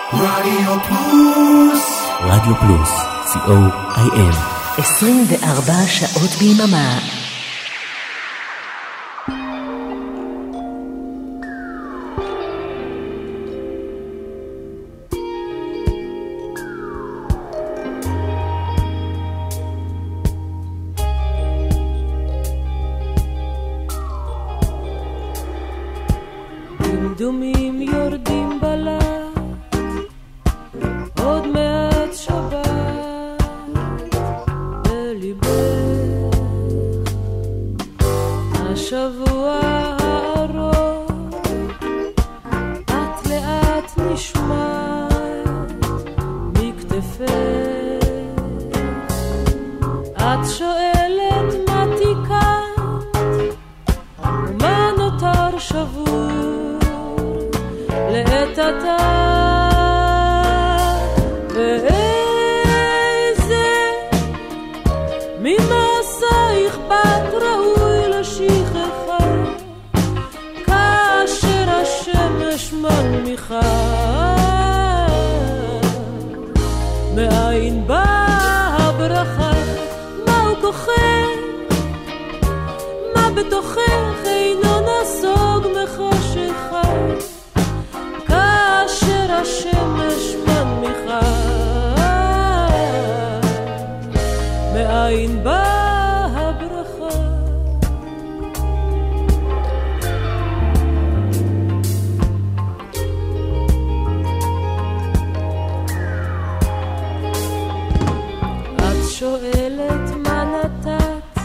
רדיו פלוס, רדיו פלוס, co.il 24 שעות ביממה. דמדומים יורדים בלט, עוד מעט שבת בליבך, השבוע הארוך את לאט נשמעת מכתפך, את שואלת מה תיקנת ומה נותר שבוע לעת עתה, ואיזה ממעשייך בת ראוי לשכחה, כאשר השמש מנמיכה, מאין באה הברכה, מהו כוחך, מה בתוכך אינו נסוג מחשיכה, כאשר השמש מנמיכה, מאין באה הברכה. את שואלת מה נתת,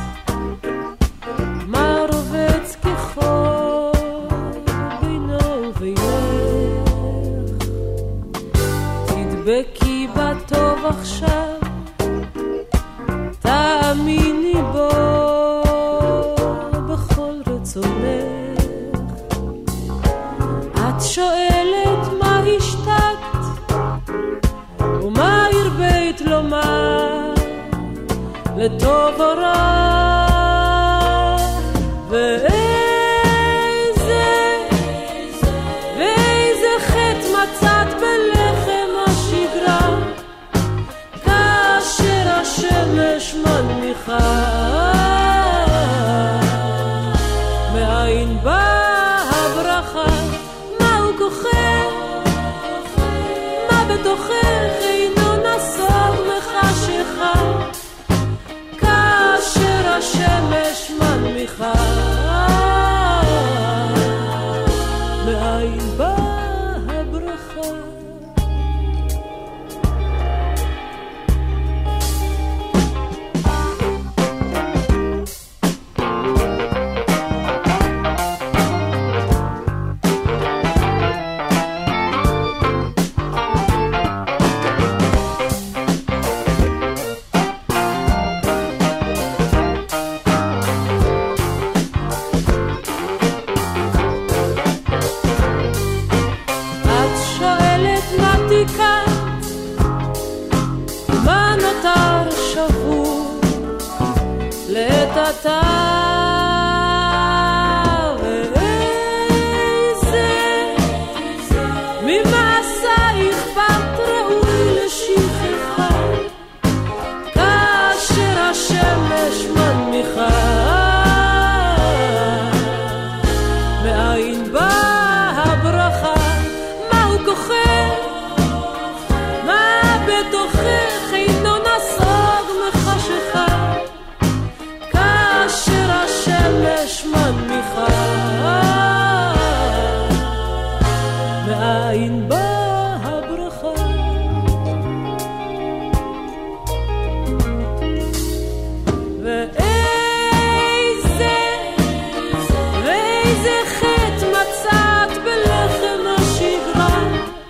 מה רובץ כחול בינו ובינך, תדבקי בטוב עכשיו, תאמיני בו בכל רצונך. את שואלת מה השתקת ומה הרבית לומר, לטוב או רע, ואיזה חטא מצאת בלחם השגרה, כאשר השמש מנמיכה, מאין באה הברכה, מהו כוחך, מה בתוכך אינו נסוג מחשיכה, כאשר השמש מנמיכה, מאין באה הברכה. מה נותר שבור לעת עתה, ואיזה ממעשייך בת ראוי לשכחה, כאשר השמש מנמיכה, מאין באה הברכה, מהו כוחך, בתוכך אינו נסוג מחשיכה, כאשר השמש מנמיכה, מאין באה הברכה. ואיזה חטא מצאת בלחם השגרה,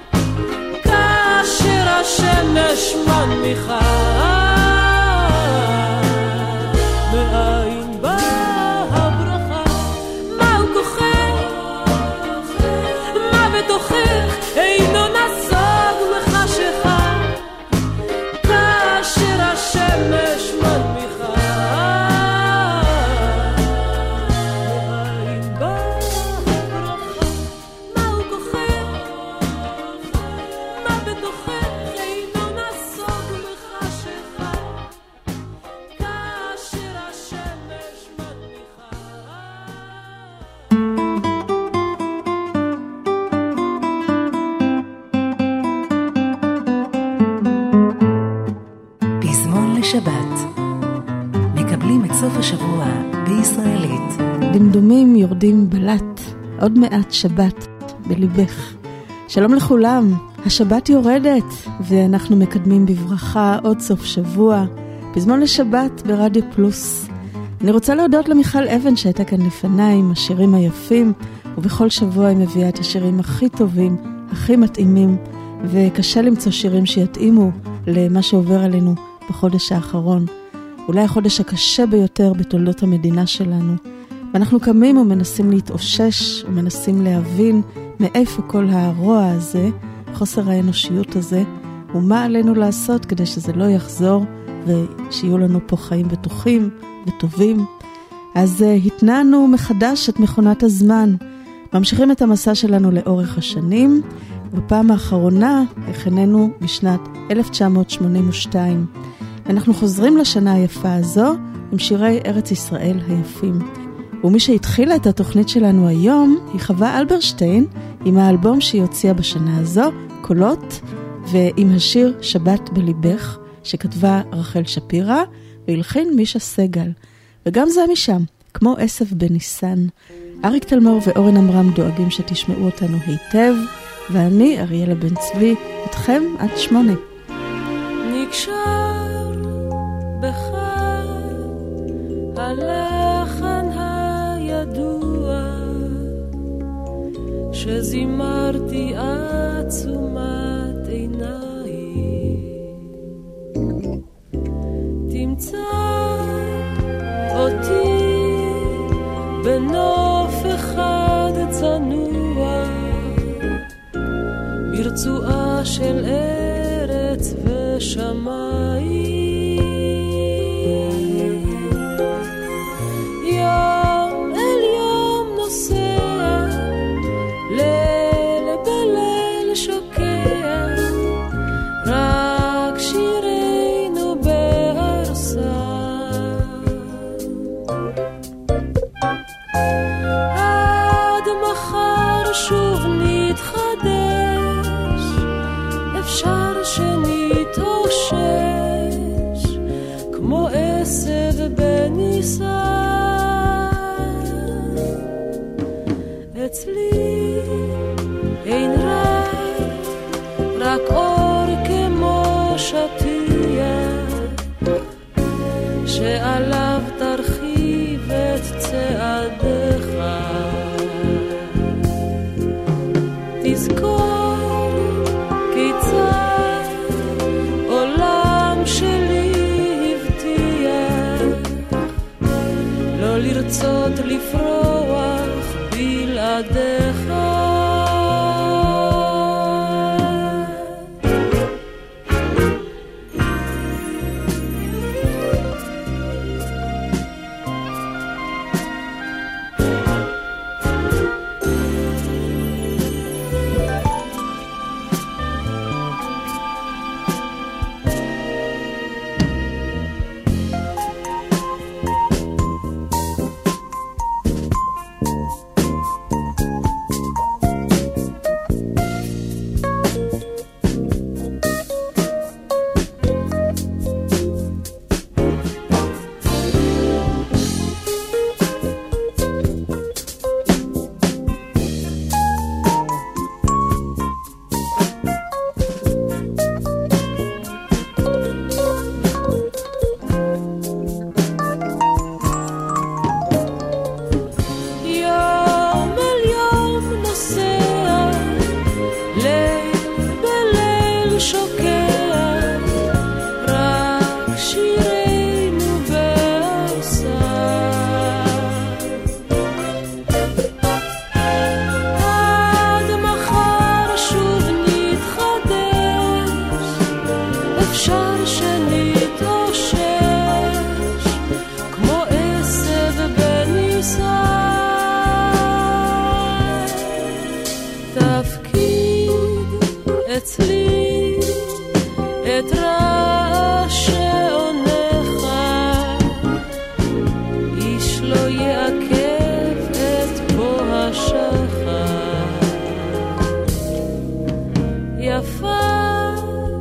כאשר השמש מנמיכה, מאין באה הברכה, מהו כוחך, מה בתוכך אינו נסוג מחשיכה, כאשר השמש מנמיכה, מאין באה הברכה, מהו כוחך, מה השבוע בישראלית. דמדומים יורדים בלט, עוד מעט שבת בליבך. שלום לכולם, השבת יורדת ואנחנו מקדמים בברכה עוד סוף שבוע, פזמון לשבת ברדיו פלוס. אני רוצה להודות למיכל אבן שהייתה כאן לפניי עם השירים היפים, ובכל שבוע היא מביאה את השירים הכי טובים, הכי מתאימים, וקשה למצוא שירים שיתאימו למה שעובר עלינו בחודש האחרון. אולי החודש הקשה ביותר בתולדות המדינה שלנו. ואנחנו קמים ומנסים להתאושש, ומנסים להבין מאיפה כל הרוע הזה, חוסר האנושיות הזה, ומה עלינו לעשות כדי שזה לא יחזור, ושיהיו לנו פה חיים בטוחים וטובים. אז התנענו מחדש את מכונת הזמן. ממשיכים את המסע שלנו לאורך השנים. בפעם האחרונה הכננו בשנת 1982. אנחנו חוזרים לשנה היפה הזו עם שירי ארץ ישראל היפים. ומי שהתחילה את התוכנית שלנו היום היא חווה אלברשטיין עם האלבום שהיא הוציאה בשנה הזו, קולות, ועם השיר שבת בליבך שכתבה רחל שפירא והלחין מישה סגל. וגם זה משם, כמו אסף בניסן. אריק תלמור ואורן אמרם דואגים שתשמעו אותנו היטב, ואני, אריאלה בן צבי, אתכם עד 8. נקשר בך הלחן הידוע שזימרתי עצומת עיניי, תמצא אותי בנוף אחד צנוע ברצועה של ארץ ושמיים, יום אל יום נוסע, ליל בליל שוקע, רק שירנו בארסה. עד מחר שוב נתחדש, אפשר שנתאושש כמו עשב בניסן. אצלי אין רק אור כמו שטיח שעליו תרחיב את צעדיך. תזכור כיצד עולם שלי הבטיח לא לרצות לפרוח בלעדיך.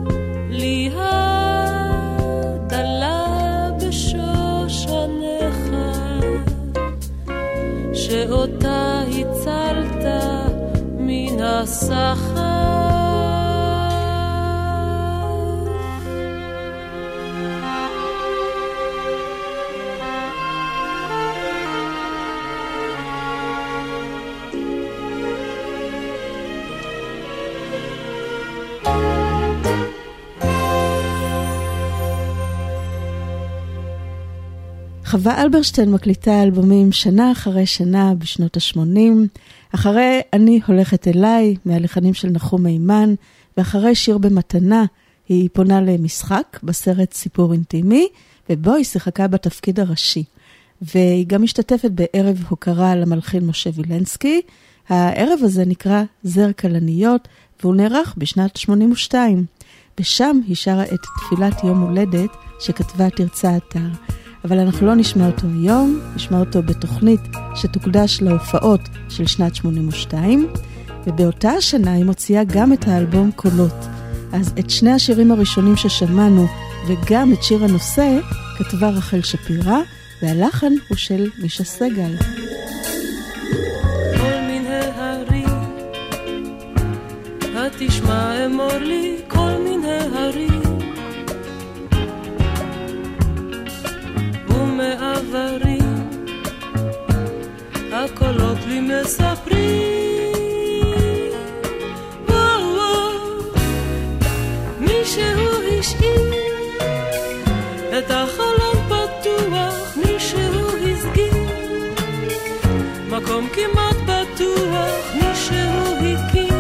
לי הדלה בשושנך בסחר. חווה אלברשטיין מקליטה אלבומים שנה אחרי שנה בשנות ה-80, אחרי אני הולכת אליי, מהלחנים של נחום מימן, ואחרי שיר במתנה, היא פונה למשחק בסרט סיפור אינטימי, ובו היא שיחקה בתפקיד הראשי. והיא גם משתתפת בערב הוקרה למלחין משה וילנסקי. הערב הזה נקרא זר כלניות, והוא נערך בשנת 82. ושם היא שרה את תפילת יום הולדת שכתבה תרצה אתר. אבל אנחנו לא נשמע אותו היום, נשמע אותו בתוכנית שתוקדש להופעות של שנת 82, ובאותה השנה היא מוציאה גם את האלבום קולות. אז את שני השירים הראשונים ששמענו, וגם את שיר הנושא, כתבה רחל שפירא, והלחן הוא של מישה סגל. כל מיני הרים, התשמע אמור לי, כל מיני הרים, ומעברים, הקולות לי מספרים, וואו וואו, מישהו השאיר את החלון פתוח, מישהו הסגיר מקום כמעט בטוח, מישהו הכיר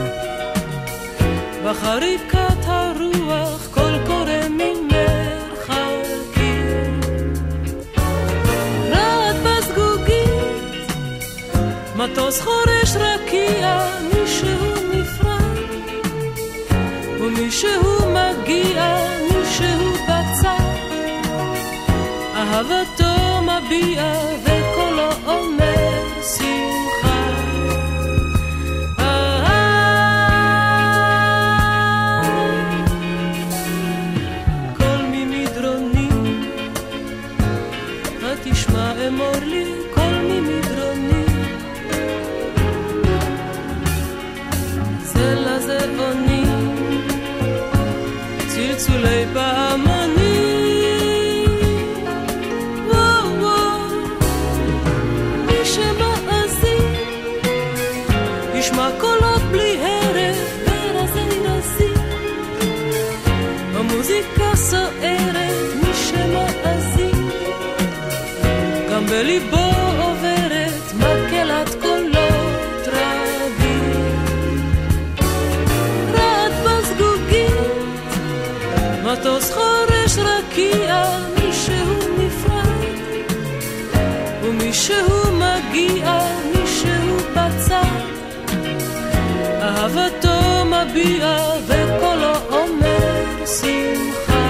בחריקת הרוח קול קורא ממרחקים, רעד בסגוגית מטוס חורש רקיע, מישהו נפרד ומישהו מגיע, מישהו בצד אהבתו מביע וקולו אומר שמחה. כל ממדרונים התשמע אמור לי, כל ממדרונים זה לזה עונים צלצולי פעמונים, ישמע קולות בלי הרף ורזי רזי, המוזיקה סוערת מי שמאזין, גם בליבו עוברת מקהלת קולות רבים, רעד בסגוגית מטוס חורש רקיע, מישהו נפרד ומישהו מגיע, מישהו בצד אהבתו מביע וקולו אומר שמחה.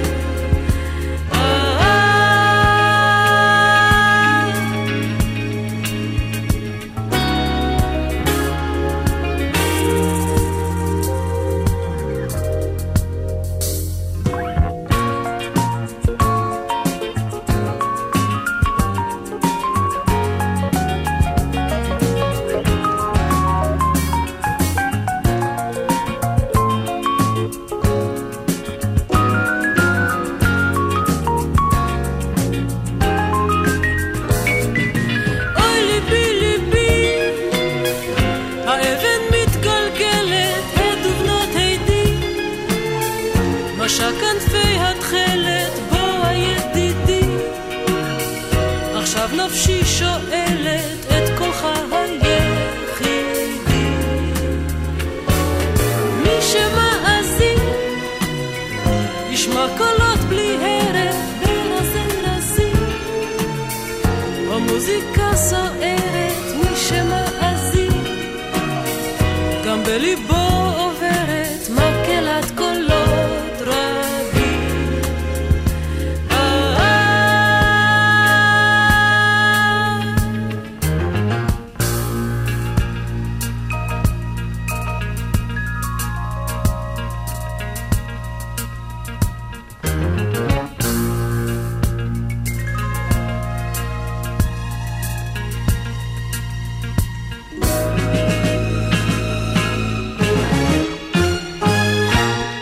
כנפי התחלת בו הידידי, עכשיו נפשי שואלת את קולך היחידי, מי שמאזין ישמע קולות בלי הרף ברזי רזי, המוזיקה סוערת מי שמאזין, גם בליבו עוברת מקהלת קולות רבים.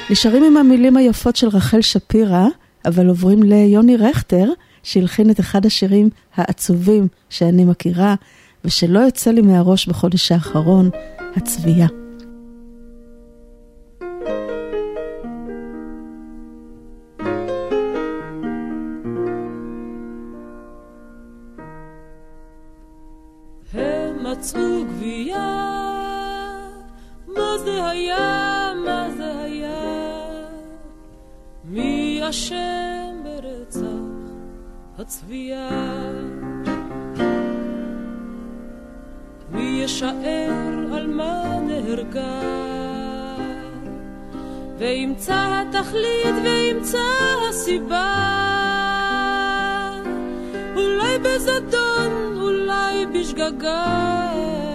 נשארים עם המילים היפות של רחל שפירא, אבל עוברים ליוני רכטר, שהלחין את אחד השירים העצובים שאני מכירה, ושלא יוצא לי מהראש בחודש האחרון, הצבייה. הם מצאו גבייה, מה זה היה, מה זה היה, מי אשם ברצח הצבייה, מי ישאר על מה נהרגה, וימצא התכלית וימצא הסיבה, אולי בזדון, אולי בשגגה,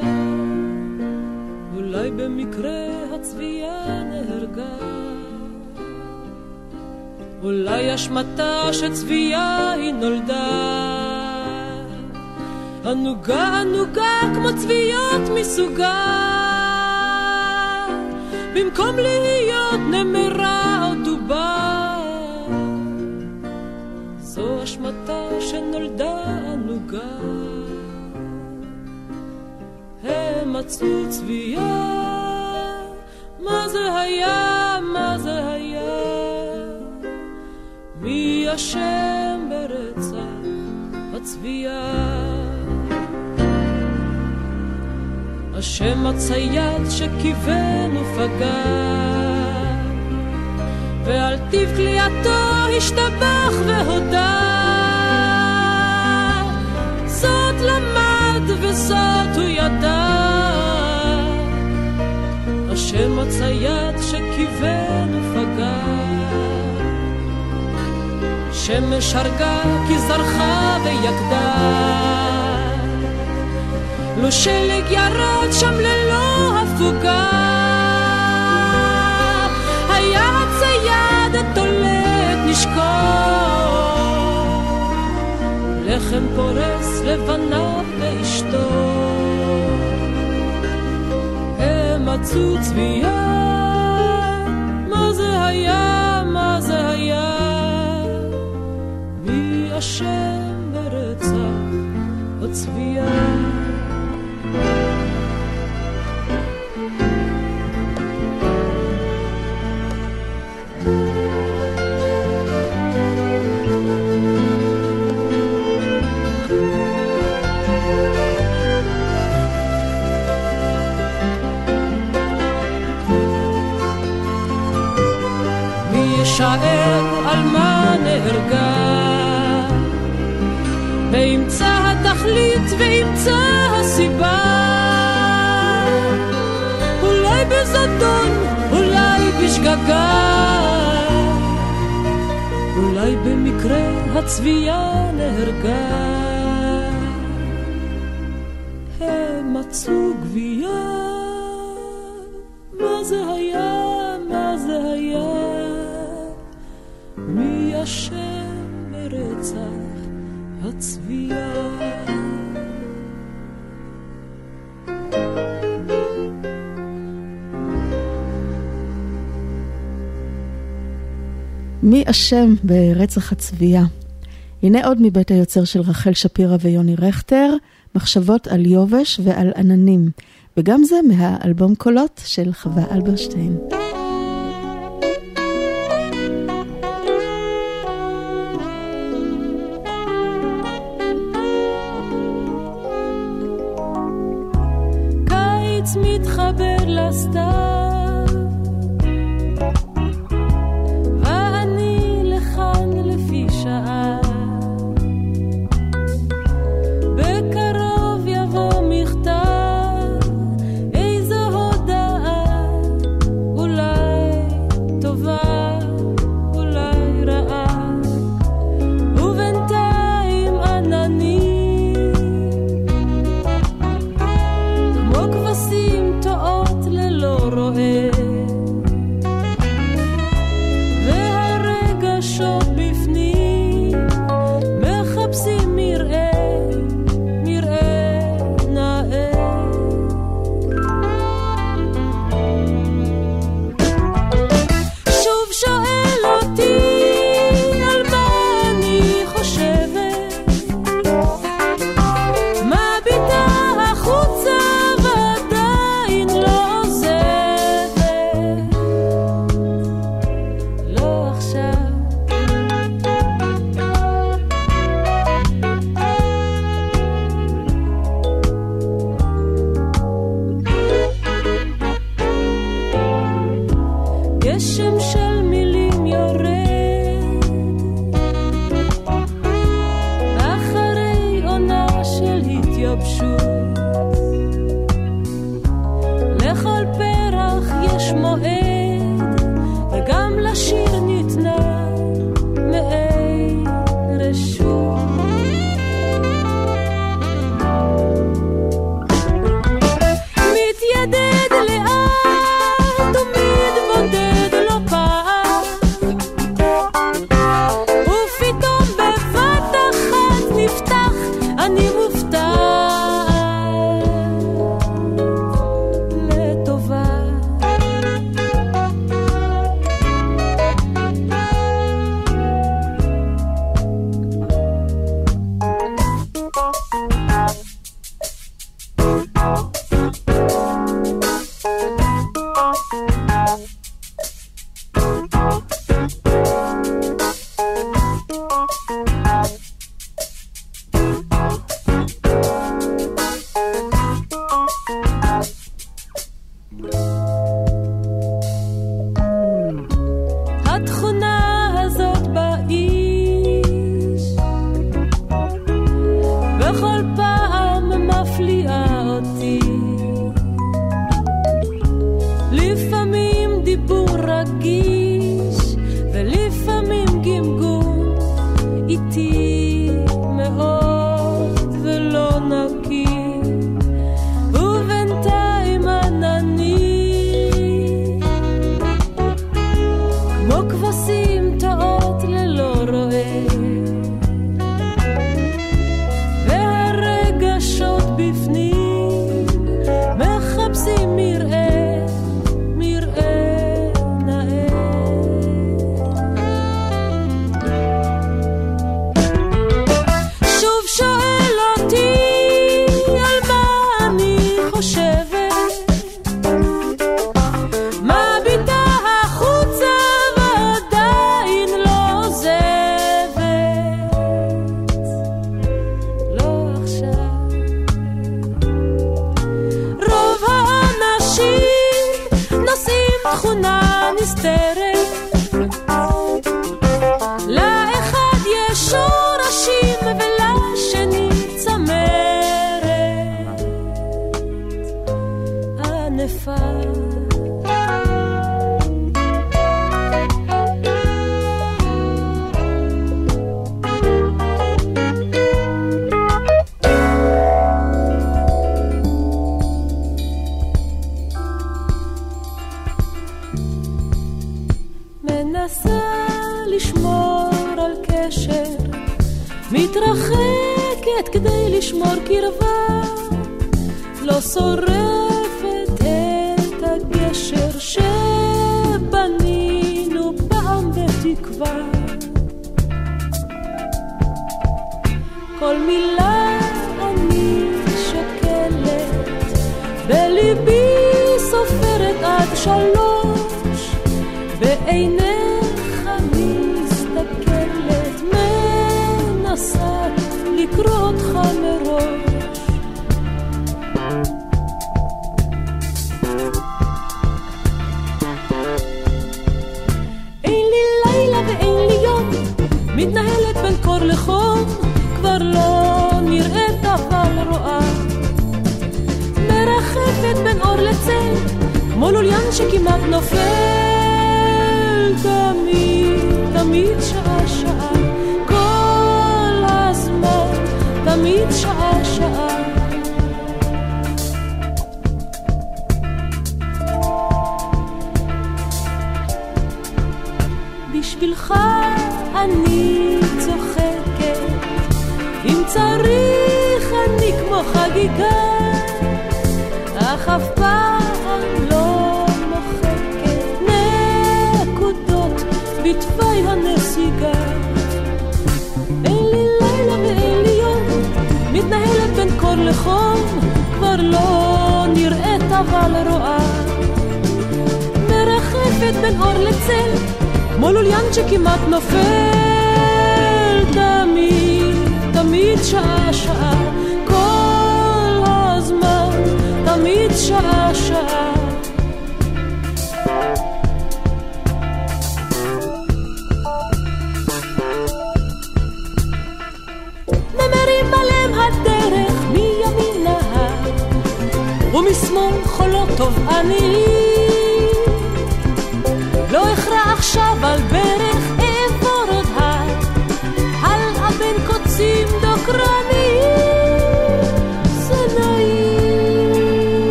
אולי במקרה הצבייה נהרגה, אולי אשמתה שצבייה היא נולדה, ענוגה ענוגה כמו צביות מסוגה, במקום להיות נמרה או דובה, זו אשמתה שנולדה ענוגה. הם מצאו צבייה, מה זה היה, מה זה היה, מי אשם ברצח הצבייה, השם הצייד שכיוון ופגע, ועל טיב כליאתו השתבח והודה, זאת למד וזאת הוא ידע, השם הצייד שכיוון ופגע, שמש הרגה כי זרחה ויקדה, לו שלג ירד שם ללא הפוגה, היה הצייד התולד נשקור, לחם פורס לבניו ואשתו, הם מצאו צבייה, מה זה היה, מה זה היה, מי אשם ברצח הצבייה, שער על מה נהרגה, וימצא התכלית וימצא הסיבה, אולי בזדון, אולי בשגגה, אולי במקרה הצבייה נהרגה, הם מצאו גבייה, מה זה היה, מה זה היה, מי אשם ברצח הצבייה, מי אשם ברצח הצבייה. הנה עוד מבית היוצר של רחל שפירא ויוני רכטר, מחשבות על יובש ועל עננים, וגם זה מהאלבום קולות של חווה אלברשטיין. מתחבר לסתיו, ואני לכאן לפי שעה, בקרוב יבוא מכתב, איזו הודעה, אולי גשם של מילים יורד אחרי עונה של התייבשות. לכל פרח יש מועד וגם לשיר ניתנה מעין רשות. מתיידד לאט ומתבודד לא פעם ופתאום בבת אחת נפתח אני מופתע לטובה. התכונה הזאת באיש בכל פעם מפליאה אותי. לפעמים דיבור רגיש ולפעמים גמגום איטי מאוד ולא נקי ובינתיים ענני כמו כבשים טעות ללא רואה והרגשות בפנים מחפשים מראה נאה. שוב שואל אותי על מה אני חושבת מביטה החוצה ועדיין לא עוזבת. לא עכשיו. רוב האנשים נושאים תכונה נסתרת לאחד יש שורשים ולשני צמרת ענפה. מנסה לשמור על קשר מתרחקת כדי לשמור קרבה לא שורפת את הגשר שבנינו פעם בתקווה. כל מילה אני שקלת בליבי סופרת עד 3 בעיניך מסתכלת מנסה לקרוא אותך מראש. אין לי לילה ואין לי יום מתנהלת בין קור לחום כבר לא נראית אבל רואה מרחפת בין אור לצל כמו לוליין שכמעט נופל תמיד שעה שעה כל הזמן תמיד שעה שעה. בשבילך אני צוחקת אם צריך אני כמו חגיגה אך אף פעם לא מוחקת נקודות בתוואי הנסיגה. אין לי לילה ואין לי יום מתנהלת בין קור לחום כבר לא נראית אבל רואה מרחפת בין אור לצל כמו לוליין שכמעט נופל תמיד שעה שעה כל הזמן תמיד שעה שעה.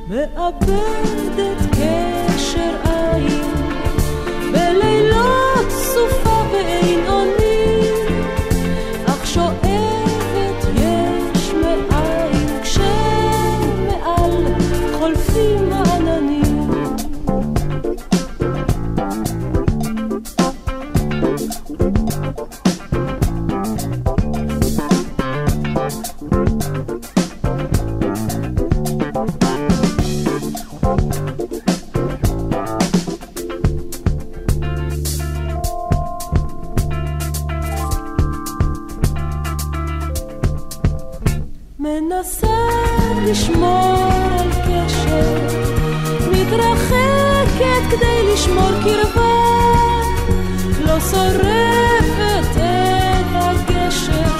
מאבדת קשר עין בלילות סופה ואין עונים, אך שואבת יש מאין כשמעל חולפים העננים. מנסה לשמור על קשר, מתרחקת כדי לשמור קרבה, לא שורפת את הגשר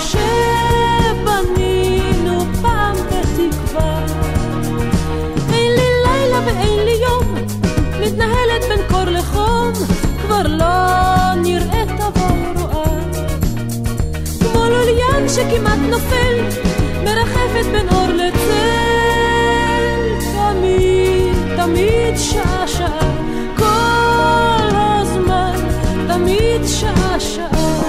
שבנינו פעם בתקווה. אין לי לילה ואין לי יום, מתנהלת בין קור לחום, כבר לא נראית עבור רואה, כמו לוליין שכמעט נופל, מרחפת בין אור לצל, תמיד, תמיד שעה שעה, כל הזמן, תמיד שעה שעה.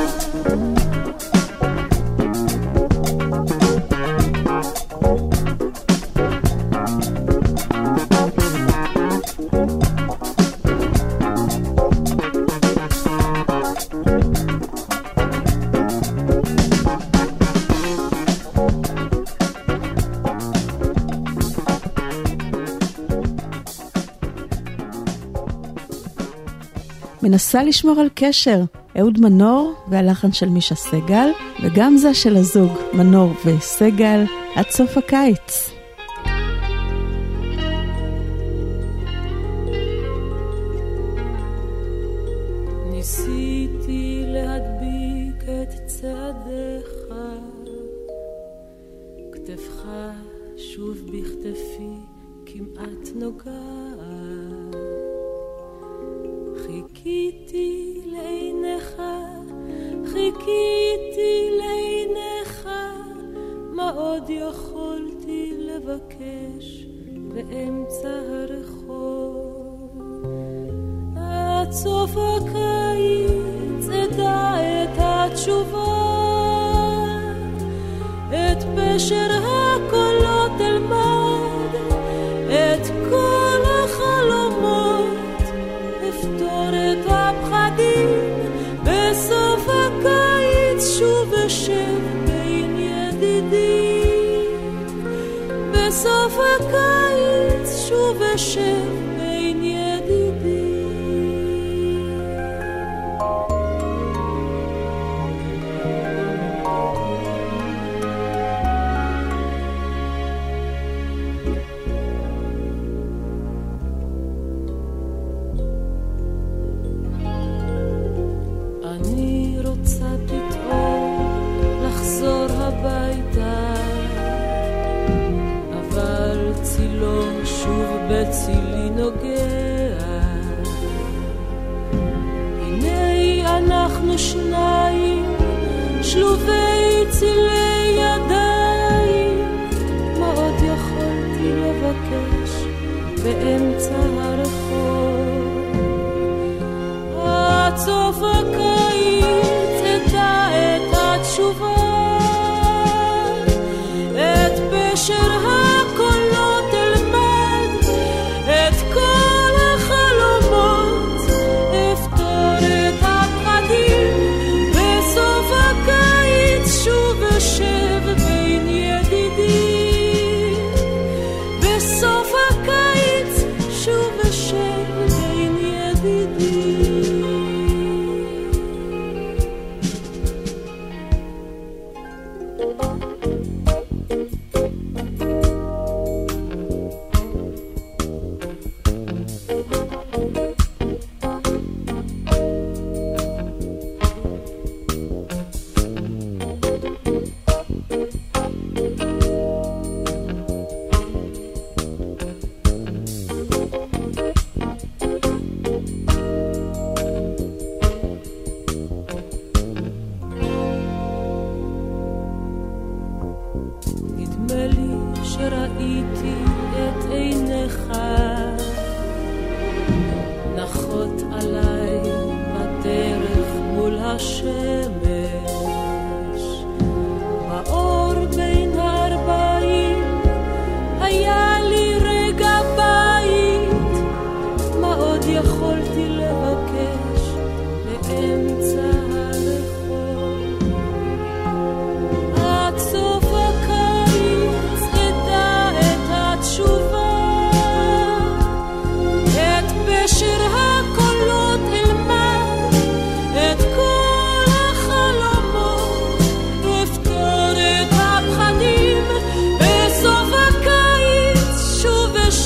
מנסה לשמור על קשר, אהוד מנור והלחן של מישה סגל, וגם זה של הזוג מנור וסגל, עד סוף הקיץ. ניסיתי להדביק את צעדיך, כתפך שוב בכתפי כמעט נוגעת, חיכיתי לעיניך, חיכיתי לעיניך, מה עוד יכולתי לבקש באמצע הרחוב. עד סוף הקיץ אדע את התשובה, את פשר הקולות אלמד, את כל החלומות אפתור את הפחדים. בסוף הקיץ שוב אשב בין ידידים, בסוף הקיץ שוב אשב בין ידידים. בצילי נוגע, הנה אנחנו שניים שלובי צילי ידיים, מה עוד יכולתי לבקש באמצע הרחוב. עד סוף הקיץ אדע את התשובה, את פשר הקולות אלמד, את כל החלומות אפתור את הפחדים. בסוף הקיץ שוב אשב בין ידידים, בסוף הקיץ שוב אשב בין ידידים.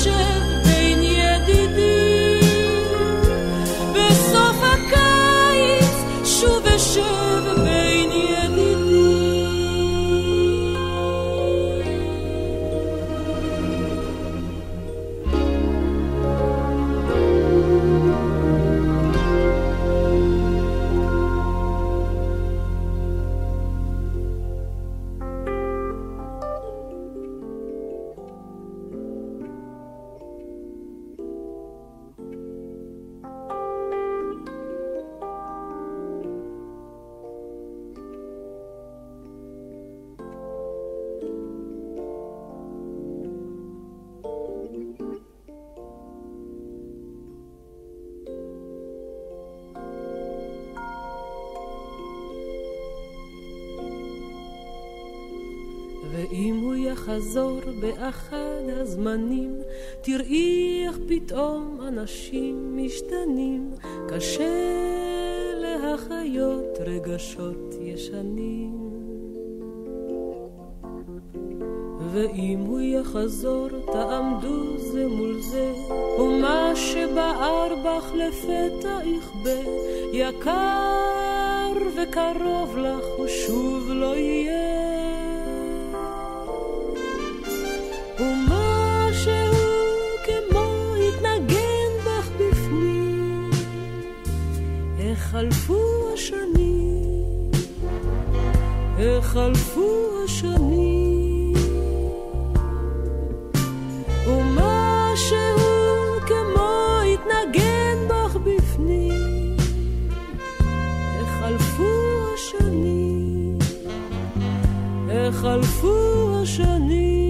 אשב בין ידידים, בסוף הקיץ שוב אשב בין ידידים. ואם הוא יחזור באחד הזמנים, תראי איך פתאום אנשים משתנים, קשה להחיות רגשות ישנים. ואם הוא יחזור תעמדו זה מול זה, ומה שבער בך לפתע יכבה, יקר וקרוב לך הוא שוב לא יהיה. ומשהו כמו התנגן בך בפנים, איך חלפו השנים, איך חלפו השנים. ומשהו כמו התנגן בך בפנים, איך חלפו השנים, איך חלפו השנים.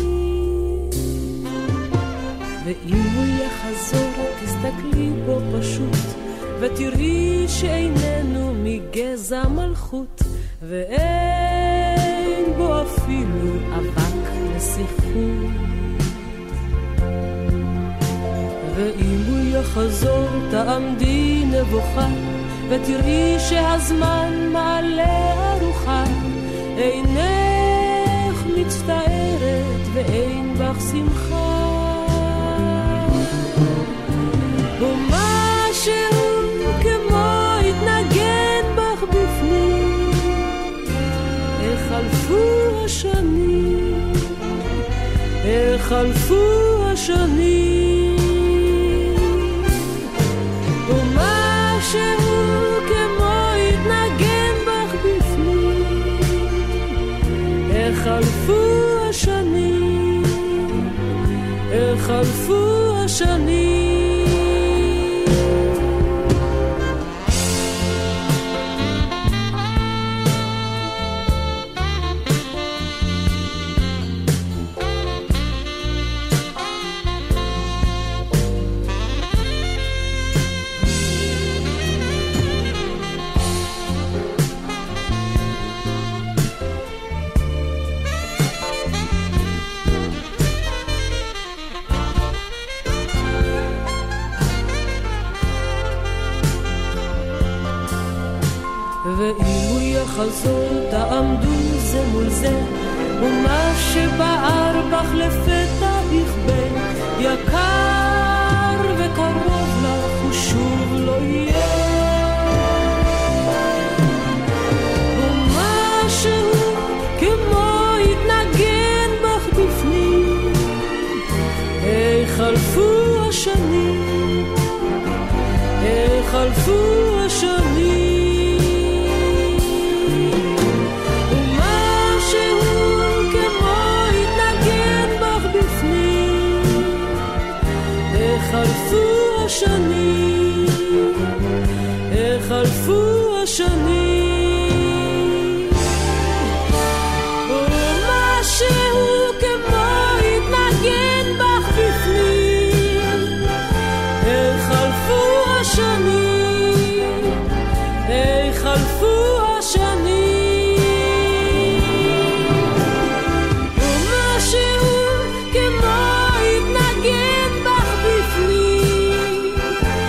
ואם הוא יחזור תסתכלי בו פשוט, ותראי שאיננו מגזע מלכות, ואין בו אפילו אבק לשיחות. ואם הוא יחזור תעמדי נבוכה, ותראי שהזמן מעלה ארוחה, אינך מצטערת ואין בך שמחה. ומשהו כמו התנגן בך בפנים, איך חלפו השנים, איך חלפו השנים. ומשהו כמו התנגן בך בפנים, איך חלפו השנים, איך חלפו השנים. ואם הוא יחזור תעמדו זה מול זה, ומה שבער בך לפתע יכבה, יקר וקרוב לך הוא שוב לא יהיה. ומשהו כמו התנגן בך בפנים, איך חלפו השנים, איך חלפו השנים. חלפו השנים, איך חלפו השנים. ומשהו כמו התנגן בך בפנים, איך חלפו השנים, איך חלפו השנים. ומשהו כמו התנגן בך בפנים,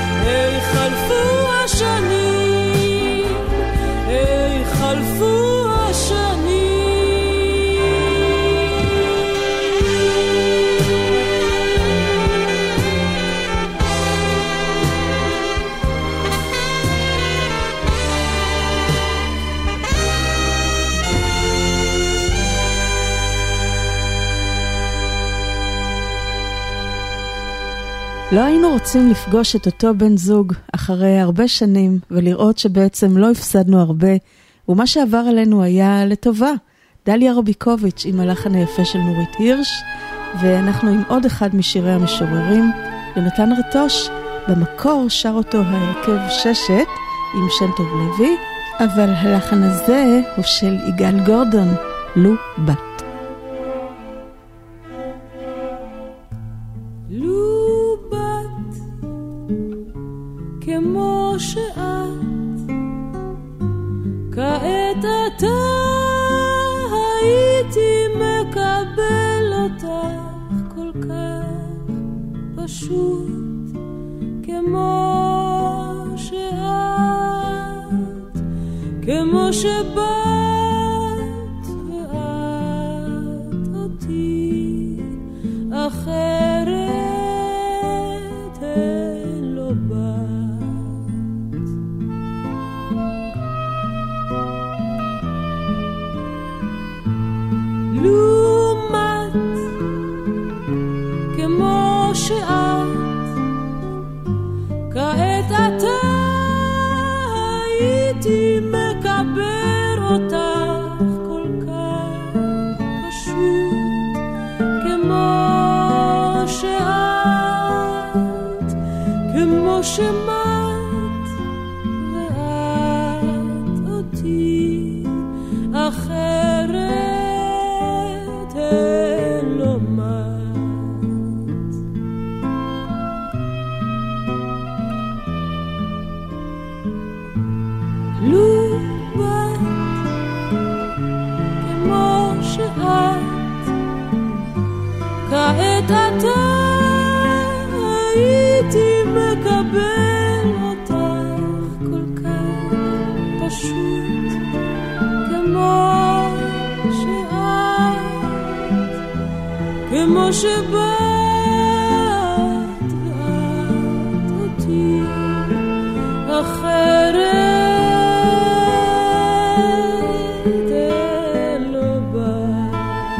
לא היינו רוצים לפגוש את אותו בן זוג אחרי הרבה שנים ולראות שבעצם לא הפסדנו הרבה, ומה שעבר עלינו היה לטובה. דליה רביקוביץ' עם הלחן היפה של נורית הירש, ואנחנו עם עוד אחד משירי המשוררים, יונתן רטוש. במקור שר אותו ההרכב ששת עם שם טוב לוי, אבל הלחן הזה הוא של יגאל גורדון, לו בת. לו בת כמו שאת, כעת אתה הייתי מקבל אותך כל כך פשוט כמו שאת, כמו שבאת ואת אותי, אחרת לא באת. לעומת כמו שאת, כעת אתה הייתי מקבר אותך כל כך פשוט כמו שאת, כמו שמת ואת אותי, אחרת לא מת. לו בת כמו שאת, כעת אתה הייתי מקבל אותך כל כך פשוט כמו שאת, כמו שבאת ואת אותי, אחרת לא באת.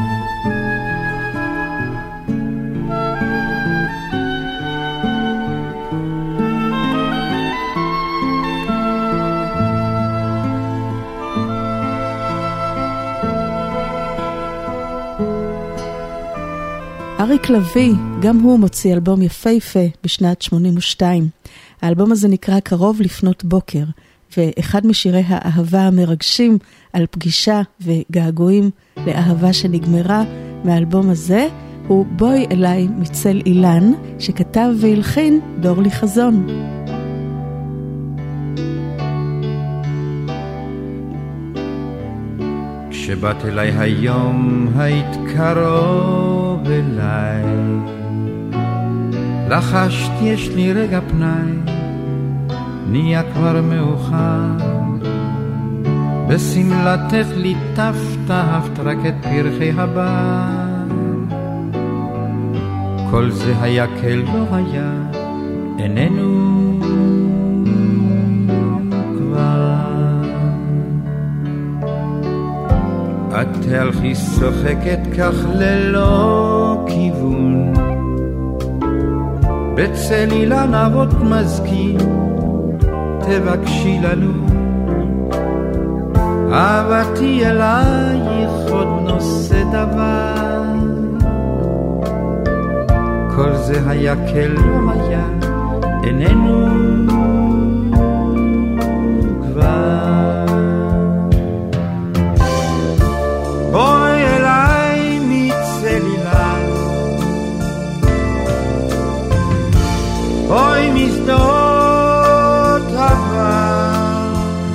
אריק לוי, גם הוא מוציא אלבום יפהפה בשנת 82. האלבום הזה נקרא קרוב לפנות בוקר, ואחד משירי האהבה המרגשים על פגישה וגעגועים לאהבה שנגמרה מהאלבום הזה הוא בואי אליי מצל אילן, שכתב והלחין דורלי חזון. כשבאת אליי היום היית קרוב אליי, לחשת יש לי רגע פנאי, נהיה כבר מאוחר, בסמלתך ליטפת אהבת רק את פרחי הבר, כל זה היה כלא היה, איננו את תהלכי שוחקת כך ללא כיוון, בצל אילן אבות מזכיר תבקשי לנו, אהבתי אלייך עוד נושא דבר, כל זה היה כלא היה, איננו כבר. בואי אליי מצל אילן, בואי משדות עבר,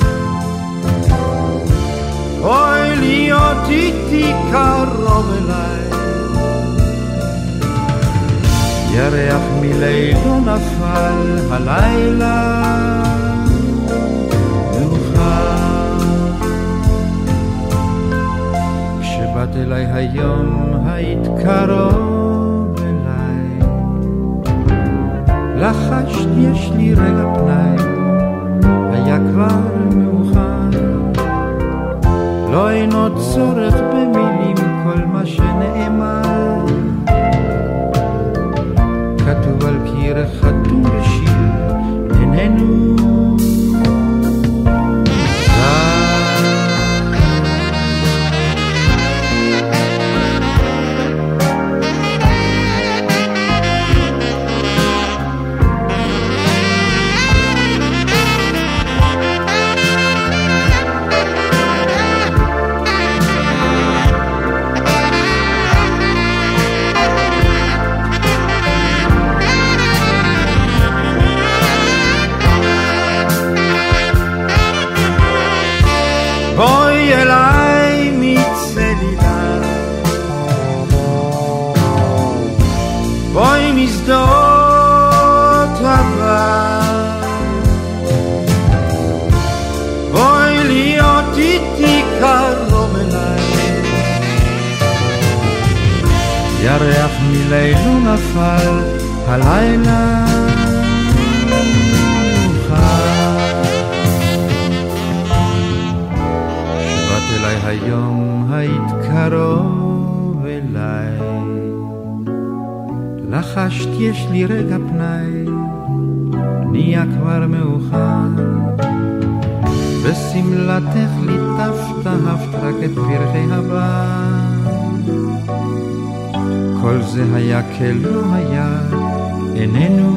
בואי להיות איתי קרוב אליי, ירח מלילו נפל הלילה באת אליי היום היית קרוב אליי, לחשת יש לי רגע פנאי, היה כבר מאוחר, לא אינו צורך במילים, כל מה שנאמר כתוב כתוב על קיר חתום בשיר איננו בואי אליי מצלילה בואי משדות עבר בואי להיות איתי קרוב אליי ירח מלילו נפל הלילה אליי היום היית קרוב אליי לחשת יש לי רגע פנאי נהיה כבר מאוחר בסמלתך ליטפת אהבת רק את פרחי הבר כל זה היה כלא היה איננו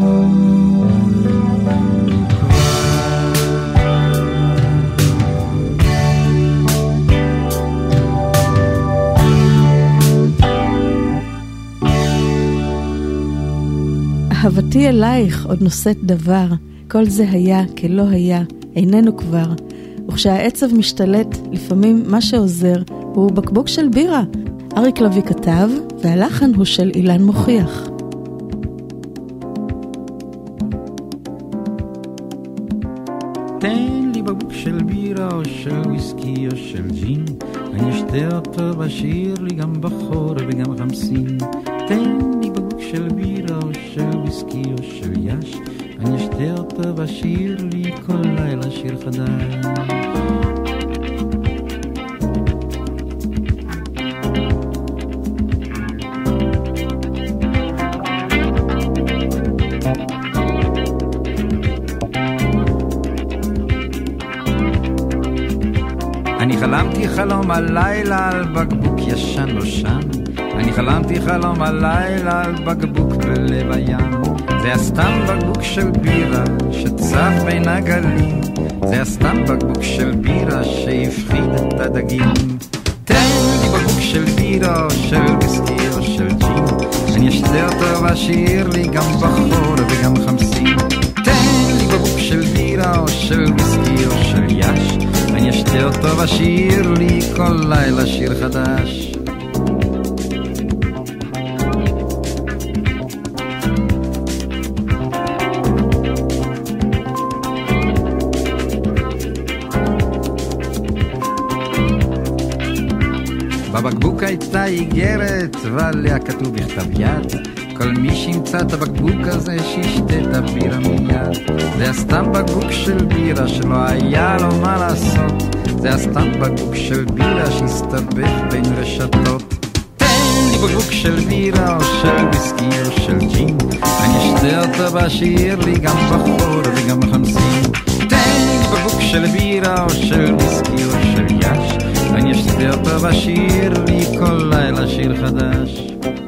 אהבתי אלייך עוד נושאת דבר, כל זה היה כלא היה, איננו כבר. וכשהעצב משתלט, לפעמים מה שעוזר הוא בקבוק של בירה. אריק לוי כתב, והלחן הוא של אילן מוכיח. תן לי בקבוק של בירה או של וויסקי או של ג'ין, אני אשתה אותו בשיר לי גם בחור וגם חמסין. תן לי בקבוק של בירה או של וויסקי או של יש, אני אשתה אותו בשיר לי כל לילה שיר חדש. אני חלמתי חלום הלילה על בקבוק ישן לא שם, אני חלמתי חלום הלילה על בקבוק בלב הים. זה היה סתם בקבוק של בירה שצף בין הגלים, זה היה סתם בקבוק של בירה שהפחיד את הדגים. תן לי בקבוק של בירה או של וויסקי או של ג'ין, אני אשתה אותו ואשאיר לי גם בחור וגם חמסין. תן לי בקבוק של בירה או של וויסקי או של יש, אני אשתה אותו ואשאיר לי כל לילה שיר חדש. בבקבוק הייתה איגרת ועליה כתוב בכתב יד, כל מי שימצא את הבקבוק הזה שישתה את הבירה מיד. זה היה סתם בקבוק של בירה שלא היה לו מה לעשות, זה היה סתם בקבוק של בירה שהסתבך בין רשתות. תן לי בקבוק של בירה או של וויסקי או של ג'ין, אני אשתה אותו ואשאיר לי גם בחור וגם חמסין. תן לי בקבוק של בירה או של וויסקי או של יש, אני אשתה אותו ואשאיר לי כל לילה שיר חדש.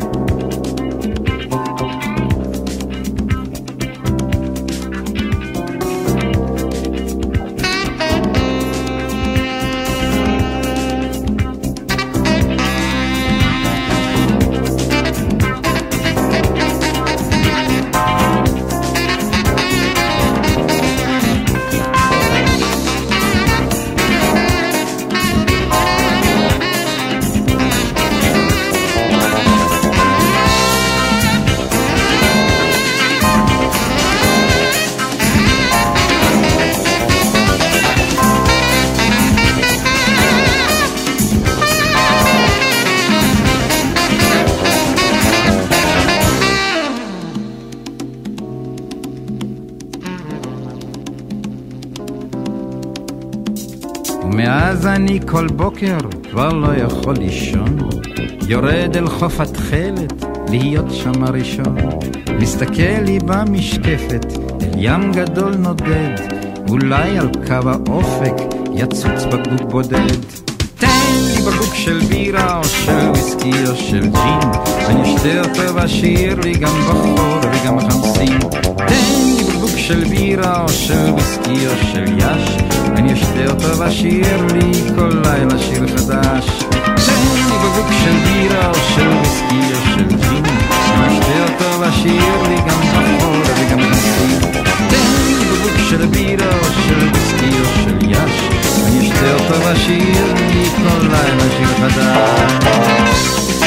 ומאז אני כל בוקר כבר לא יכול לישון, יורד אל חוף התחלת להיות שם הראשון. מסתכל לי במשקפת, ים גדול נודד, אולי על קו האופק יצוץ בקבוק בודד. תן לי בקבוק של בירה או של וויסקי או של ג'ין, אני אשתה אותו ואשאיר לי גם בחור וגם בחמסין. תן לי בקבוק של בירה או של וויסקי או של יש, אני אשתה אותו ואשאיר לי כל לילה שיר חדש. תן לי בקבוק של בירה או של וויסקי או של ג'ין, אני אשתה אותו ואשאיר לי גם בחור וגם בחמסין. תן לי בקבוק של בירה או של וויסקי או של יש, אני אשתה אותו ואשאיר לי כל לילה שיר חדש.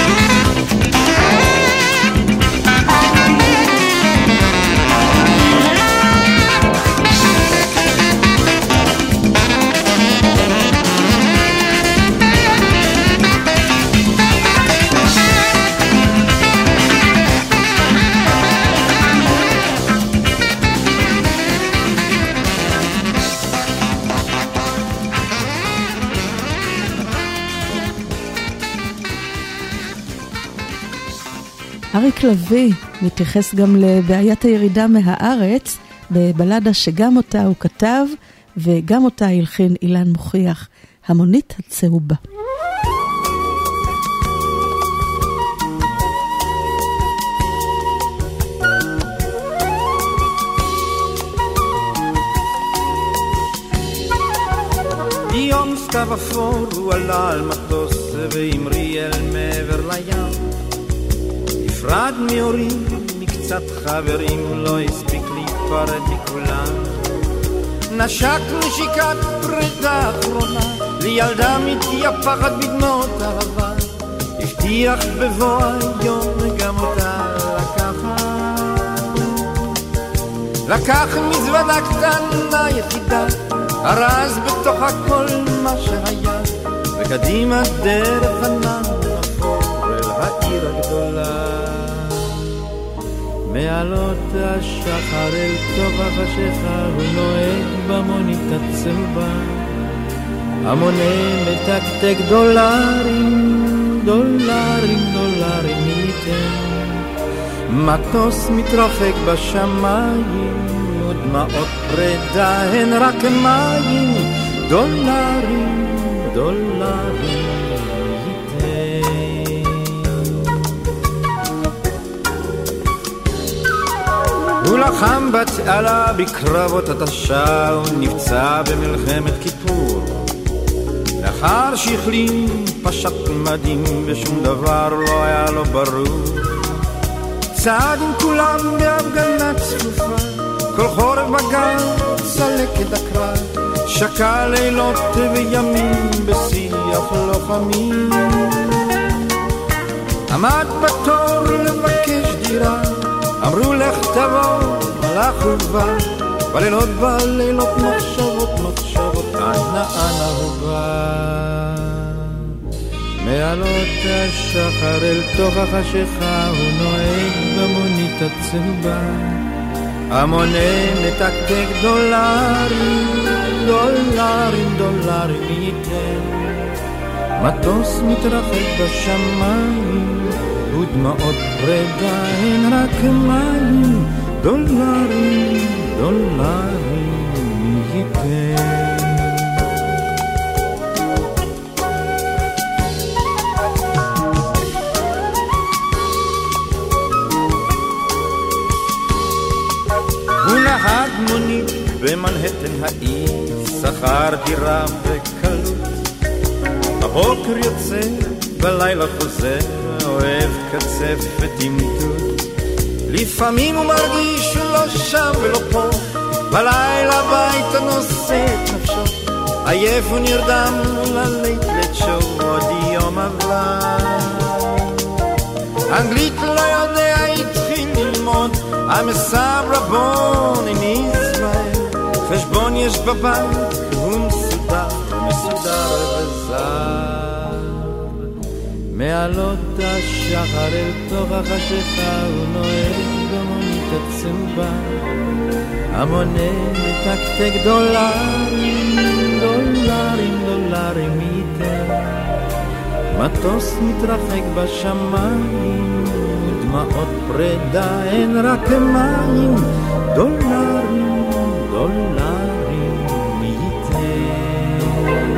אריק לביא מתייחס גם לבעיית הירידה מהארץ, בבלדה שגם אותה הוא כתב, וגם אותה הלחין אילן מוכיח, המונית הצהובה. יום סתיו אפור הוא עלה על מטוס והמריא אל מעבר לים, נפרד מהורים, מקצת חברים, לא הספיק להיפרד מכולם. נשק נשיקת פרידה אחרונה, לילדה מתייפחת בדמעות אהבה, הבטיח בבוא היום גם אותה לקח מזוודה קטנה יחידה, הרז בתוך הכל מה שהיה, וקדימה דרך ענן אפור אל העיר הגדולה. מעלות השחר אל תוך החשיכה הוא נוהג במונית הצהובה, המונה מתקתק דולרים, דולרים, דולרים ניתן. מטוס מתרחק בשמיים ודמעות פרידה הן רק מים, דולרים, דולרים הוא לחם בתעלה בקרבות התשה, הוא נפצע במלחמת כיפור, לאחר שהחלים פשט מדים ושום דבר לא היה לו ברור. צעד עם כולם בהפגנה צפופה, כל חורף בגן צלקת הקרב, שקע לילות וימים בשיח לוחמים. עמד בתור לבקש דירה, אמרו לך תבוא, הלך ובא, בלילות בלילות מחשבות, מחשבות, אנה אנה הוא בא. מעלות השחר אל תוך החשיכה הוא נוהג במונית הצהובה, המונה מתקתק דולרים, דולרים, דולרים ייתן. מטוס מתרחק בשמיים ודמעות פרידה הן רק מים, דולרים, דולרים ייתן. הוא נהג מונית במנהטן העיר, שכר דירה בקלות, בבוקר יוצא, בלילה חוזר, אוהב קצפת עם דוד. לפעמים הוא מרגיש שלא שם ולא פה, בלילה ביתה נושא את נפשו, עייף ונרדם ללית לצ'ו, עוד יום עבר. אנגלית לא יודע, התחיל ללמוד, I'm a Sabra born in Israel, חשבון יש בבית, הוא מסודר, מסודר וזר. מעלות השחר אל תוך החשיכה הוא נוהג במונית הצהובה, המונה מתקתק דולרים, דולרים, דולרים ייתן. מטוס מתרחק בשמיים דמעות פרידה, אין רק מים, דולרים, דולרים, מי ייתן.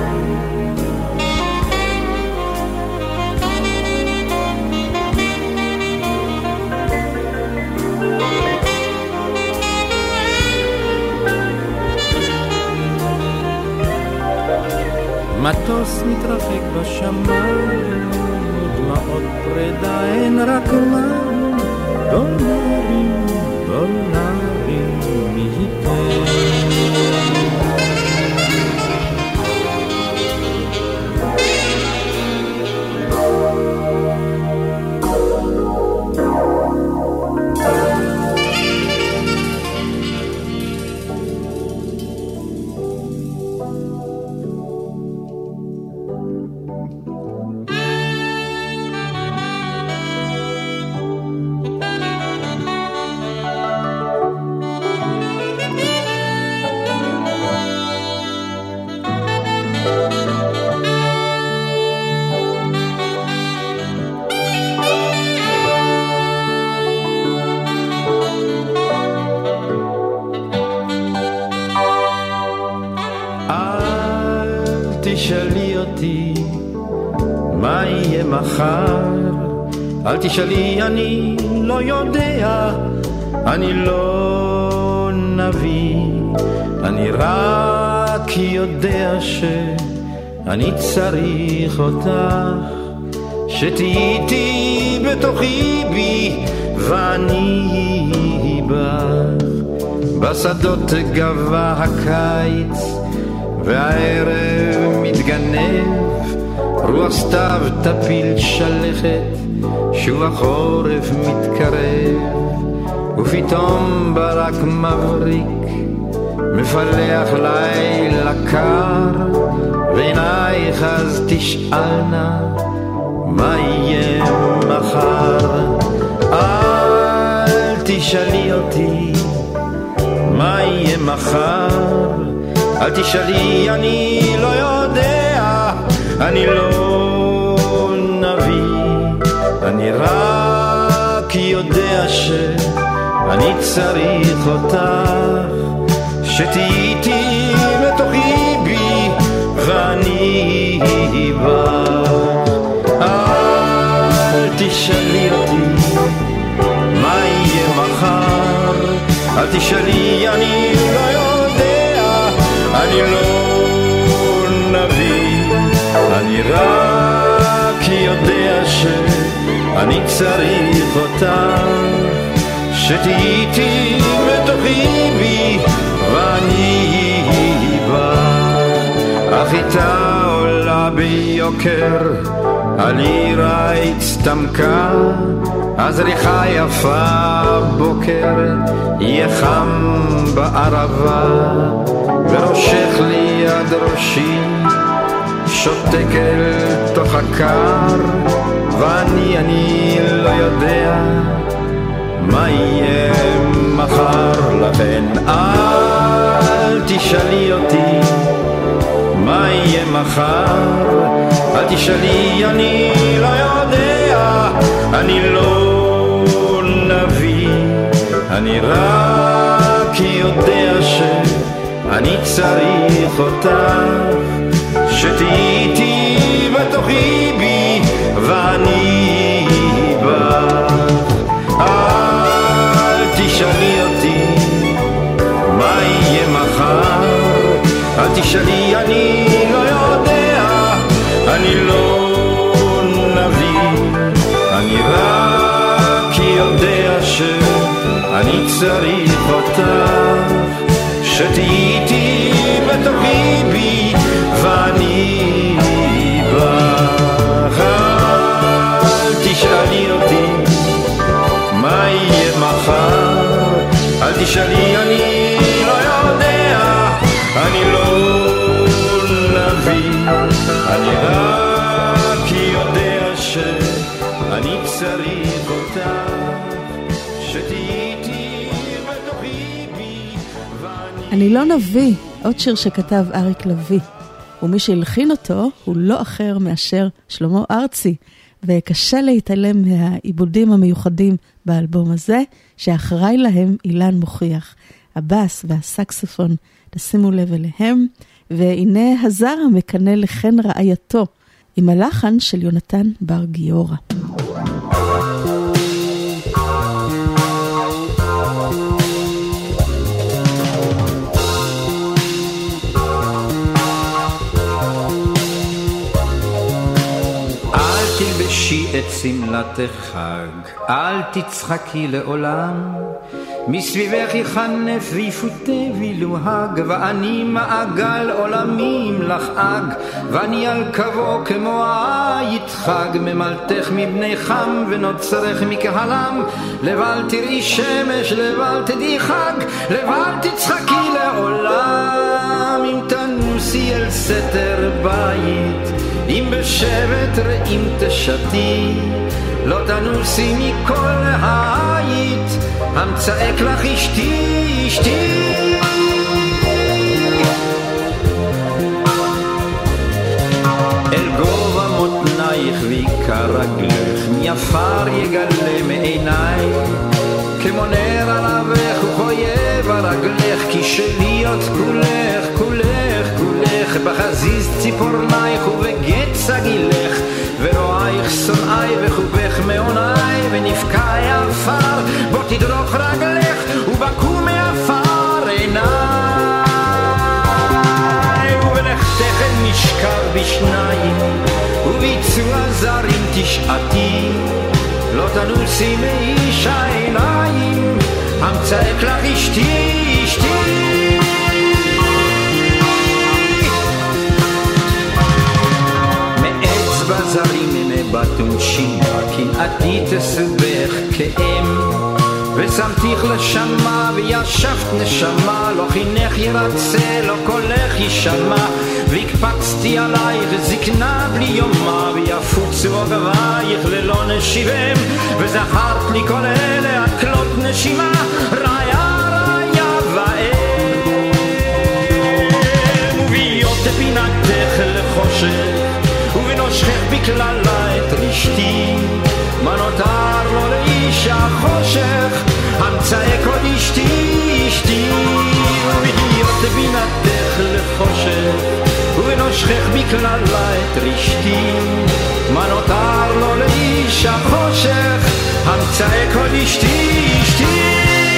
מטוס מתרחק בשמיים, דמעות פרידה, אין רק מים, דולרים, דולרים, מי ייתן. אל תשאלי, אני לא יודע, אני לא נביא, אני רק יודע שאני צריך אותך, שתהיי איתי בתוכי בי ואני בך. בשדות גבה הקיץ והערב מתגנב, רוח סתיו תפיל שלכת, שוב החורף מתקרב, ופתאום ברק מבריק מפלח לילה קר, ועינייך אז תשאלנה מה יהיה מחר. אל תשאלי אותי מה יהיה מחר, אל תשאלי, אני לא יודע, אני לא נביא, אני רק יודע שאני צריך אותך, שתהיי איתי בתוכי בי ואני בך. אל תשאלי אותי מה יהיה מחר, אל תשאלי, אני לא יודע, אני לא נביא, אני רק יודע שאני צריך אותך, שתהיי איתי בתוכי בי ואני בך. אך איתה עולה ביוקר, הלירה הצטמקה, הזריחה יפה בוקר, יהיה חם בערבה, וראשך ליד ראשי שותק אל תוך הקר, ואני לא יודע מה יהיה מחר. לכן אל תשאלי אותי מה יהיה מחר, אל תשאלי, אני לא יודע, אני לא נביא, אני רק יודע שאני צריך אותך, שתהיי איתי בתוכי בי ואני בך. אל תשאלי אותי מה יהיה מחר, אל תשאלי, אני לא יודע, אני לא נביא, אני רק יודע שאני צריך אותך, שתהיי איתי בתוכי בי ואני בך. אל תשאלי אותי מה יהיה מחר, אל תשאלי, אני לא יודע, אני לא נביא, אני רק יודע שאני צריך אותך, שתהיי איתי בתוכי בי ואני... אני לא נביא, עוד שיר שכתב אריק לוי, ומי שהלחין אותו הוא לא אחר מאשר שלמה ארצי, וקשה להתעלם מהעיבודים המיוחדים באלבום הזה, שאחראי להם אילן מוכיח, הבאס והסקסופון, תשימו לב אליהם, והנה הזר המקנה לכן רעייתו, עם הלחן של יונתן בר גיורא. תלבשי את שמלתך חג, אל תצחקי לעולם, מסביבך יחנף ויפותה וילוהג, ואני מעגל עולמים לך אג, ואני על קבו כמו יתחג, ממלתך מבני חם ונוצרך מקהלם, לבל תראי שמש, לבל תדעי חג, לבל תצחקי לעולם, אם תנוסי אל סתר בית, אם בשבט רעים תשתי, לא תנוסי מכל העית, המצאק לך אשתי, אשתי. אל גובה מותנייך ויקר רגלך, מיפר יגלה מעיניי, כמו נר על אבך וחויב על רגלך, כי שליות כולך, כולך, כולך, בחזיז ציפורנייך ובגט סגילך, ורואייך שונאי וחובך מעוניי, ונפקע יעפר, בוא תדרוך רגלך, ובקום מעפר עיניי, ובלכתך אל משכב בשניים, וביצוע זרים תשעתי, לא תנוסי מאיש העיניים, המצאק לך אשתי, אשתי. מאצבע זרים מבטון שימה, קנאתי תסבך כאם, ושמתיך לשמה וישבת נשמה, לא חינך ירצה, לא קולך ישמע, והקפצתי עלייך זקנה בלי יומה, ויפוצו עוגבייך ללא נשיבם, וזכרת לי כל אלה הקלות נשימה, ראיה ראיה ואם, וביות פינתך לחושך, ובנושכך בכללה את רשתי, מה נותר לו לאיש החושך, המצאק עוד אשתי, אשתי, ובהיות בינתך לחושך, ובנושכך בכללה את רשתי, מה נותר לו לאיש החושך, המצאק עוד אשתי, אשתי.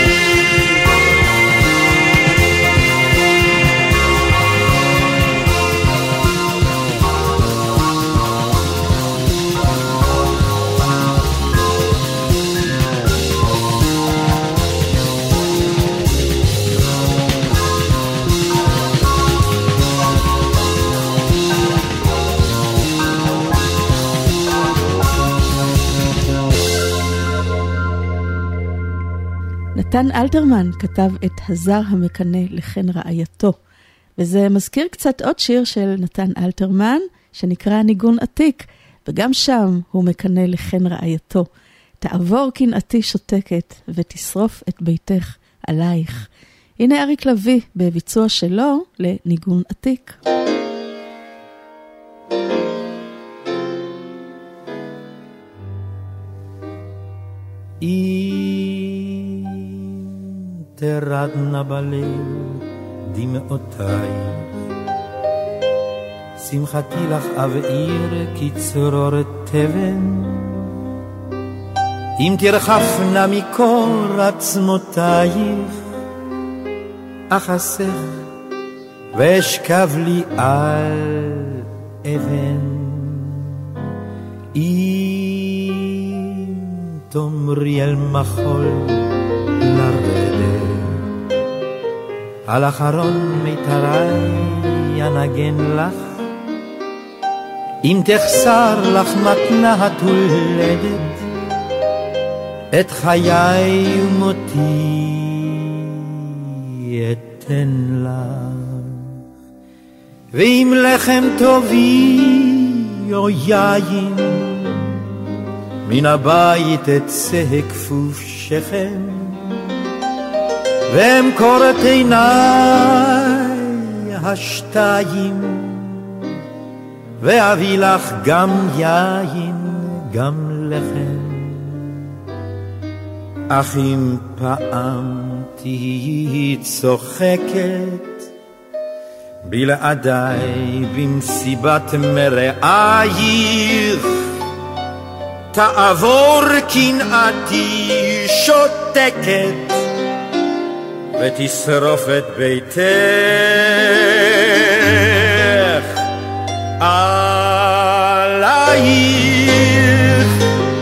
נתן אלתרמן כתב את הזר המקנה לכן רעייתו, וזה מזכיר קצת עוד שיר של נתן אלתרמן, שנקרא ניגון עתיק, וגם שם הוא מקנה לכן רעייתו. תעבור קנאתי שותקת ותשרוף את ביתך עלייך. הנה אריק לוי בביצוע שלו לניגון עתיק. תרדנה בליל דמעותיי, שמחתי לך אבעיר כצרור תבן, אם תרחפנה מקור עצמותייך, אחסך ואשכב לי על אבן, אם תאמרי אל מחול לרדת, על אחרון מיתרי ינגן לך, אם תחסר לך מתנת הולדת, את חיי ומותי אתן לך, ואם לחם טובי או יין, מן הבית אצא כפוף שכם, ואמכור את עיניי השתיים, ואביא לך גם יין גם לחם. אך אם פעם תהי צוחקת בלעדיי במסיבת מרעייך, תעבור קנאתי שותקת ותשרוף את ביתך עלייך.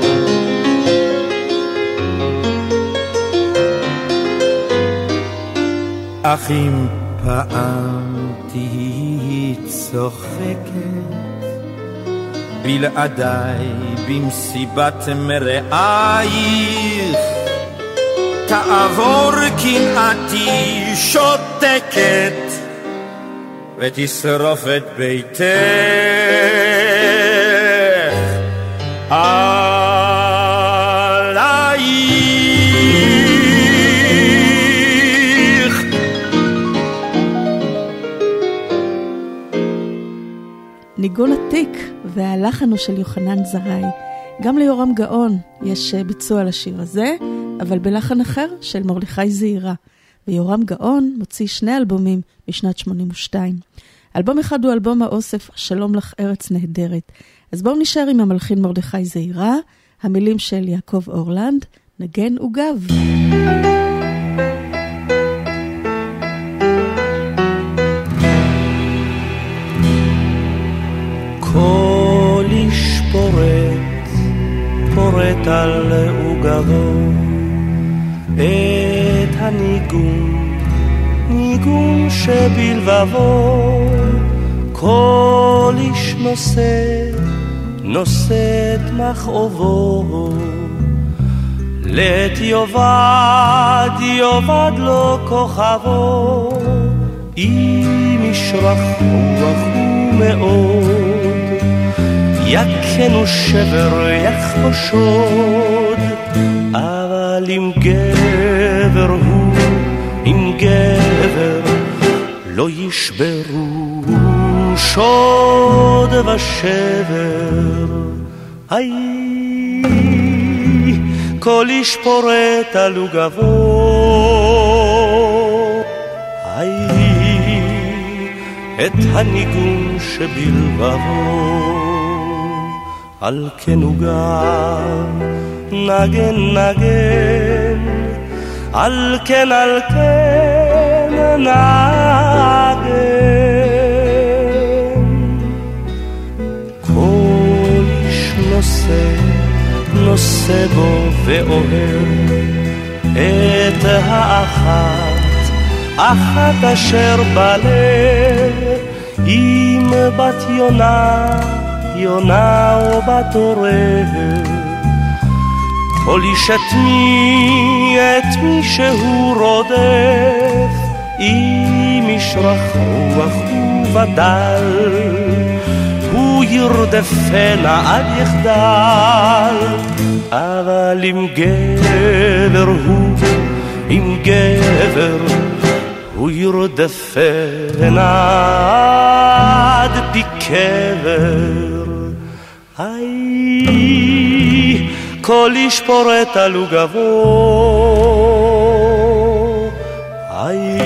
אך אם פעם תהי צוחקת בלעדיי במסיבת מרעייך, תעבור קנאתי שותקת ותשרוף את ביתך עלייך. ניגון עתיק והלחן הוא של יוחנן זרעי. גם ליורם גאון יש ביצוע לשיר הזה, אבל בלחן אחר של מרדכי זעירה. ויורם גאון מוציא 2 אלבומים בשנת 82. אלבום אחד הוא אלבום האוסף שלום לך ארץ נהדרת. אז בואו נשאר עם המלחין מרדכי זעירה, המילים של יעקב אורלנד, נגן וגב. כל איש פורט על וגבו את הניגון, ניגון שבלבבו. כל איש נושא את מכאובו, לית יאבד לו כוכבו. אם ישרח רוח ומאוד, יכנו שבר יחבושוד. אבל אם גבר הוא, אם גבר לא ישברו שוד ושבר. היי, כל איש פורט על וגבו. היי, את הניגון שבלבבו. על כן וגב נגן נגן, על כן נגן. כל איש נושא בו ואוהב את האחת אשר בלב. אם בת יונה או בת עורב, כל איש את מי שהוא רודף. אם ישרח רוח ובדל, הוא ירדפנה עד יחדל. אבל אם גבר הוא, אם גבר הוא ירדפנה עד פי קבר. היי, כל איש פורט על וגבו. היי,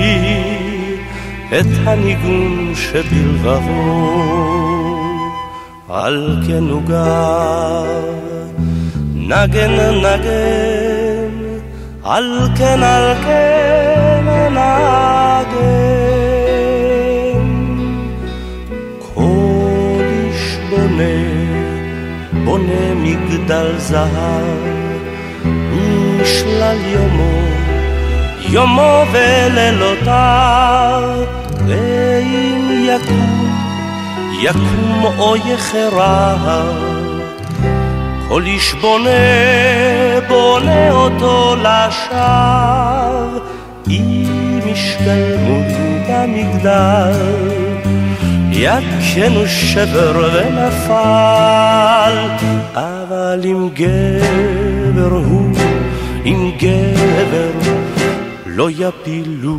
את הניגון שבלבבו. על כן וגב נגן נגן, על כן נגן. כל איש בונה מגדל זהב, משלל יומו ולילותיו. ואם יקום או יחרב, כל איש בונה אותו לשווא. אם ישתלמו במגדל, יכנו שבר ונפל. אבל אם גבר הוא, אם גבר לא יפילו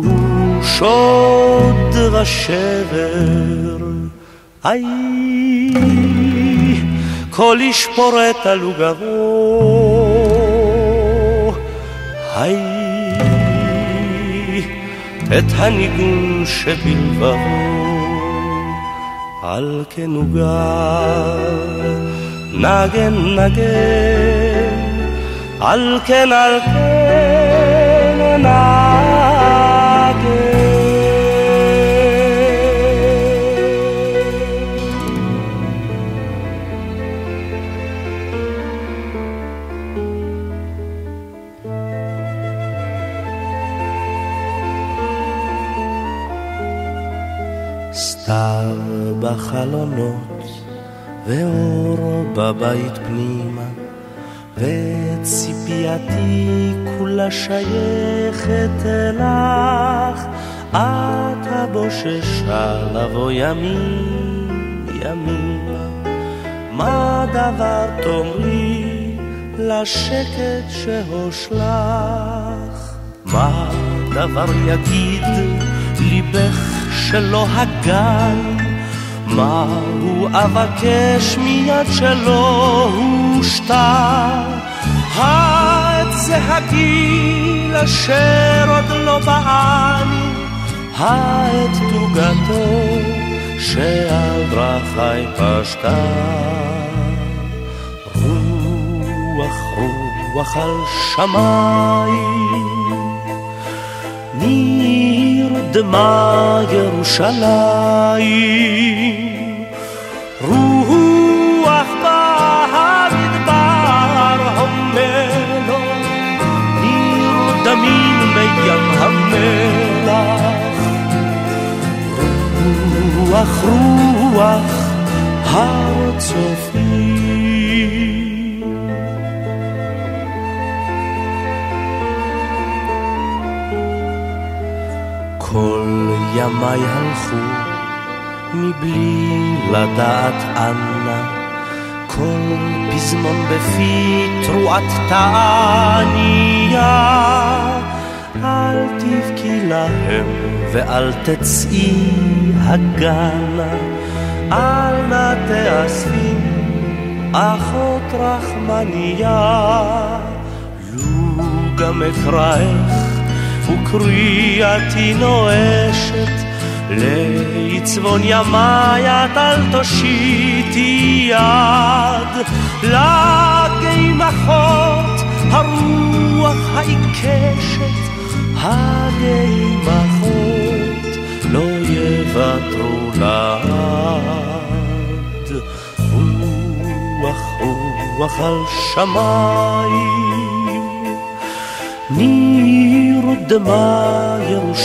שוד ושבר. היי, כל ישפור את הלוגרו, היי, את הניגון שבלברו, על כנוגה, נגן נגן, על כן נגן. סתר בחלונות ואור בבית פנימה, וציפייתי כולה שייכת אלך, את הבוששה לבוא ימים ימימה. מה דבר תאמרי לשקט שהושלך? מה דבר יגיד ליבך שלא הגן? מה הוא אבקש מיד שלא הושתה? העץ זה הגיל אשר עוד לא בעני, העץ תוגתו שעל דרכי פשטה. רוח רוח על שמיים, נרדמה ירושלים. רוח במדבר המלו, נרדמים מים המלח. רוח רוח הר צופים, כל ימי הלכו מבלי לדעת אנה, כל פזמון בפי תרועת תעניה. אל תבכי להם ואל תצאי הגנה, אל נא תאספי אחות רחמניה. לו גם אקראך וקריאתי נואשת, לצבון ימי את אל תושיטי יד. לגמחות הרוח העיקשת, הגמחות לא יוותרו לעד. רוח רוח על שמיים, נרדמה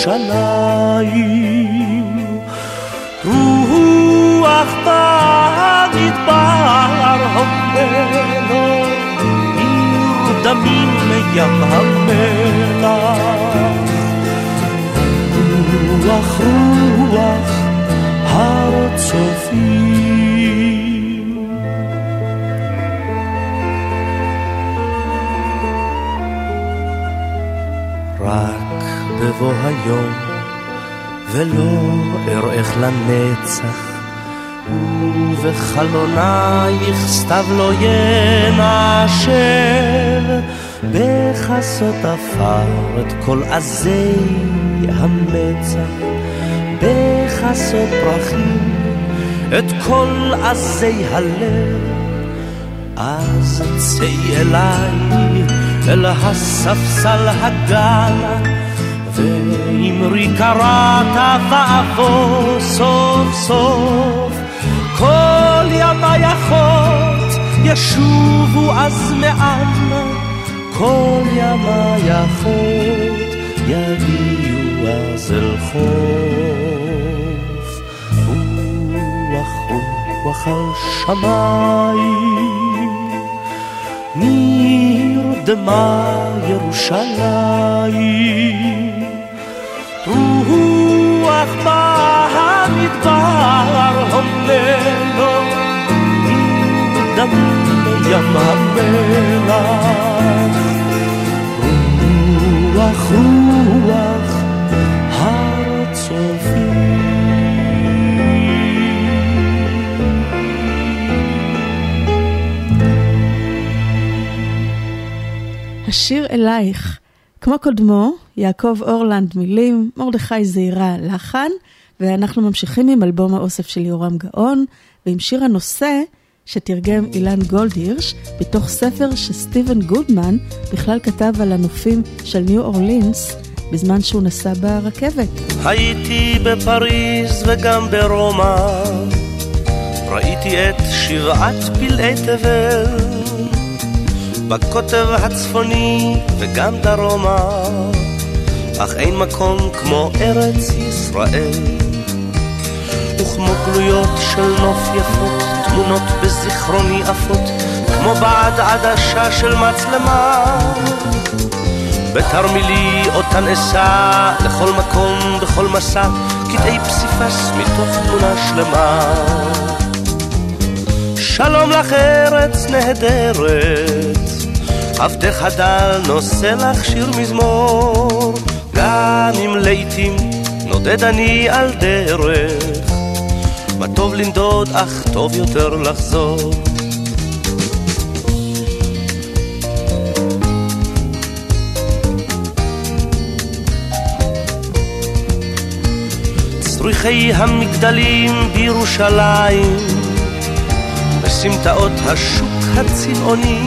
ירושלים. רוח במדבר המלו, נרדמים מים המלח. רוח רוח הר צופים, רק בבוא היום ולא אראך לנצח, ובחלונייך סתיו לא ינשר. בחסות עפר את כל עזי המצח, בחסות פרחים את כל עזי הלב. אז צאי אליי אל הספסל הגנה, ואמרי קראת ואבוא סוף סוף. כל ימי אחות ישובו אז מענה, כל ימי אחות יגיעו אז אל חוף. רוח רוח על שמיים, נרדמה ירושלים. רוח במדבר המלו, נרדמים מים המלח. רוח רוח הר צופים, השיר אלייך. כמו קודמו, יעקב אורלנד מילים, מרדכי זעירה לחן, ואנחנו ממשיכים עם אלבום האוסף של יורם גאון, ועם שיר הנושא שתרגם אילן גולדהירש, בתוך ספר שסטיבן גודמן בכלל כתב על הנופים של ניו אורלינס, בזמן שהוא נסע ברכבת. הייתי בפריז וגם ברומא, ראיתי את שבעת פלאי תבל, בקוטב הצפוני וגם דרומה, אך אין מקום כמו ארץ ישראל, וכמו גלויות של נוף יפות, תמונות בזיכרוני עפות, כמו בעד עדשה של מצלמה, בתרמילי אותן אסע לכל מקום בכל מסע, קטעי פסיפס מתוך תמונה שלמה. שלום לך ארץ נהדרת, עבדך דל נושא לך שיר מזמור, גם אם לעתים נודד אני על דרך, מה טוב לנדוד אך טוב יותר לחזור. צריכי המגדלים בירושלים, בסמטאות השוק הצבעוני,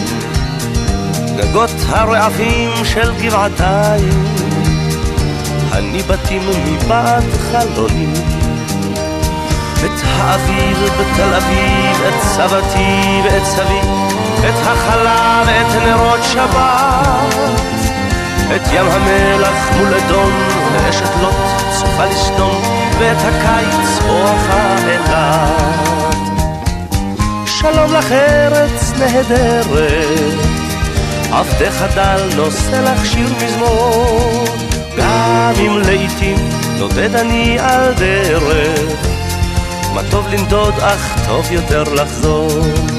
גגות הרעבים של גבעתיים, הניבטים מבעד חלוני, את האביב בתל אביב, את סבתי ואת סבי, את החלה ואת נרות שבת, את ים המלח מול אדום ואשת לוט צופה לסדום, ואת הקיץ בואכה אילת. שלום לך ארץ נהדרת, עבדך דל נושא לך שיר מזמור, גם אם לעתים נודד אני על דרך, מה טוב לנדוד אך טוב יותר לחזור.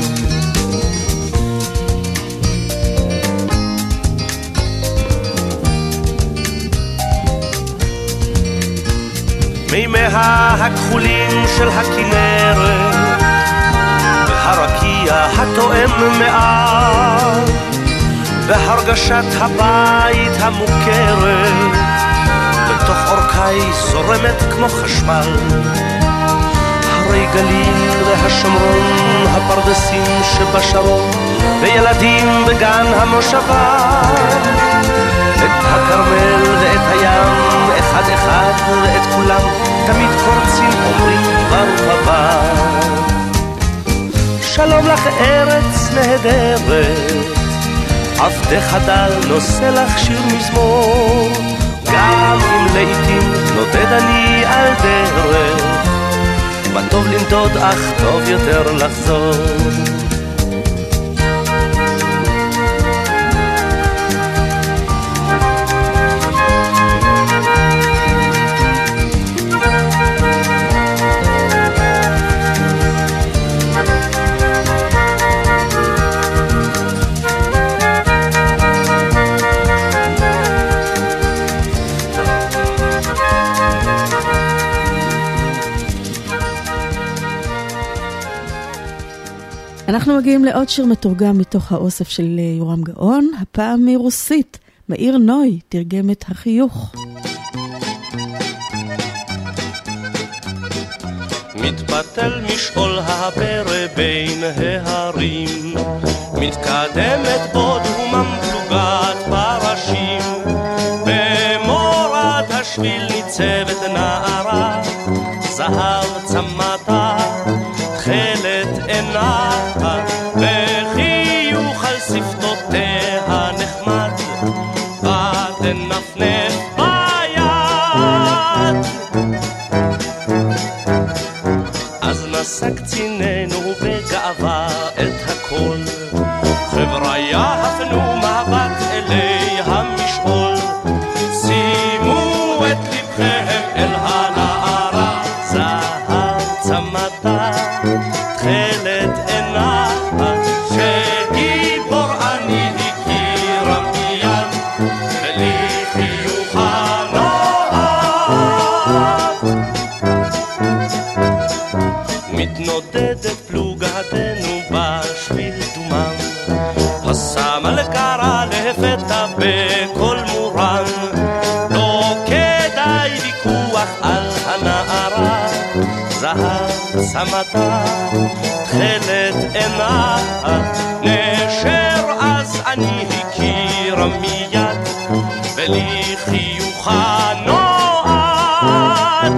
מימיה הכחולים של הכנרת, והרקיע התואם מעט, והרגשת הבית המוכרת, בתוך אורכי זורמת כמו חשמל, הרי גליל והשומרון, הפרדסים שבשרון, וילדים בגן המושבה, את הכרמל ואת הים, אחד אחד ואת כולם, תמיד קורצים אומרים ברוך הבא. שלום לך ארץ נהדרת, עבדך דל נושא לך שיר מזמור, גם אם לעתים נודד אני על דרך, מה טוב לנדוד אך טוב יותר לחזור. אנחנו מגיעים לעוד שיר מתורגם מתוך האוסף של יורם גאון, הפעם מרוסית, מאיר נוי, תרגם את החיוך. מתפתל משעול הפרא בין ההרים, מתקדמת בוד וממפלוגת פרשים, במורד השביל ניצבת נערה, זהב צמתה תכלת עינה, וחיוך על שפתותיה נחמד, ותנפנף ביד. אז נשא קציננו בגאווה את הכל, חבריה הפנו מבט אלי המשעול, שימו את לבכם אל הנערה, זהב צמתה תכלת עינה נשר אז אני הכירה מיד ולי חיוכה נועד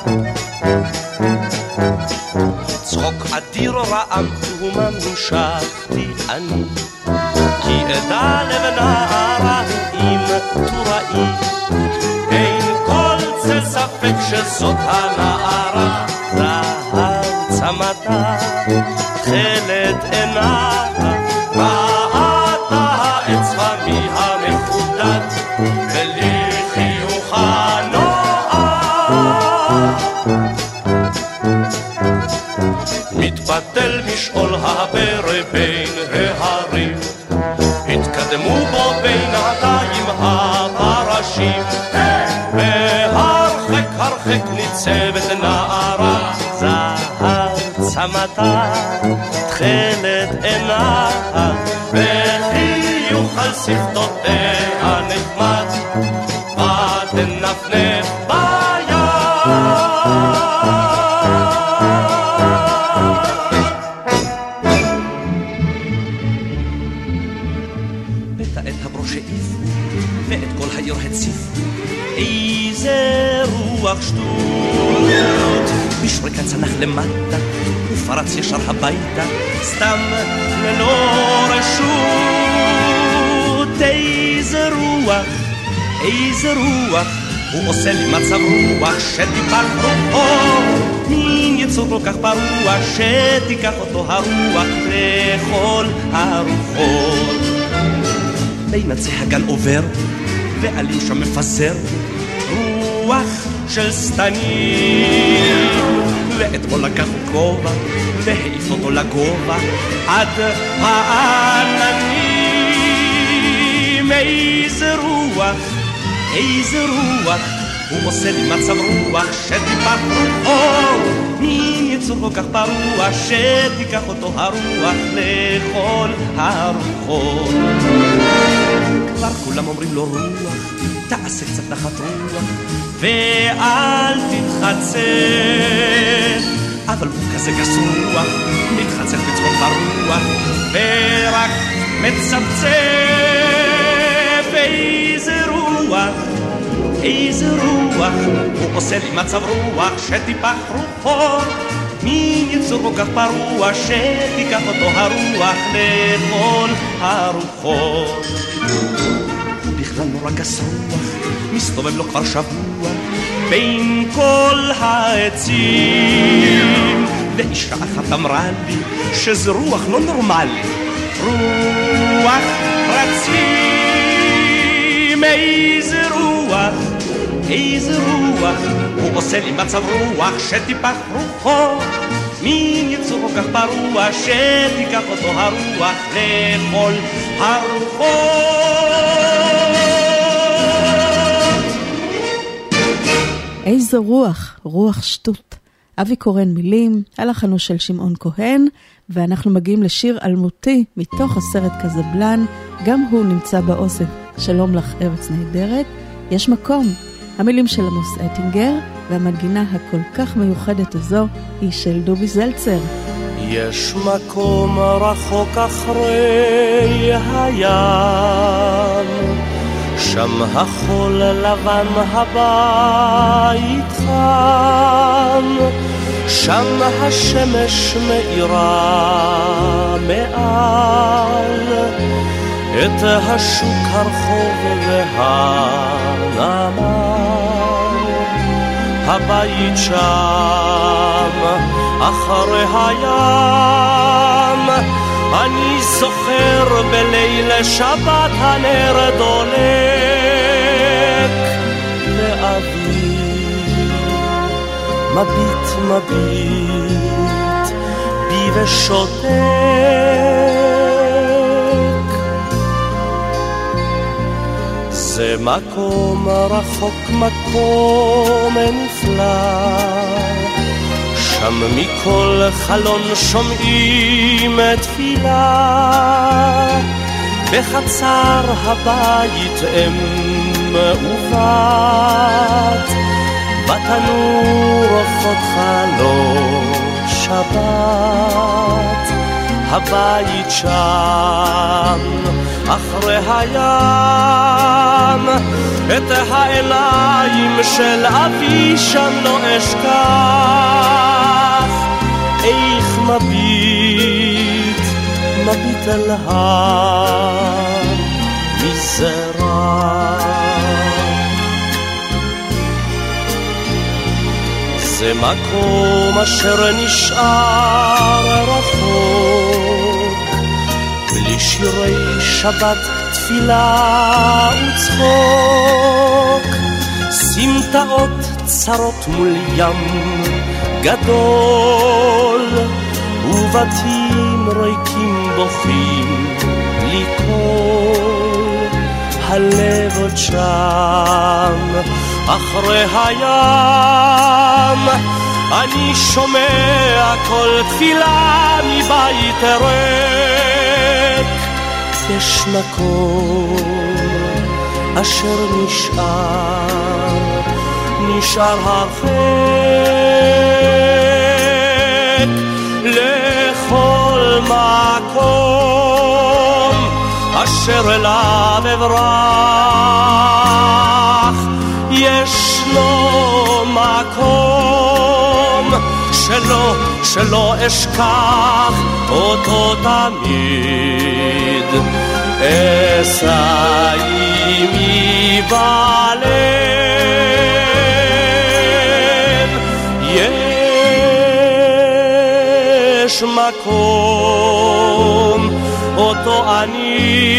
צחוק אדיר רעם תהומה המשכתי אני כי עדה לבנערה עם תוראי אין כל צל ספק שזאת הנערה זהב צמתה תכלת עינה ראתה האצבע מהמחודד ולי חיוכה נועד מתבטל משעול הפרא בין ההרים התקדמו בו בינתיים הפרשים והרחק הרחק ניצבת נערה זהב צמתה תכלת עינה וחיוך על שפתותיה נחמד ותנפנף ביד ואת כל העיר הציף איזה רוח שטות בשריקה צנח למטה ופרץ ישר הביתה סתם ללא רשות איזה רוח הוא עושה לי מצב רוח שתיפק רוחו מין יצור כל כך ברוח שתיקח אותו הרוח לכל הרוחות בין עצי הגן עובר ועלים שם מפזר רוח של סתנים ואתמול לקח כובע והעיף אותו לגובה עד העננים איזה רוח הוא עושה לי מצב רוח שתיפק רוחו מין יצור כל כך ברוח שתיקח אותו הרוח לכל הרוחות כבר כולם אומרים לו רוח תעשה קצת נחת רוח ואל תתחצף אבל הוא כזה גס רוח מתחצף בצחוק ברוח ורק מצפצף איזה רוח הוא עושה לי מצב רוח שתיפח רוחו מין יצור כל כך פרוע שתיקח אותו הרוח לכל הרוחות בכלל נורא גס רוח מסתובב לו כבר שבוע בין כל העצים לאישה אחת אמרה לי שזה רוח לא נורמלי רוח רצים איזה רוח הוא עושה לי מצב רוח שתיפח רוחו מין יצור כל כך פרוע שתיקח אותו הרוח לכל הרוחות איזו רוח שטות. אבי קורן מילים, הלחנו של שמעון כהן, ואנחנו מגיעים לשיר אלמותי מתוך הסרט קזבלן, גם הוא נמצא באוסף שלום לך ארץ נהדרת, יש מקום. המילים של עמוס אטינגר, והמנגינה הכל כך מיוחדת הזו היא של דובי זלצר. יש מקום רחוק אחרי הים, שם החול לבן הבית חם, שם השמש מאירה מעל את השוק הרחוב והנמל. הבית שם אחרי הים, אני זוכר בליל שבת הנר דולק, ואבי מביט בי ושותק. זה מקום רחוק, מקום נפלא, שם מכל חלון שומעים תפילה, בחצר הבית אם ובת, בתנור עופות חלוש הטבעת, הבית שם אחרי הים, את העיניים של אבי שם לא אשכח, איך מביט אל המזרח. זה מקום אשר נשאר רחוק, בלי שירי שבת, תפילה וצחוק, סמטאות צרות מול ים גדול, ובתים ריקים בוכים בלי קול. הלב עוד שם אחרי הים, אני שומע כל תפילה מבית ריק. יש מקום אשר נשאר הרחק, לכל מקום אשר אליו אברח. ישנו מקום שלא אשכח אותו תמיד, אשא עימי בלב. יש מקום אותו אני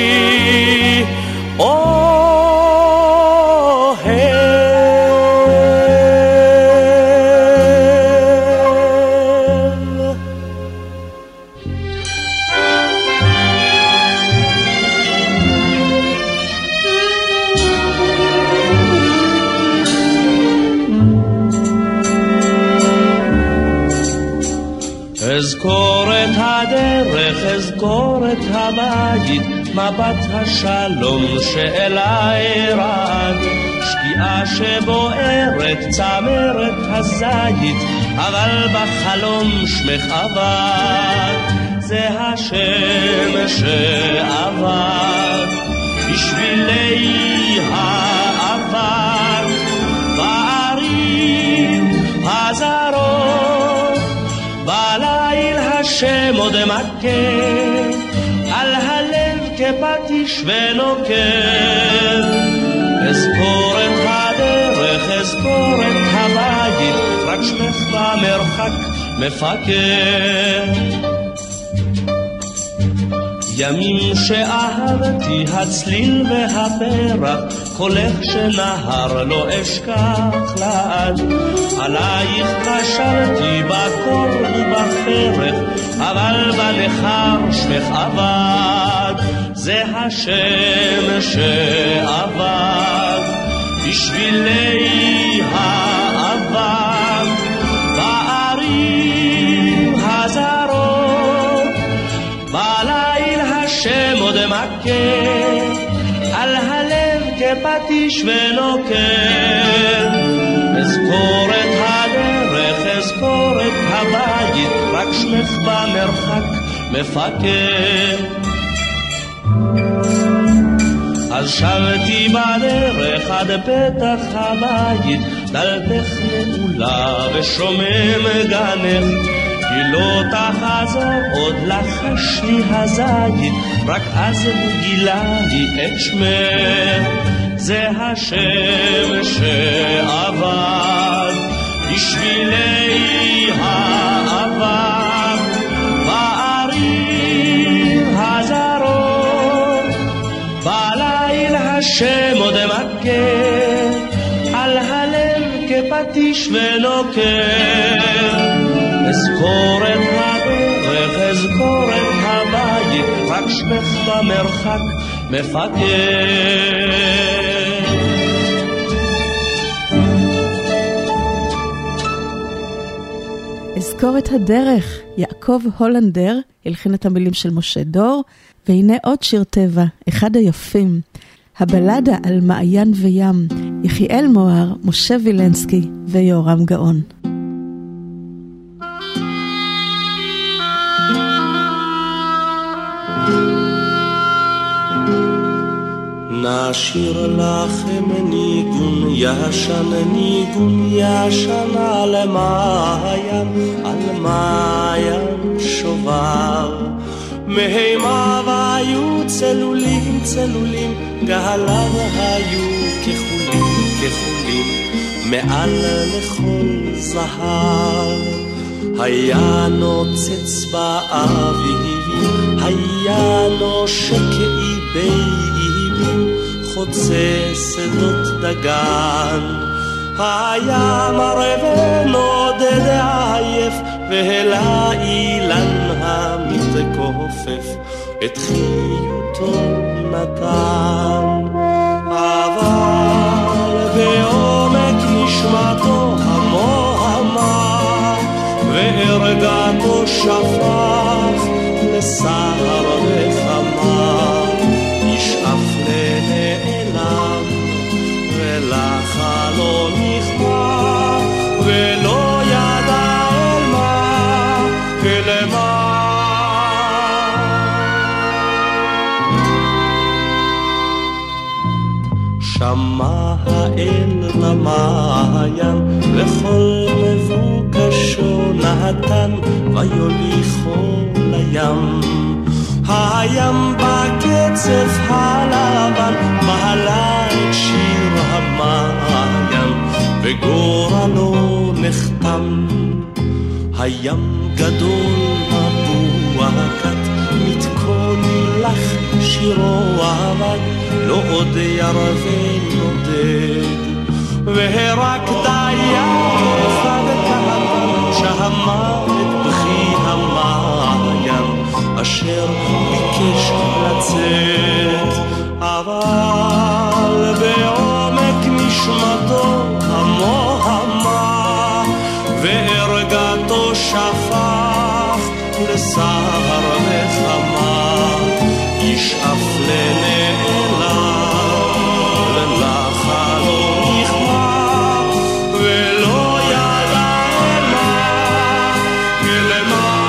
אזכור את הדרך, אזכור את הבית, מבט השלום שאליי רד, שקיעה שבוערת, צמרת הזית, אבל בחלום שמך עבד. זה השם שעבד בשבילי העבר, בערים הזרות בליל השם עוד מכה, על הלב כפטיש ונוקר. אזכור את הדרך, אזכור את הבית, רק שמך במרחק מפקר. ימים שאהבתי הצליל והפרח, קולך שנהר לא אשכח לעד. עלייך קשרתי בקור ובפרח, אבל בנכר שמך עבד. זה השם שעבד בשבילי העבר, בערים הזרות בליל השם עוד מכה, על הלב כפטיש ונוקר. אזכור את הדרך, אזכור את הבית, רק שמך במרחק מפקר. אז שבתי בדרך עד פתח הבית, דלתך נעולה ושומם גנך, כי לא תחזור עוד לחש לי הזית, רק אז הוא גילה לי את שמך. זה השם שעבד בשבילי העבר, בערים הזרות בליל השם עוד מכה, על הלב כפטיש ונוקר. אזכור את הדרך, אזכור את הבית, רק שמך במרחק מפקר. אזכור את הדרך, יעקב הולנדר, הלחין את המילים של משה דור, והנה עוד שיר טבע, אחד היפים, הבלדה על מעיין וים, יחיאל מוהר, משה וילנסקי ויורם גאון. נשיר לכם ניגון ישן על מעיין שובר. מהימיו היו צלולים, גהליו היו כחולים, מעל לכל זהב. היה נוצץ באביבים, היה נושק איבים, חוצה שדות דגן. היה מראה ונודד עייף, והלה אילן המתכופף, את חיותו נתן. אבל בעומק נשמתו המוהמה, והרגעתו שפך לסהר וחמה. ישאף לנעלם ולחלון נכמה, ולא ידע אל מה ולמה. שמע האל למעיין, וכל מבוקשו נתן, ויוליכו לים. הים בקצף הלבן, מעלה את שיר המעיין, וגורלו נחתם. הים גדול מבוע כת, מתכונן לך שירו עבד, לא עוד ירווה נודד. ורק דייג אחד קטן, שהמה את בכי המעיין, אשר ביקש לצאת. אבל בעומק נשמתו המוהמה, והרגעתו שפך לסהר וחמה. ישאף לנעלם ולחלון נכמה, ולא ידע אל מה ולמה.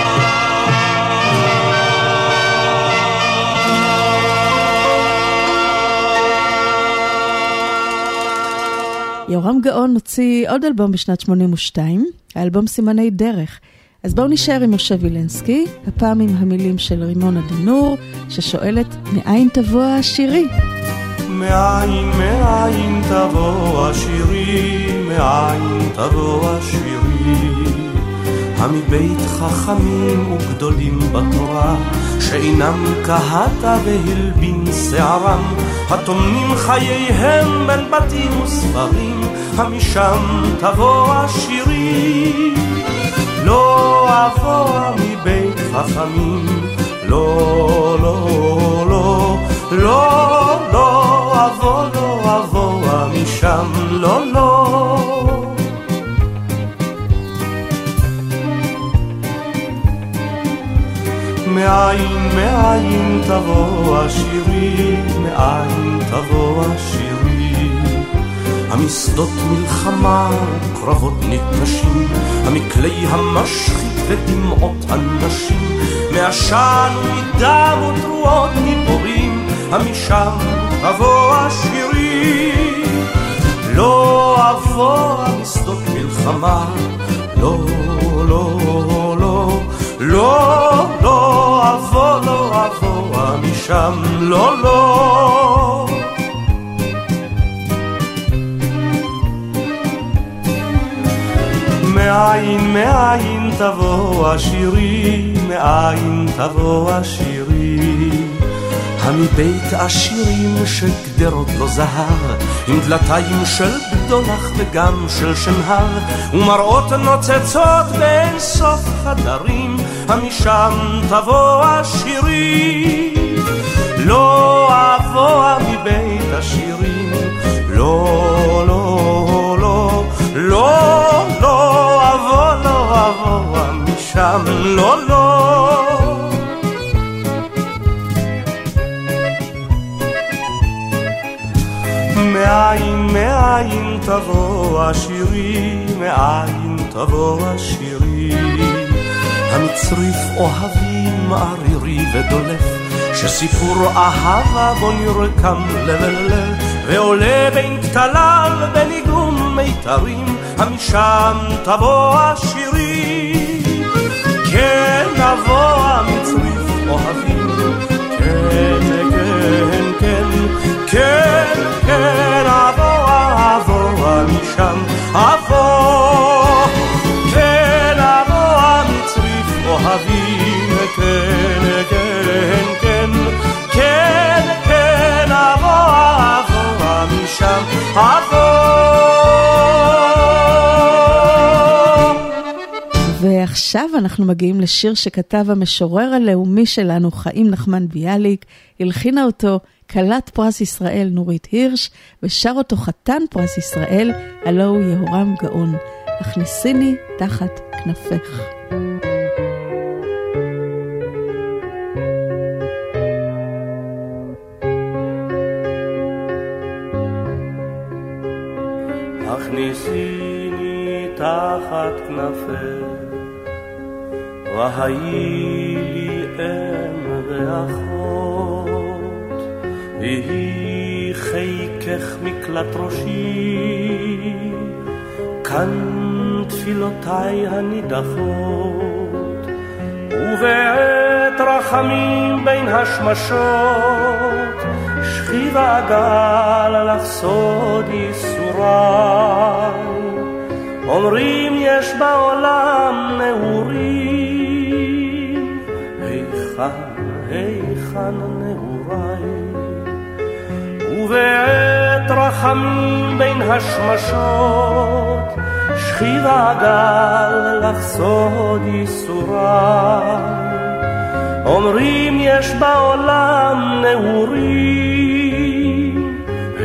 יורם גאון הוציא עוד אלבום בשנת 82, האלבום סימני דרך. אז בואו נשאר עם משה וילנסקי, הפעם עם המילים של רימונה דינור, ששואלת מאין תבוא השירי. מאין תבוא השירי, מאין תבוא השירי. המבית חכמים וגדולים בתורה, שאינם כהת והלבין שערם, התומנים חייהם בין בתים וספרים, המשם תבוא השירי. לא אבוא מבית חכמים, לא, לא, לא, לא, לא אבוא, לא אבוא משם, לא, לא. מאין תבוא השירי, מאין תבוא השירי. המסדות מלחמה, קרבות ניטשים, המקלי המשחית ודמעות אנשים, מעשן ומדם ותרועות גיבורים, המשם תבוא השירי. לא אבוא המסדות מלחמה, לא, לא, לא, לא, לא אבוא, לא אבוא משם, לא, לא. מאין תבוא השירי, מאין תבוא השירי. המבית עשירים שגדרות לא זהר, עם דלתיים של בדולח וגם של שנהר, ומראות נוצצות בין סוף חדרים, המשם תבוא השירי. לא אבוא מבית השירים, לא, לא, לא, לא, לא אבוא, לא אבוא משם, לא, לא. מאין תבוא השירי, מאין תבוא השירי. המצריף אוהבים ערירי ודולף, שסיפור אהבה בו נרקם לב אל לב, ועולה בין כתליו בניגון מיתרים, המשם תבוא השירים. כן נבוא המצריף אוהבים, כן כן כן כן כן אבוא אבוא המשם אבוא, כן אבוא המצריף אוהבים, כן כן כן כן כן אבוא אבוא משם אבוא. ועכשיו אנחנו מגיעים לשיר שכתב המשורר הלאומי שלנו חיים נחמן ביאליק, הלחינה אותו כלת פרס ישראל נורית הירש, ושר אותו חתן פרס ישראל, הלא הוא יהורם גאון. הכניסיני תחת כנפך. הכניסיני תחת כנפך, והיי לי אם ואחות, והיא חיקך מקלט ראשי, כאן תפילותיי הנידחות, ובעת רחמים בין השמשות, שכיב הגל לך סוד ייסוריי. אומרים יש בעולם נעורים, היכן נעוריי. ובעת רחמים בין השמשות, שכיב הגל לך סוד ייסוריי. אומרים יש בעולם נעורים,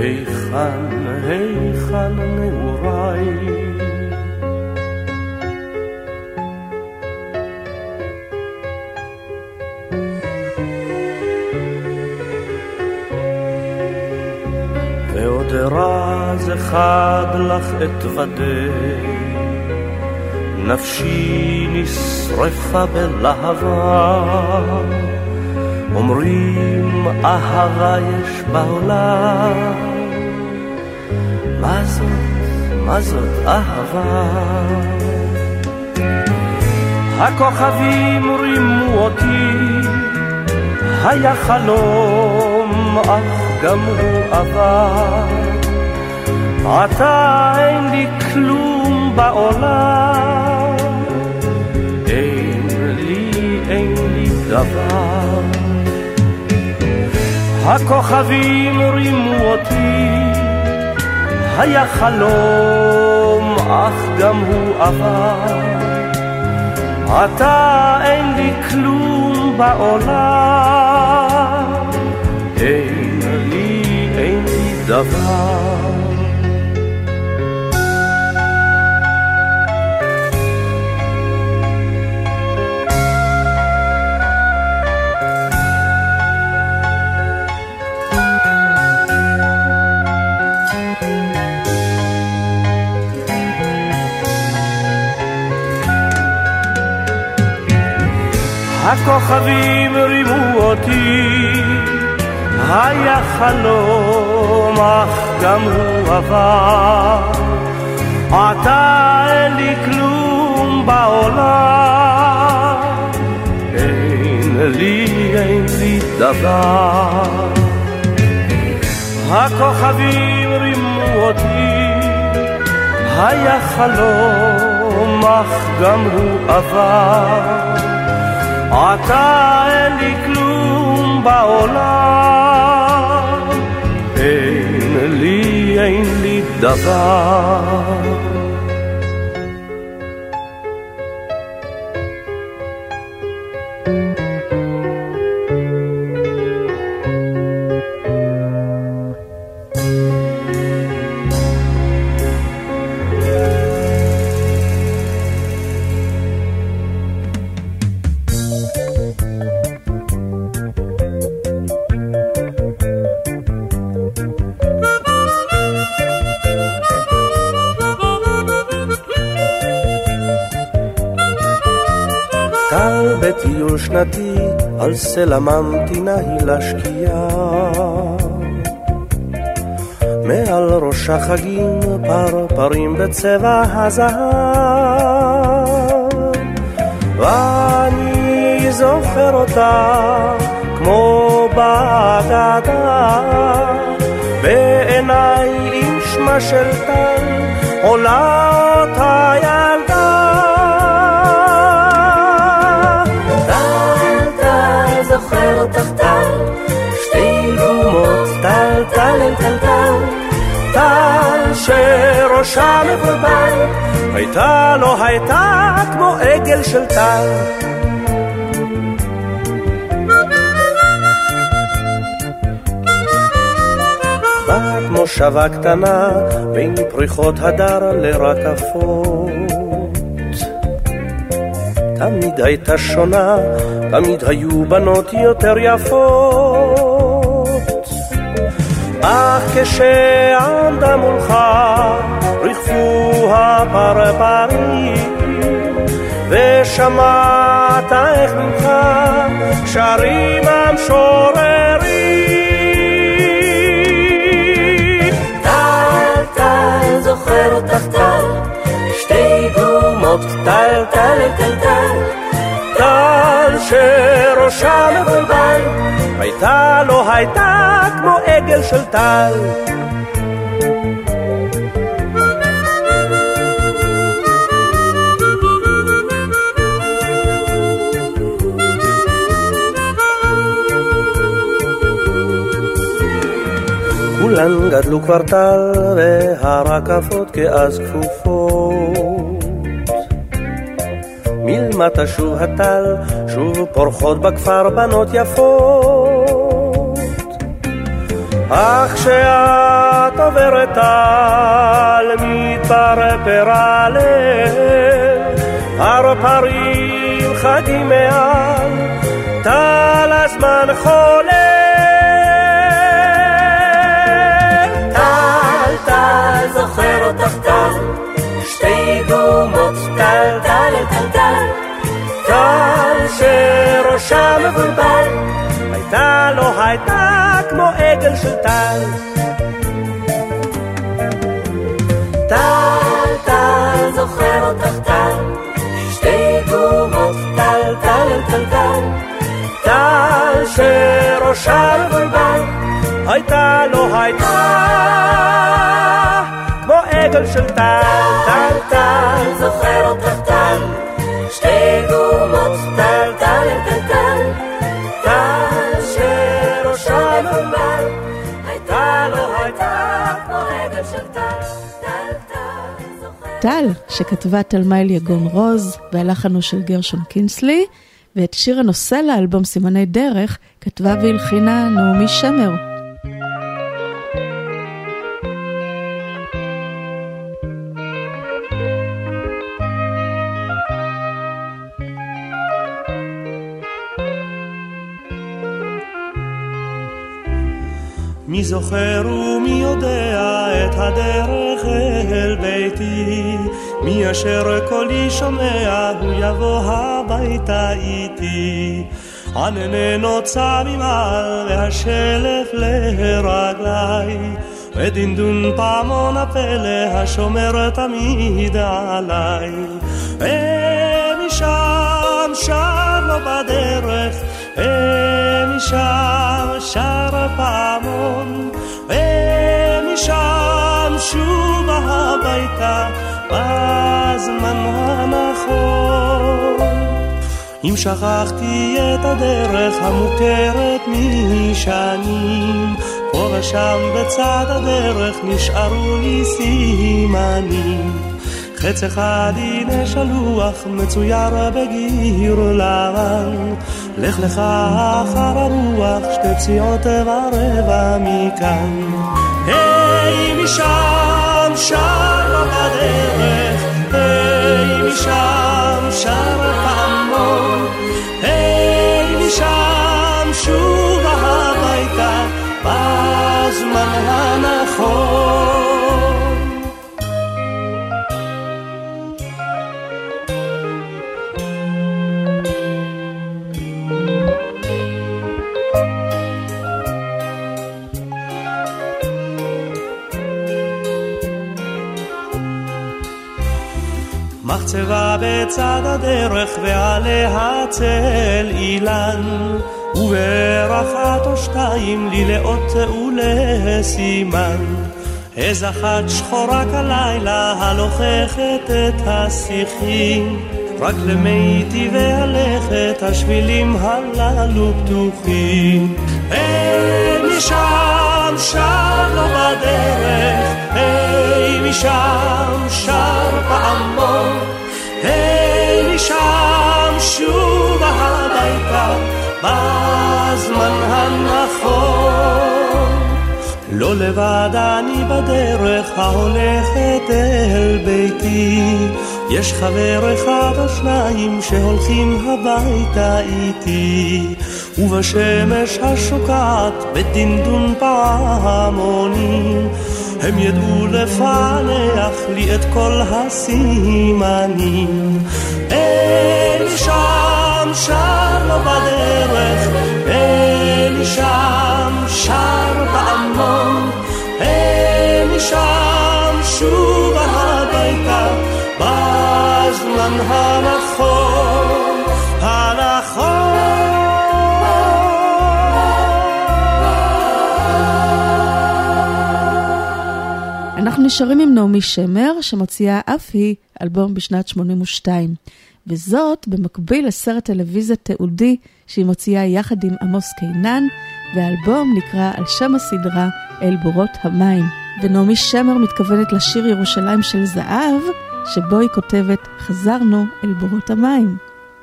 היכן נעוריי. ועוד רז אחד לך אתוודה, נפשי נשרפה בלהבה. אומרים אהבה יש בעולם, מה זאת אהבה? הכוכבים רימו אותי, היה חלום אך גם הוא עבר. עתה אין לי כלום בעולם, אין לי דבר. הכוכבים רימו אותי, היה חלום אך גם הוא עבר. עתה אין לי כלום בעולם, אין לי דבר. הכוכבים רימו אותי, היה חלום אך גם הוא עבר. עתה אין לי כלום בעולם, אין לי דבר. הכוכבים רימו אותי, היה חלום אך גם הוא עבר. עתה אין לי כלום בעולם, אין לי דבר. בטיול שנתי על סלע ממתינה היא לשקיעה. מעל ראש החגים פרפרים בצבע הזהב, ואני זוכר אותה כמו בגדה, בעיניי עם שמה של טל עולה אותה ילדה. טל, טל, זוכר אותך טל, שתי גומות, טל, טל, טל, טל, טל שראשה מבולבל, הייתה לא הייתה כמו עגל של טל. בת מושבה קטנה בין פריחות הדר לרקפות, תמיד הייתה שונה, תמיד היו בנות יותר יפות, אך כשעמדה מולך ריחפו הפרפרים, ושמעת איך ממך שרים המשוררים. טל, טל, זוכר אותך טל, שתי גומות, טל, טל, טל, טל, טל שראשה מבולבל, הייתה לא הייתה כמו עגל של טל. כולן גדלו כבר טל והרקפות כאז כפופות, מלמטה שוב הטל, שוב פורחות בכפר בנות יפות, אך כשאת עוברת טל מתפרפר הלב, הרפרים חגים מעל, טל הזמן חולה. טל, זוכר אותך טל, שתי גומות, טל, טל, טל, טל, טל שראשה מבולבל, הייתה לא הייתה כמו עגל של טל. טל, טל, זוכר אותך טל, שתי גומות, טל, טל, טל, טל, טל שראשה מבולבל, הייתה לא הייתה כמו עגל של טל. טל, טל, זוכר אותך טל, שתי גומות, טל, טל, טל, טל, טל שראשה מבולבל, הייתה לא הייתה כמו עגל של טל. טל, שכתבה תלמי יגון רוז, והלחן הוא של גרשון קינסלי, ואת שיר הנושא לאלבום סימני דרך כתבה והלחינה נעמי שמר. מי זוכר ומי יודע את הדרך אל ביתי, מי אשר קולי שומע הוא יבוא הביתה איתי. ענני נוצה ממעל והשלף לרגלי, ודינדון פעמון הפלא השומר תמיד עליי. ומשם שר לו בדרך, ומשם שר פעמון, ומשם שוב הביתה בזמן הנכון. אם שכחתי את הדרך המוכרת משנים, פה ושם בצד הדרך נשארו לי סימנים. חץ אחד הנה שלוח מצויר בגיר לבן, לך לך אחר הרוח שתי פסיעות ורבע מכאן. היי משם שר לו בדרך, היי משם שר פעמון, היי משם שוב הביתה בזמן הנכון. מחצבה בצד הדרך ועליה צל אילן, וברחת או שתיים לי לאות ולסימן. איז אחת שחורה כלילה הלוחכת את השיחים, רק למיתי והלכת השבילים הללו פתוחים. היי משם שר לו בדרך, היי משם שר פעמון, היי משם שוב הביתה בזמן הנכון. לא לבד אני בדרך ההולכת אל ביתי, יש חבר אחד או שניים שהולכים הביתה איתי, ובשמש השוקעת בדינדון פעמונים הם ידעו לפענח לי את כל הסימנים. אלי שם שר לו בדרך, אלי שם שר פעמון, אלי שם שוב הביתה בזמן הנכון, הנכון. אנחנו נשארים עם נעמי שמר, שמוציאה אף היא אלבום בשנת 82, וזאת במקביל לסרט טלוויזיה תיעודי שהיא מוציאה יחד עם עמוס קינן, והאלבום נקרא על שם הסדרה אל בורות המים. ונעמי שמר מתכוונת לשיר ירושלים של זהב, שבו היא כותבת חזרנו אל בורות המים.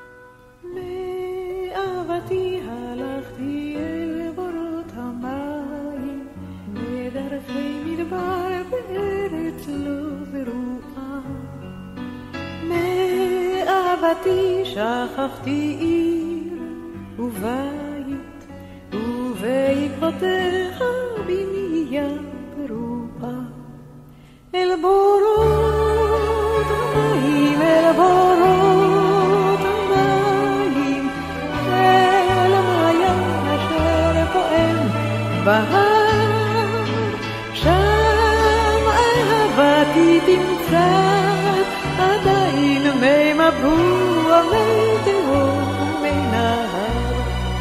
מאהבתי הלכתי אל בורות המים, בדרכי מדבר בארץ לא ברואה. מאהבתי שכחתי עיר ובית, ובעקבותיך בנייה ברואה. אל בורות המים, אל בורות המים, אל המעיין אשר פועם בהר, שם אהבתי תמצא עדיין מי מבוע, מי תהום, מי נהר.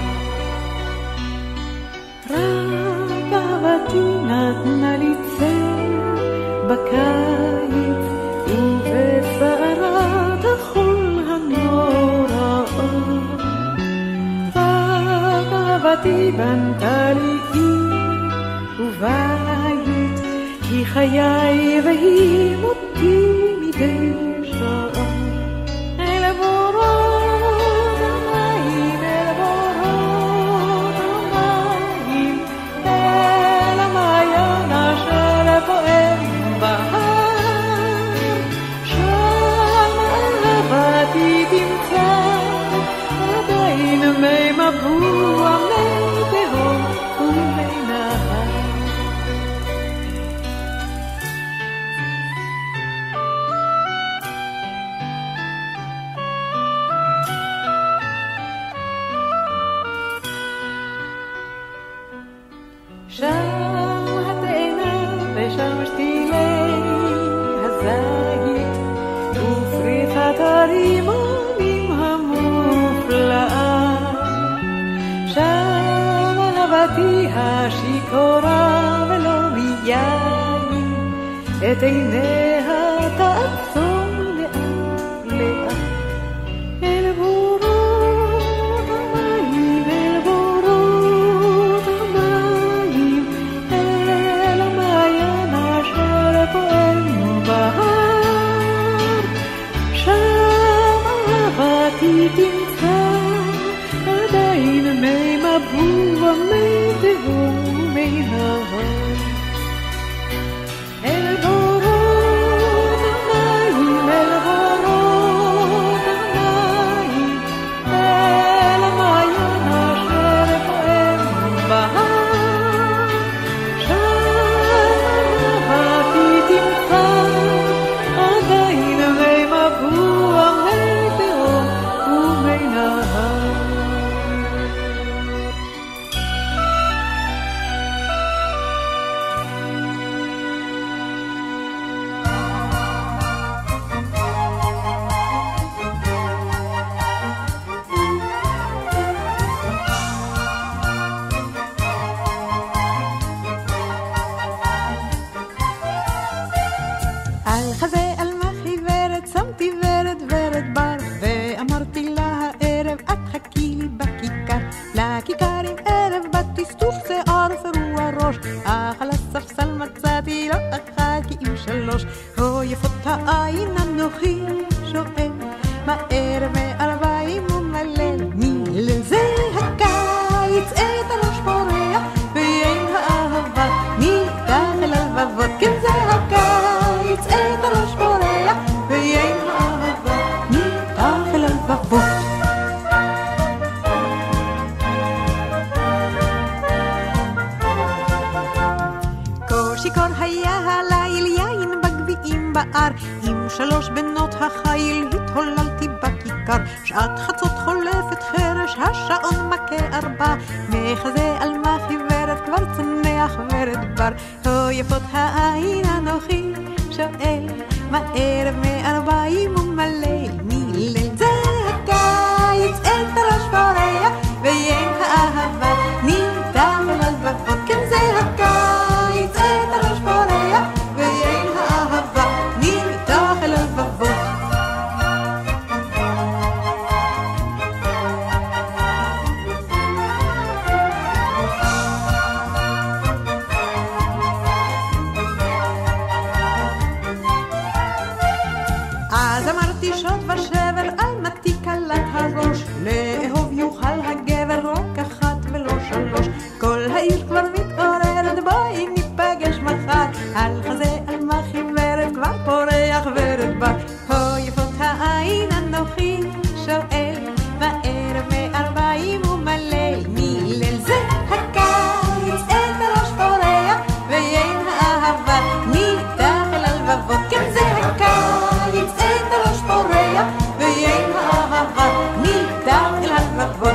רק אהבתי נתנה לי צל בקיץ ובסערת החול הנוראה. רק אהבתי בנתה לי עיר ובית, היא חיי והיא מותי מדי שעה. אל בורות המים, אל בורות המים, אל המעיין אשר פועם בהר, שם אהבתי תמצא עדיין מי מבוע, מי תהום ומי נהר. שם התאנה ושם שתילי הזית ופריחת הרימונים המופלאה. שם אהבתי השיכורה ולא מיין, את עיניה תעצום לאט לאט. אל בורות המים, אל בורות המים, אל המעיין אשר פועם בהר, שם אהבתי תמצא עדיין מי מבוע, מי תהום, מי נהר. אל בורות המים, אל בורות המים, אל המעיין אשר פועם בהר, שם אהבתי תמצא עדיין מי מבוע, מי תהום ומי 3 יפות העין אנוכי שואל מהר מ40 ומלל מלזה הקיץ את הראש פורח ואין האהבה מתחת ללבבות כן זה הקיץ את הראש פורח ואין האהבה מתחת ללבבות שיכור היה הליל יין בגביעים בער עם 3 בנות החיל התהוללתי בכיכר שעת חצות חולפת חרש השעון מכה 4 מחזה על מה חיוורת כבר צנח ורד בר יפות העין אנוכי שואל מה ערב מ40 ומלא מליל זה הקיץ את הראש פורח ואין האהבה ניתן ללבבות כן זה הקיץ את הראש פורח ואין האהבה ניתן ללבבות אז אמרתי שוד ושבר על נתי קלת הראש לאהוב יוכל הגבר רק 1 ולא 3 כל העיר כבר מתעוררת בואי ניפגש מחר על חזה על מה חיוורת כבר פורח ורד בר יפות העין אנוכי שואל בערב מ40 ומלא מליל זה הקיץ את הראש פורח ואין האהבה מתחת ללבבות כן זה הקיץ את הראש פורח ואין האהבה מתחת ללבבות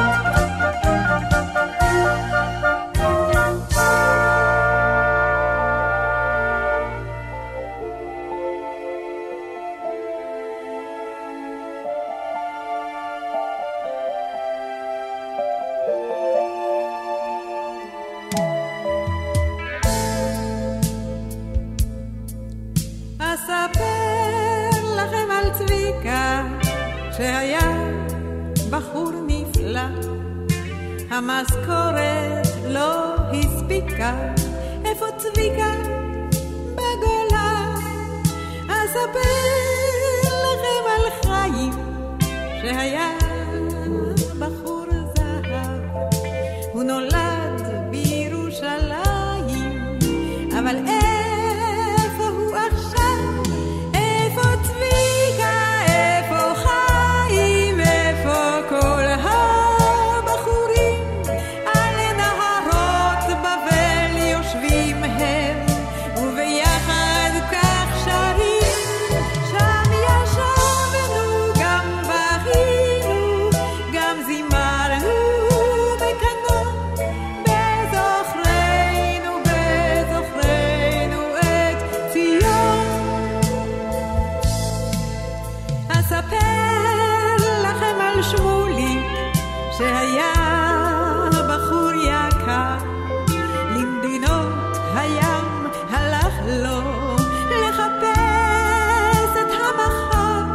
אספר לכם על צביקה שהיה בחור נפלא המשכורת לא הספיקה איפה צביקה? בגולה אספר לכם על חיים שהיה בחור זהב הוא נולד בירושלים אבל איפה הוא עכשיו? איפה צביקה? איפה חיים? איפה כל הבחורים? על נהרות בבל יושבים הם וביחד כך שרים שם ישבנו גם בכינו גם זימרנו בקנון בזוכרנו את ציון אספר לכם על שמוליק שהיה בחור יקר למדינות הים הלך לו לחפש את המחר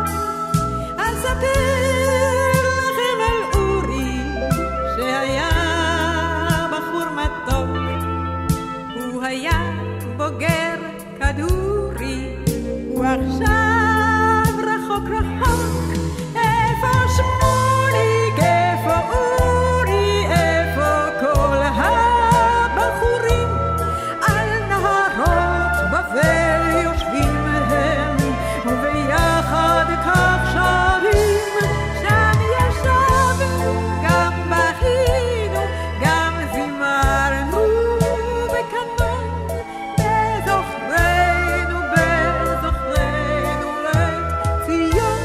אספר לכם על אורי שהיה בחור מתוק הוא היה בוגר כדורי הוא עכשיו רחוק רחוק איפה שמוליק איפה אורי איפה כל הבחורים על נהרות בבל יושבים הם וביחד כך שרים שם ישבנו גם בכינו גם זימרנו בקנון בזוכרנו לציון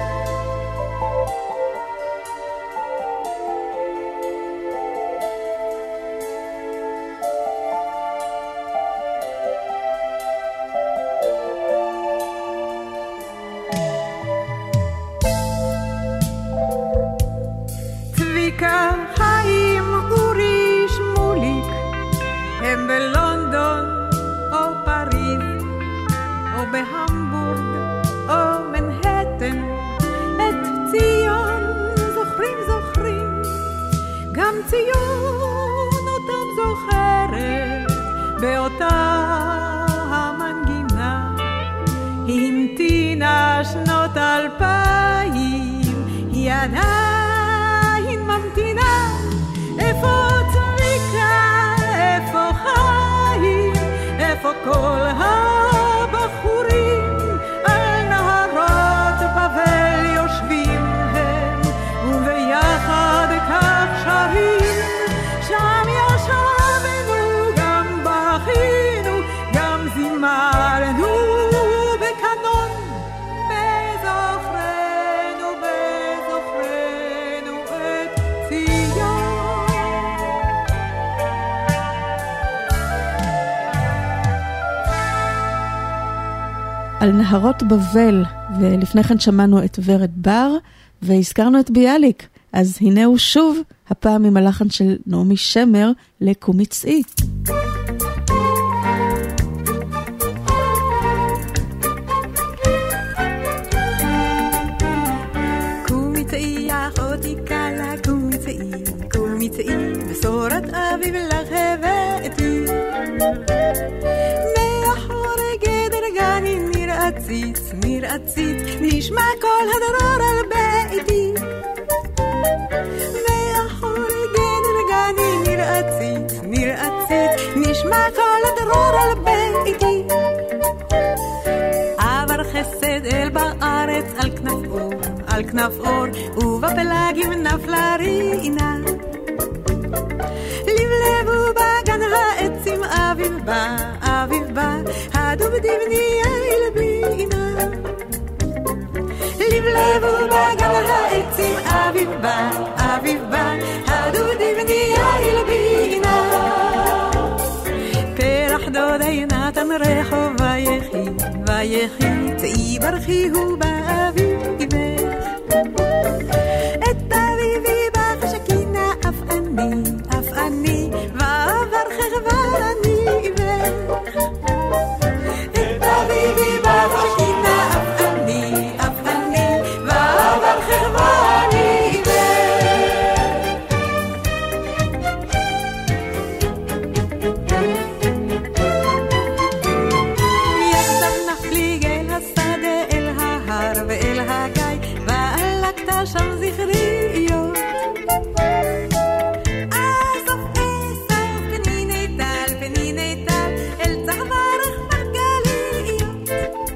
צביקה, חיים, אורי, שמוליק הם בלונדון או פריז או בהמבורג או מנהטן את ציון זוכרים גם ציון אותם זוכרת באותה המנגינה עדיין ממתינה, איפה צביקה, איפה חיים, איפה כל הבחורים, על נהרות בבל יושבים הם, וביחד כך שרים, שם ישבנו, גם בכינו, גם זימרנו בקנון, בזוכרנו, בזוכרנו את ציון. על נהרות בבל, ולפני כן שמענו את ורד בר, והזכרנו את ביאליק. אז הנה הוא שוב, הפעם עם הלחן של נעמי שמר לקומי צאי. קומי צאי אחותי קלה, קומי צאי, קומי צאי, בשורת אביב לך הבאתי. מאחורי גדר גני ניר עציץ, ניר עציץ, נשמע כל הדרור על ביתי. מאחורי גדר גני ניר עציץ, ניר עציץ, נשמע כל הדרור על ביתי. עבר חסד אל בארץ על כנף אור, על כנף אור, ובפלגים נפלה רינה. לבלבו בגן העצים אביב בא, אביב בא, הדוב דבניה ילבינה. לבלבו בגן העצים אביב בא, אביב בא, הדוב דבניה ילבינה. פרח דודי נתן רחוב ויחי, ויחי, צאי ברכי הוא באביבך. את אביבי בחשקינה אף אני, ואברכך ואני איבך. את אביבי בחשקינה אף אני, ואברכך ואני שם זכריות. אסוף אסוף פניני טל, אל צווארך מרגליות.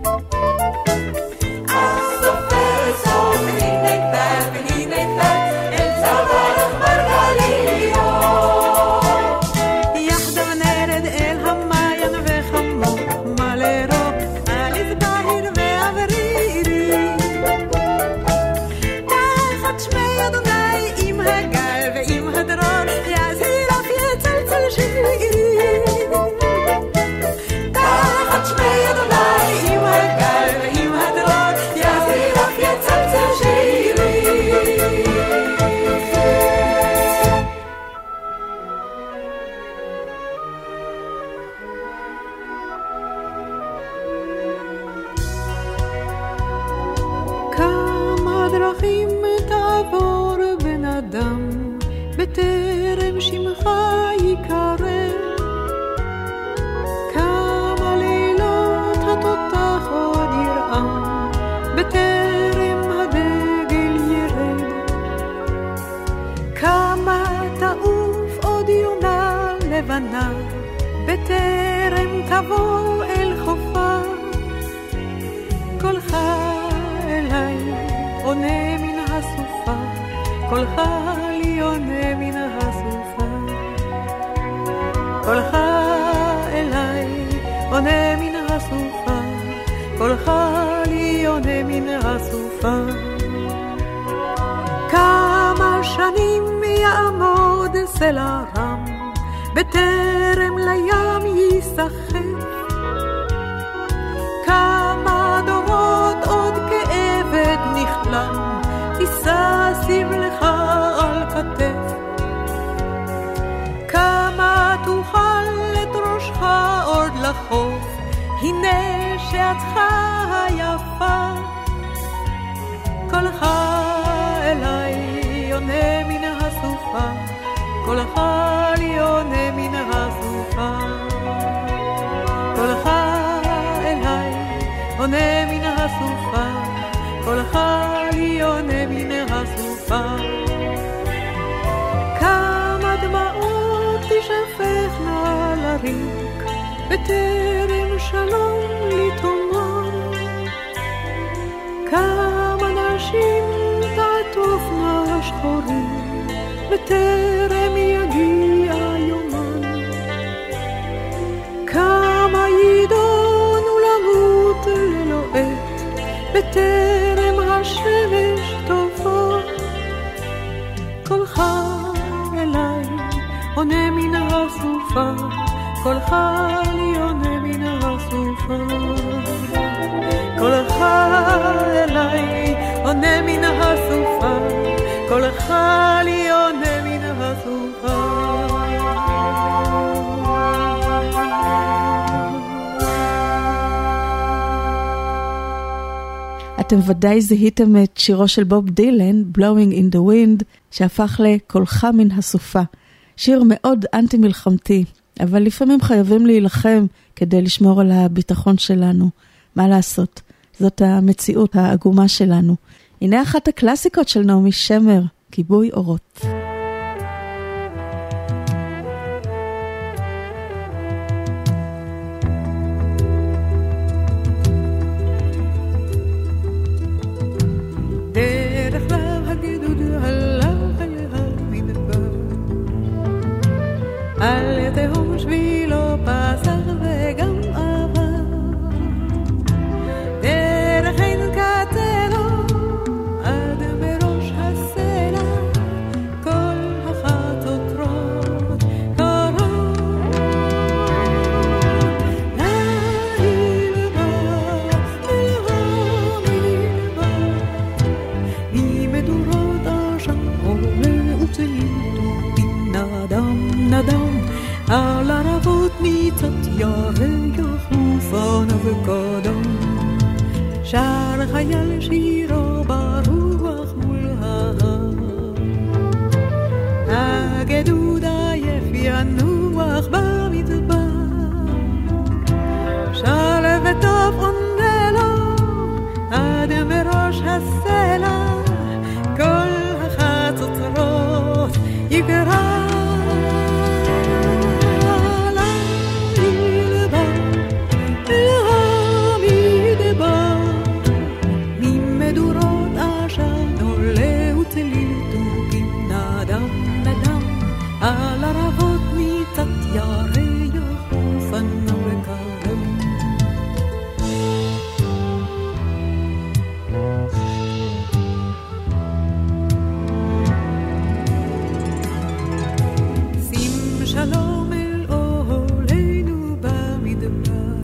אסוף אסוף פניני טל, אל צווארך מרגליות. יחדיו נרד אל המעיין וחמור מלא רוק, על הזבהיר ועברירי. שמי אדוני עם הגל ועם הדרור, יזהיר אף יצלצל שירי. תחת שמי אדוני עם הגל ועם הדרור, יזהיר אף יצלצל שירי. כמה דרכים תעבור בן אדם, בטרם שמך יקרא. כמה לילות התותח עוד ירעם, בטרם הדגל ירד. כמה תעוף עוד יונה לבנה, בטרם תבוא אל חופה. קולך אליי עונה מן הסופה, קולך לי עונה מן הסופה. קולך אליי עונה מן הסופה, קולך לי עונה מן הסופה. כמה שנים יעמוד סלע רם, בטרם לים יסחף. כמה דורות עוד כעבד נכלם, תישא סבלך על כתף. כמה תוכל את ראשך עוד לחוף, הנה שעתך היפה. קולך אליי עונה מן הסופה, קולך לי עונה מן הסופה. קולך אליי עונה מן הסופה, קולך לי עונה מן הסופה. חופה. כמה דמעות תשפכנה לריק, בטרם שלום לי תאמר. כמה נשים תעטופנה שחורים, בטרם יגיע יומן. כמה ידענו למות ללא עת, בטרם השמש תופע. קולך אליי עונה מן הסופה, קולך לי עונה מן הסופה. קולך אליי עונה מן הסופה, קולך לי עונה מן הסופה. אתם ודאי זיהיתם את שירו של בוב דילן, Blowing in the Wind, שהפך לקולך מן הסופה. שיר מאוד אנטי מלחמתי, אבל לפעמים חייבים להילחם כדי לשמור על הביטחון שלנו. מה לעשות? זאת המציאות העגומה שלנו. הנה אחת הקלאסיקות של נעמי שמר, כיבוי אורות. דרך לב הגדוד הלך אל המדבר, על תהום שבילו פסח וגם עבר. דרך אין קטנו עד מראש הסלע, כל החצוצרות קרות. ליל בא, ממדורות עשן עולה וצליל נדם על ערבות ניצת ירח ופנה וקדם. שר חייל שירו ברוח מול ההר, הגדוד עייף ינוח במדבר. שר וטוב עונה לו עד מראש הסלע, כל החצוצרות יקרה. על ערבות ניצת ירח ופנה וקדם. שים שלום אל אוהלינו במדבר,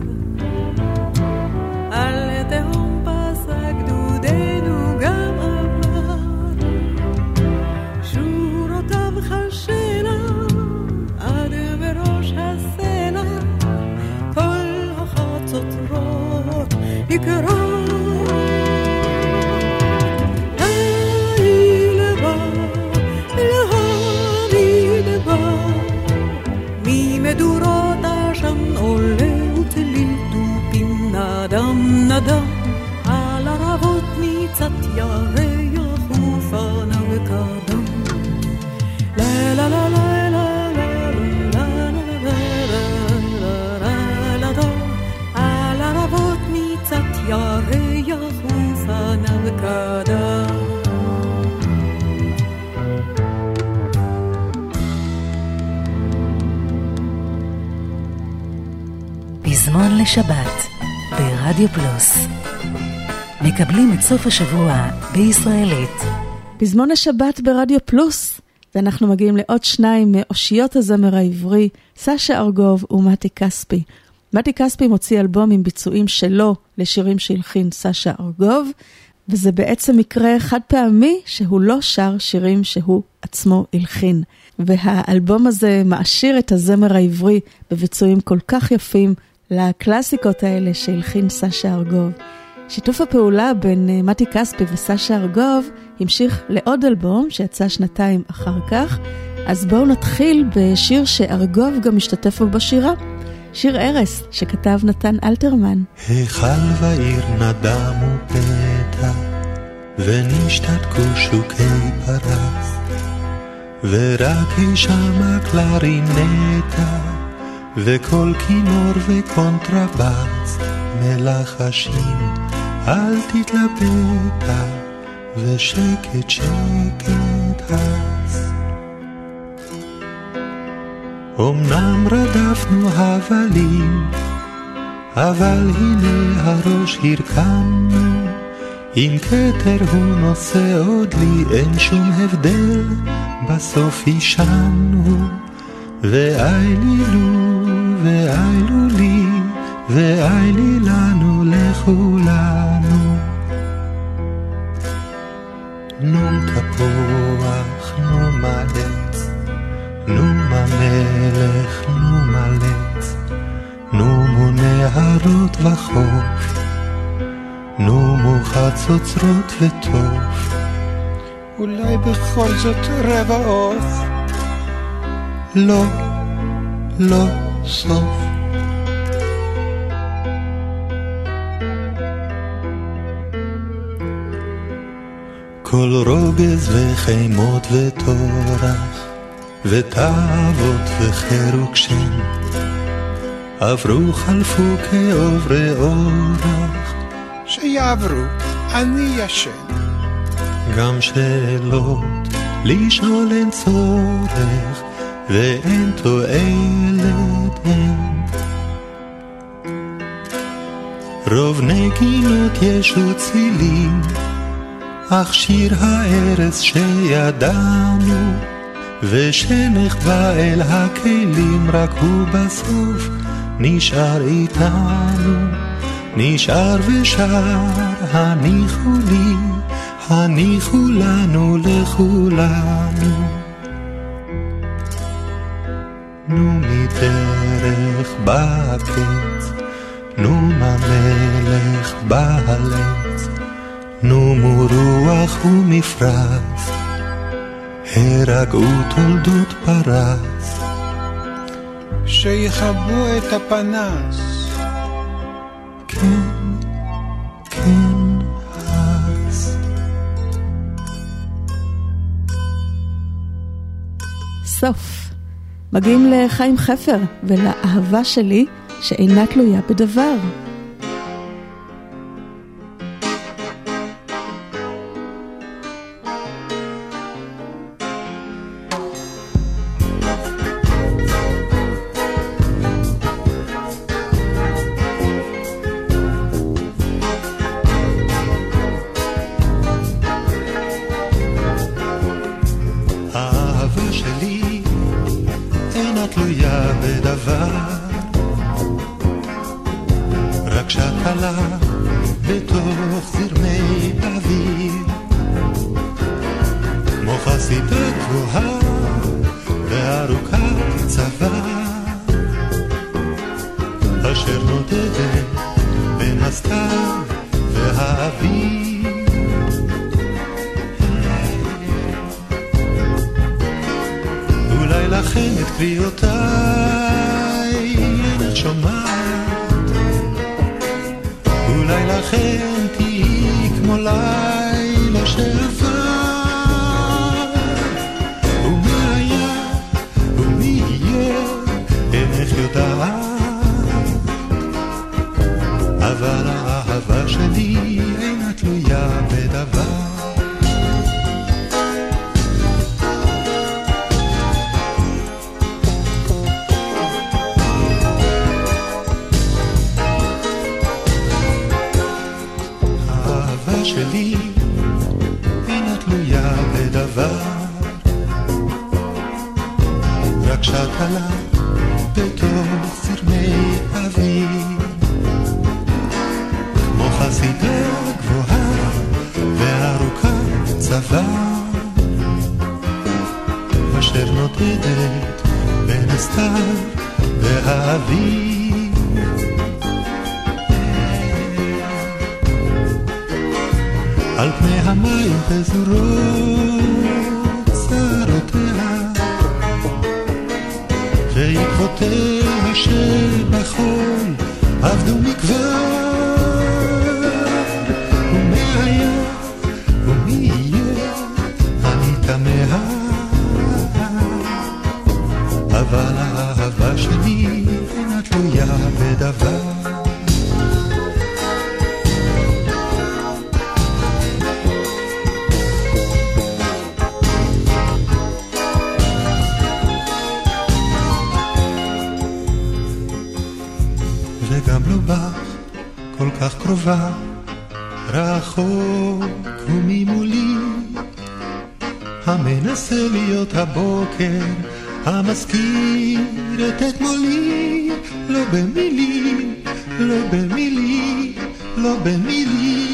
על תהום פסק גדודנו גם עבר. שורותיו חשנה עד מראש הסלע, כל החצוצרות יקרות. ליל בא אל המדבר, ממדורות עשן עולה וצליל תופים נדם נדם. על ערבות ניצת ירח ופנה וקדם. לה לה לה לה לה על ערבות ניצת ירח ופנה וקדם. פזמון לשבת ברדיו פלוס. מקבלים את סוף השבוע בישראלית. פזמון השבת ברדיו פלוס, ואנחנו מגיעים לעוד שניים מאושיות הזמר העברי, סשה ארגוב ומתי כספי. מתי כספי מוציא אלבום עם ביצועים שלו לשירים שהלחין סשה ארגוב, וזה בעצם מקרה חד פעמי שהוא לא שר שירים שהוא עצמו הלחין. והאלבום הזה מעשיר את הזמר העברי בביצועים כל כך יפים לקלאסיקות האלה שהלחין סשה ארגוב. שיתוף הפעולה בין מתי כספי וסשה ארגוב המשיך לעוד אלבום שיצא שנתיים אחר כך. אז בואו נתחיל בשיר שארגוב גם משתתף בו בשירה, שיר ארס שכתב נתן אלתרמן. היכל ועיר נדם ופתע, ונשתתקו שוקי פרס, ורק הישמע קלרינטה, וכל כינור וקונטרבס, מלחשים אל תתלבטה, ושקט שקט אז. אמנם רדפנו הבלים, אבל הנה הראש הרכנו, אם כתר הוא נושא עוד לי, אין שום הבדל, בסוף ישנו. ואיילו לי, ואילי לנו לכולנו. נו תפוח, נו מלץ, נו מלך, נו מלץ, נו מונהרות וחוף, נו מוחצוצרות וטוף. אולי בכל זאת רבע עוף? לא, לא סוף. כל רוגז וחימות וטורח, ותאוות וחירוק שם, עברו חלפו כעוברי אורח. שיעברו, אני ישן. גם שאלות לשאול אין צורך, ואין תועלת אין. רוב נגינות יש וצילים, אך שיר הארץ שידענו, ושנחבא אל הכלים, רק הוא בסוף נשאר איתנו. נשאר ושר, הניחו לי, הניחו לנו לכולנו. נו מדרך בקץ, נו מהמלך בעלץ, נו מורוח ומפרץ, הרגעו תולדות פרס. שיחבו את הפנס. כן, כן אז. סוף. מגיעים לחיים חפר ולאהבה שלי שאינה תלויה בדבר. על פני המים פזורות שערותיה, ועקבותיה שבחול עבדו מכבר, ומהים קרובה, רחוק וממולי, המנסה להיות הבוקר, המזכיר את אתמולי, לא במילים, לא במילים, לא במילים.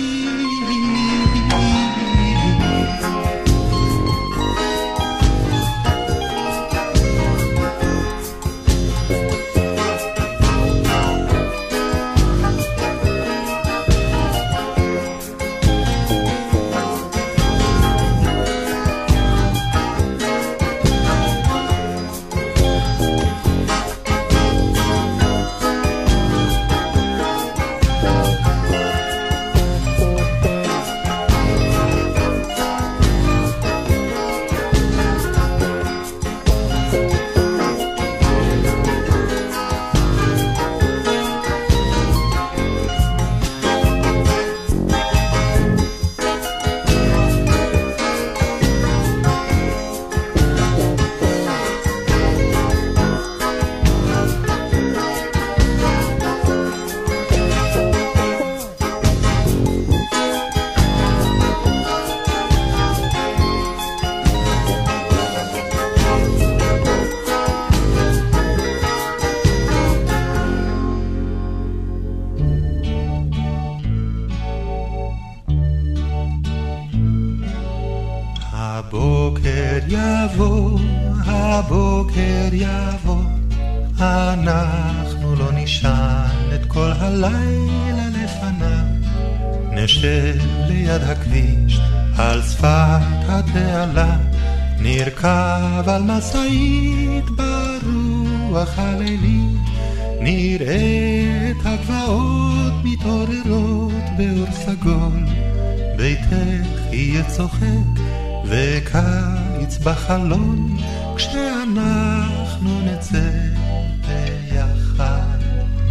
הבוקר יבוא, אנחנו לא נשען את כל הלילה לפניו, נשב ליד הכביש על שפת התעלה, נרכב על משאית ברוח הלילית, נראה את הגבעות מתעוררות באור סגול, ביתך יהיה צוחק וקיץ בחלון, כשאנחנו נצא ביחד.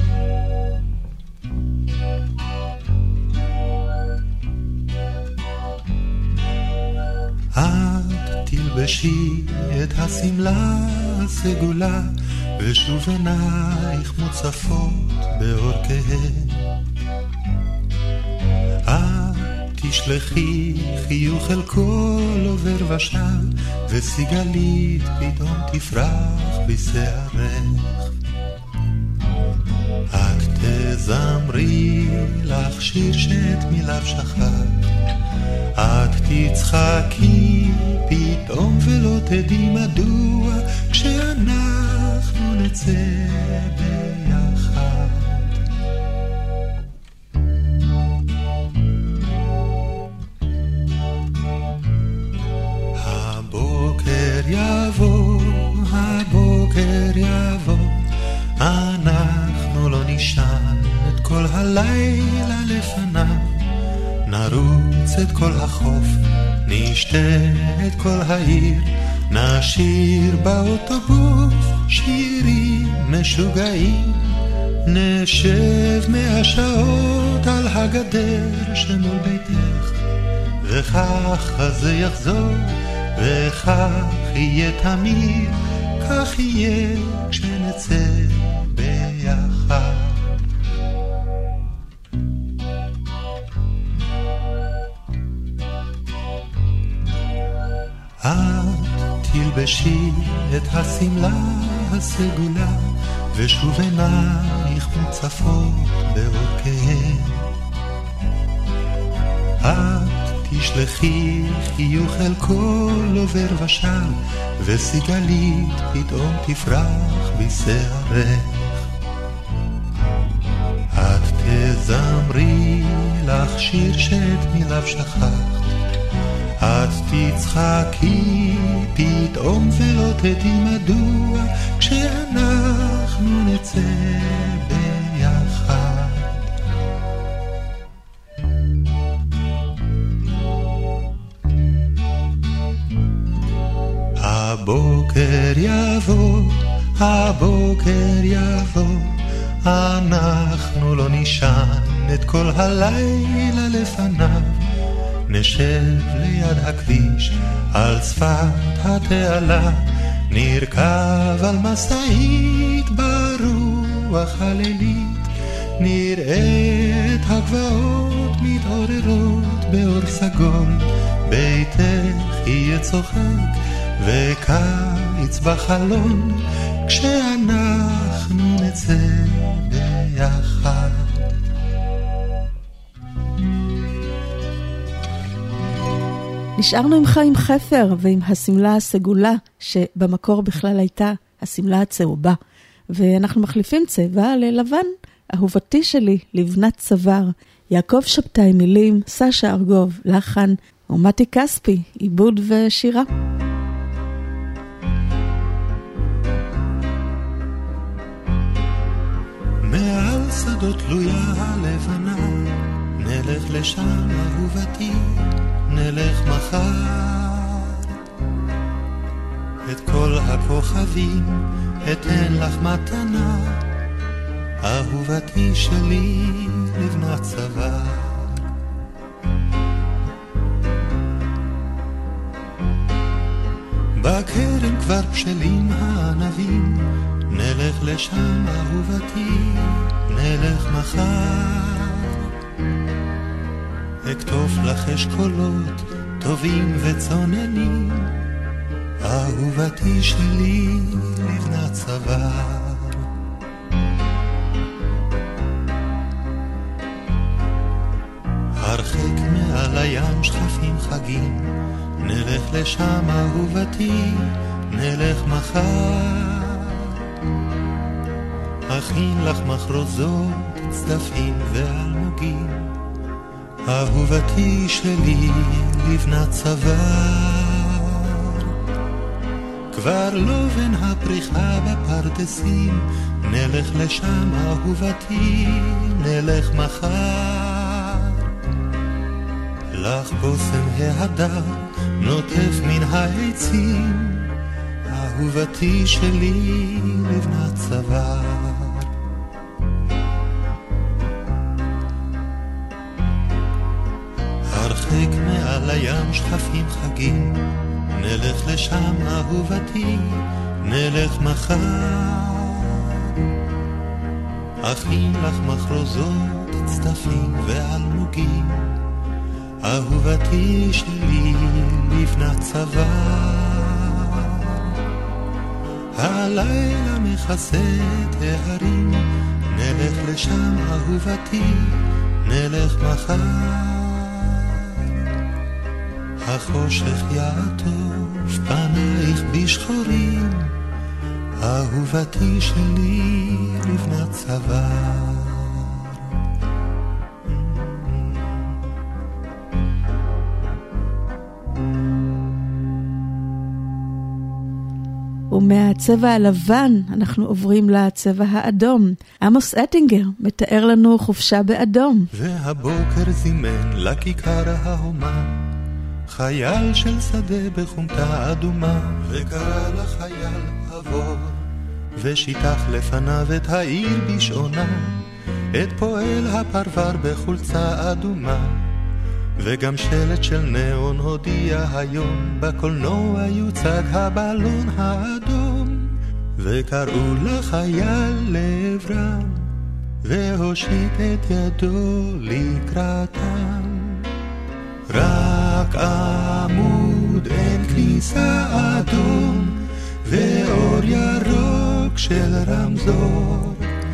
את תלבשי את השמלה הסגולה, ושוב עינייך מוצפות באור כהה. תשלחי חיוך אל כל עובר ושב, וסיגלית פתאום תפרח בשערך. את תזמרי לך שיר שאת מיליו שכחת, את תצחקי פתאום ולא תדעי מדוע, כשאנחנו נצא ביחד. הבוקר יבוא, אנחנו לא נשען את כל הלילה לפניו, נרוץ את כל החוף, נשתה את כל העיר, נשיר באוטובוס שירים משוגעים, נשב 100 שעות על הגדר שמול ביתך, וכך זה יחזור, וכך יהיה תמיד, כך יהיה כשנצא ביחד. את תלבשי את השמלה הסגולה, ושוב עינייך מוצפות באור כהה. תשלחי חיוך אל כל עובר ושב, וסיגלית פתאום תפרח בשערך. את תזמרי לך שיר שאת מיליו שכחת, את תצחקי פתאום ולא תדעי מדוע, כשאנחנו נצא ביחד. הבוקר יבוא, אנחנו לא נשען את כל הלילה לפניו, נשב ליד הכביש על שפת התעלה, נרכב על משאית ברוח הלילית, נראה את הגבעות מתעוררות באור סגול, ביתך יהיה צוחק וקיץ בחלון, כשאנחנו נצא ביחד. נשארנו עם חיים חפר ועם הסמלה הסגולה, שבמקור בכלל הייתה הסמלה הצהובה, ואנחנו מחליפים צבע ללבן. אהובתי שלי, לבנת צוואר. יעקב שבתאי מילים, סשה ארגוב לחן, ומתי כספי עיבוד ושירה. מעל שדות תלויה הלבנה, נלך לשם אהובתי, נלך מחר. את כל הכוכבים אתן לך מתנה, אהובתי שלי לבנת צוואר. בכרם כבר בשלים הענבים, נלך לשם אהובתי, נלך מחר. אכתוב לך אשכולות טובים וצוננים, אהובתי שלי לבנת צוואר. הרחק מעל הים שכפים חגים, נלך לשם אהובתי, נלך מחר. אכין לך מחרוזות, צדפים ואלמוגים, אהובתי שלי לבנת צוואר. כבר לא בין הפריחה בפרדסים, נלך לשם אהובתי, נלך מחר. לך בוסם ההדר נוטף מן העצים, אהובתי שלי לבנת צוואר. הרחק מעל הים שכפים חגים, נלך לשם אהובתי, נלך מחר. אכין לך מחרוזות, צדפים ואלמוגים, אהובתי שלי לבנת צוואר. הלילה מכסה את ההרים, נלך לשם אהובתי, נלך מחר. החושך יעטוף פנייך בשחורים, אהובתי שלי לבנת צוואר. ומהצבע הלבן אנחנו עוברים לצבע האדום. עמוס אטינגר מתאר לנו חופשה באדום. והבוקר זימן לכיכר ההומה, חייל של שדה בחומתה אדומה, וקרא לחייל עבור, ושיטח לפניו את העיר בשעונה, את פועל הפרבר בחולצה אדומה. וגם שלט של נאון הודיע היום, בקולנוע יוצג הבלון האדום. וקראו לחייל לעברם, והושיט את ידו לקראתם. רק עמוד אין כניסה אדום, ואור ירוק של רמזור.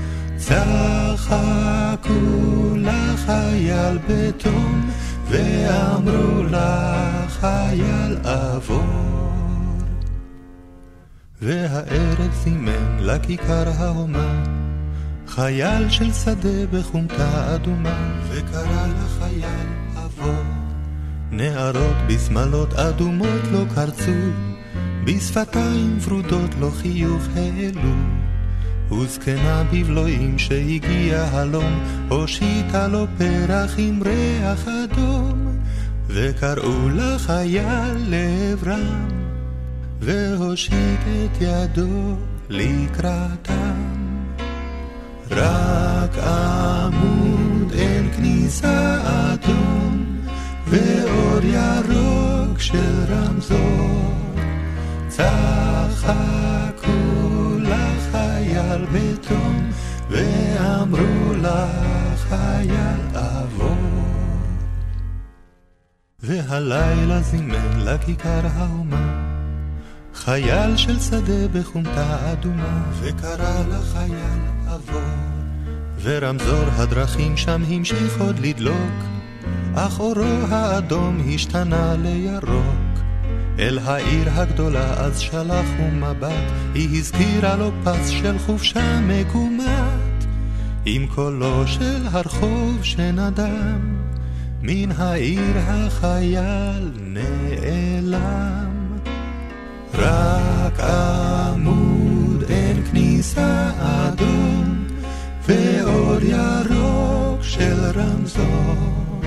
צחקו לחייל בתום, ואמרו לחייל עבור. והערב זימן לכיכר ההומה, חייל של שדה בחומתה אדומה, וקרא לחייל עבור. נערות בסמלות אדומות לא קרצו, בשפתיים ורודות לא חיוך העלו. וזקנה בבלועים שהגיע הלום, הושיטה לו פרח עם ריח אדום. וקראו לחייל לעברם, והושיט את ידו לקראתם. רק עמוד אין כניסה אדום, ואור ירוק של רמזור. צחקו לחייל בתום, ואמרו לך חייל עבור. והלילה זימן לכיכר האומה חייל של שדה בחומתה אדומה, וקרא לחייל עבור. ורמזור הדרכים שם המשיך עוד לדלוק, אך אורו האדום השתנה לירוק. אל העיר הגדולה אז שלח הוא מבט, היא הזכירה לו פס של חופשה מקומת, עם קולו של הרחוב שנדם, מן העיר החייל נעלם. רק עמוד אין כניסה אדום, ואור ירוק של רמזור,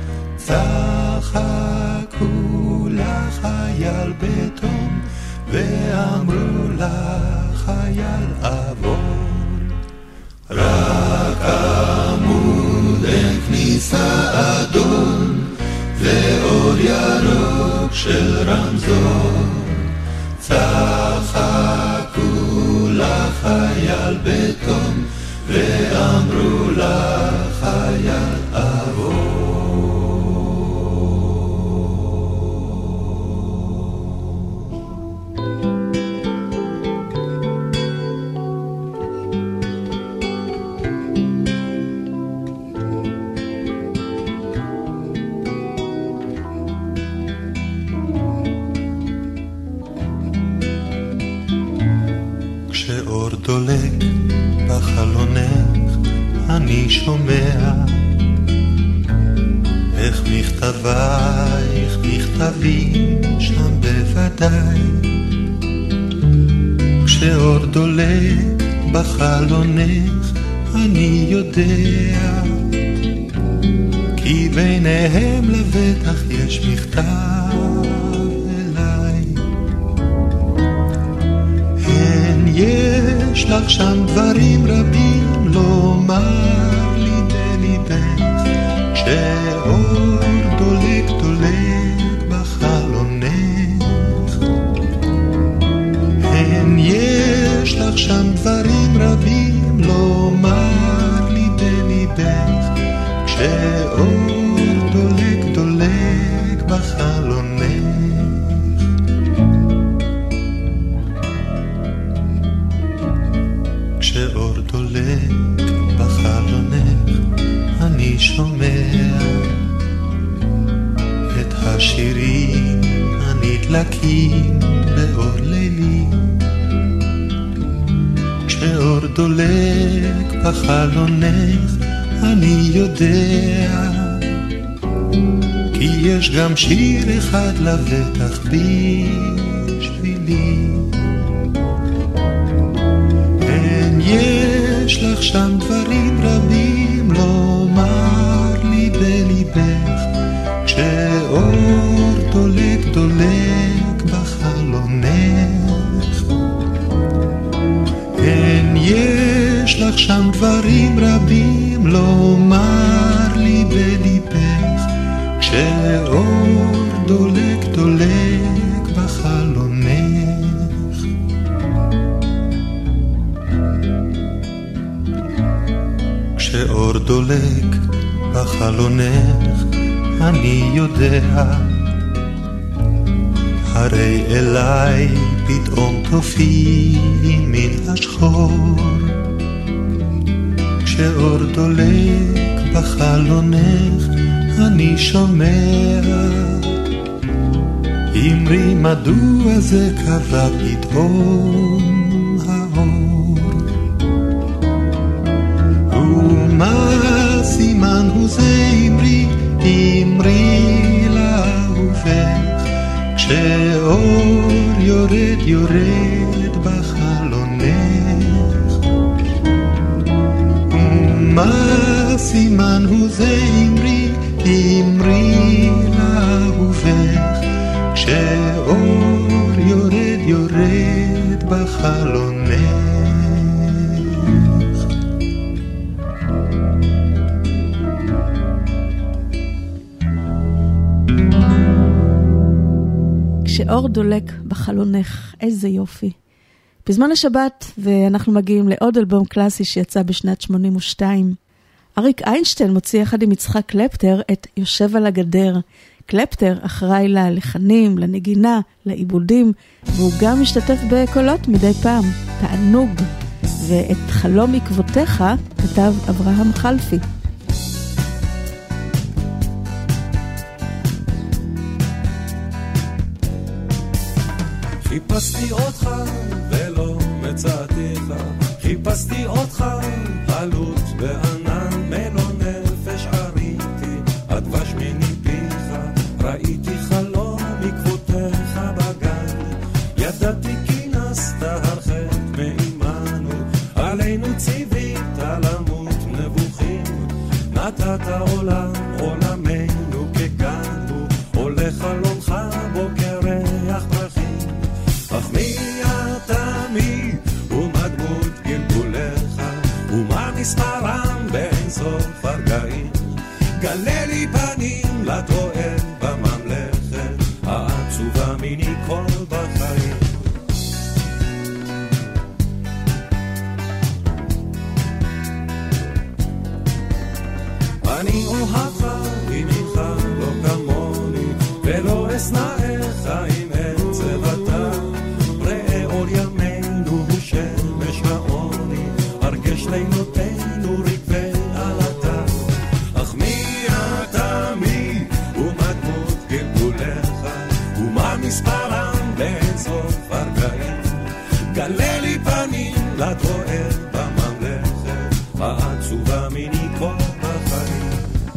צחקו לחייל בתום, ואמרו לחייל עבור. רק עמוד אין כניסה אדום, ואור ירוק של רמזור, צחקו לחייל בתום, ואמרו לחייל עבור. כשאור דולק בחלונך אני שומע איך מכתבייך נכתבים שם בוודאי. כשאור דולק בחלונך אני יודע, כי ביניהם לבטח יש מכתב אליי. יש לך שם דברים רבים לומר לי בליבך, כשאור דולק דולק בחלונך. יש לך שם דברים רבים לומר לי בליבך, כשאור דולק דולק בחלונך. כשאור דולק בחלונך אני שומע את השירים הנדלקים באור לילי. כשאור דולק בחלונך אני יודע, כי יש גם שיר אחד לבטח בשבילי. יש לך שם דברים רבים לומר לי בליבך, כשאור דולק דולק בחלונך. יש לך שם דברים רבים לומר לי בליבך, כשאור דולק דולק בחלונך. כשאור דולק בחלונך אני יודע, הרי אליי פתאום תופיעי מן השחור. כשאור דולק בחלונך אני שומע, אמרי מדוע זה קבע פתאום האור, ומה סימן הוא זה אמרי, אמרי לאהובך, כשאור יורד יורד בחלונך. ומה סימן הוא זה אמרי, אמרי לאהובך, כשאור יורד יורד בחלונך. כשאור דולק בחלונך, איזה יופי. פזמון לשבת, ואנחנו מגיעים לעוד אלבום קלאסי שיצא בשנת 82. אריק איינשטיין מוציא יחד עם יצחק קלפטר את יושב על הגדר. קלפטר אחראי ללחנים, לנגינה, לעיבודים, והוא גם משתתף בקולות מדי פעם. תענוג. ואת חלום עקבותיך כתב אברהם חלפי. חיפשתי אותך ולא מצאתיך, חיפשתי אותך עלות וענן, מלוא נפש עריתי, הדבש מניפיך, ראיתי חלום עקבותיך בגן, ידעתי כי נסת הרחק מעמנו, עלינו ציווית למות נבוכים, נתת עולם עולמנו כגן הוא, עולה חלומך בוקר ריח פרחים, אך מי אתה מי ומה דמות גלגולך ומה מספרם באין סוף הרגעים, גלה לי פנים לטוען בממלכת העצובה מיני כל בחיים. אני אוהבך עמך לא כמוני ולא אשנאך עם עצב אתה, ראה אור ימינו הוא שמש העוני, הרגש לילותינו רגבי עלתה, אך מי אתה מי ומה דמות גלגולך ומה מספרם באין סוף הרגעים, גלה לי פנים לטוען בממלכת העצובה מיני כל בחיים.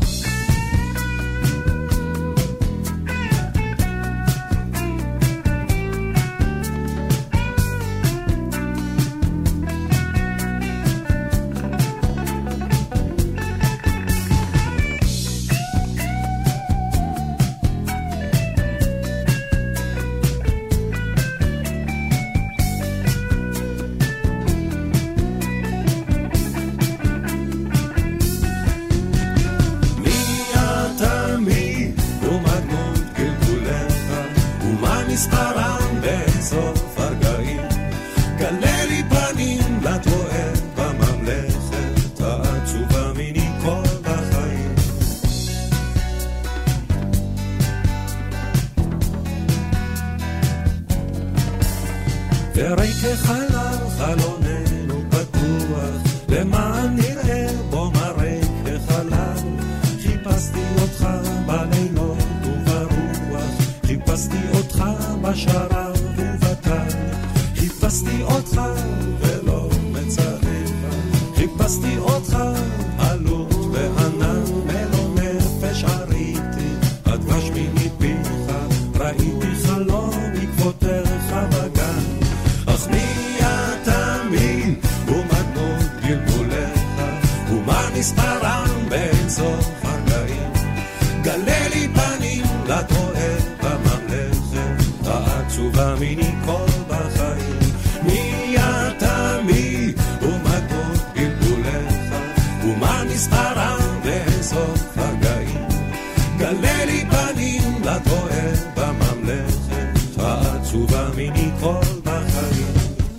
ורי כחלל חלוננו פתוח, למען נראה בו מראה כחלל. חיפשתי אותך בלילות וברוח, חיפשתי אותך בשרב ובטל, חיפשתי אותך ולא מצאתיך, חיפשתי אותך עלות וענן, מלוא נפש עריתי, הדבש מניפיך, ראיתי חלום עקבותיך בגן. אך מי אתה מי ומה דמות גלגולך ומה מספרם באין סוף הרגעים, גלה לי פנים לטוען בממלכת העצובה מיני כל בחיים. מי אתה מי ומה דמות גלגולך ומה מספרם באין סוף הרגעים, גלה לי פנים לטוען בממלכת העצובה מיני כל בחיים.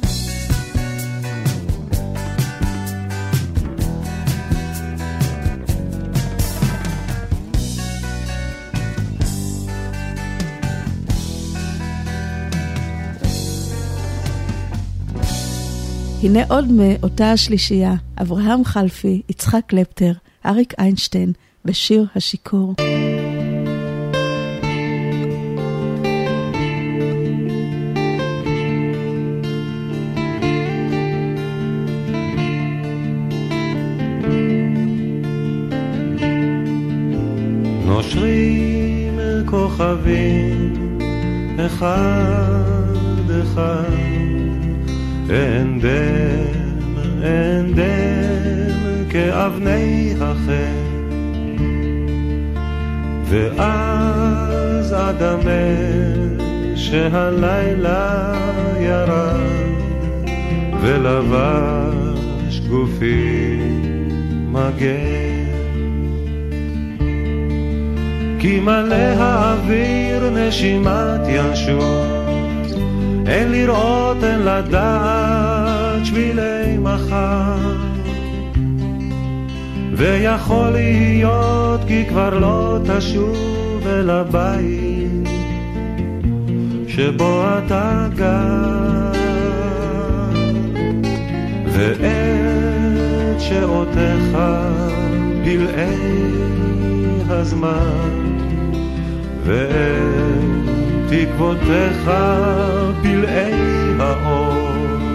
הנה עוד מאותה השלישייה, אברהם חלפי, יצחק קלפטר, אריק איינשטיין, בשיר השיכור. נושרים כוכבים אחד אחד, אין דם כאבני החן, ואז אדמה שהלילה ירד ולבש גופי מגן, כי מלא האוויר נשימת ינשוף, אין לראות, אין לדעת שבילי מחר, ויכול להיות כי כבר לא תשוב אל הבית שבו אתה גר, ואת שעותיך פלאי הזמן, ואת תקוותיך פלאי האור,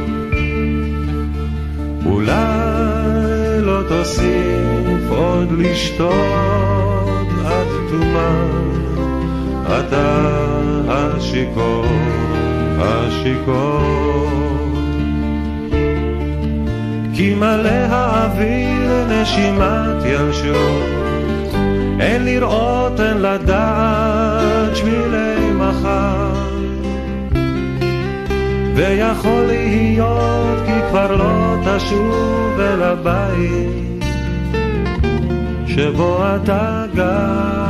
אולי לא תוסיף עוד לשתות עד תומה, אתה השיכור, השיכור, כי מלא האוויר נשימת ינשוף, אין לראות, אין לדעת שבילי מחר, ויכול להיות כי כבר לא תשוב אל הבית שבו אתה גר.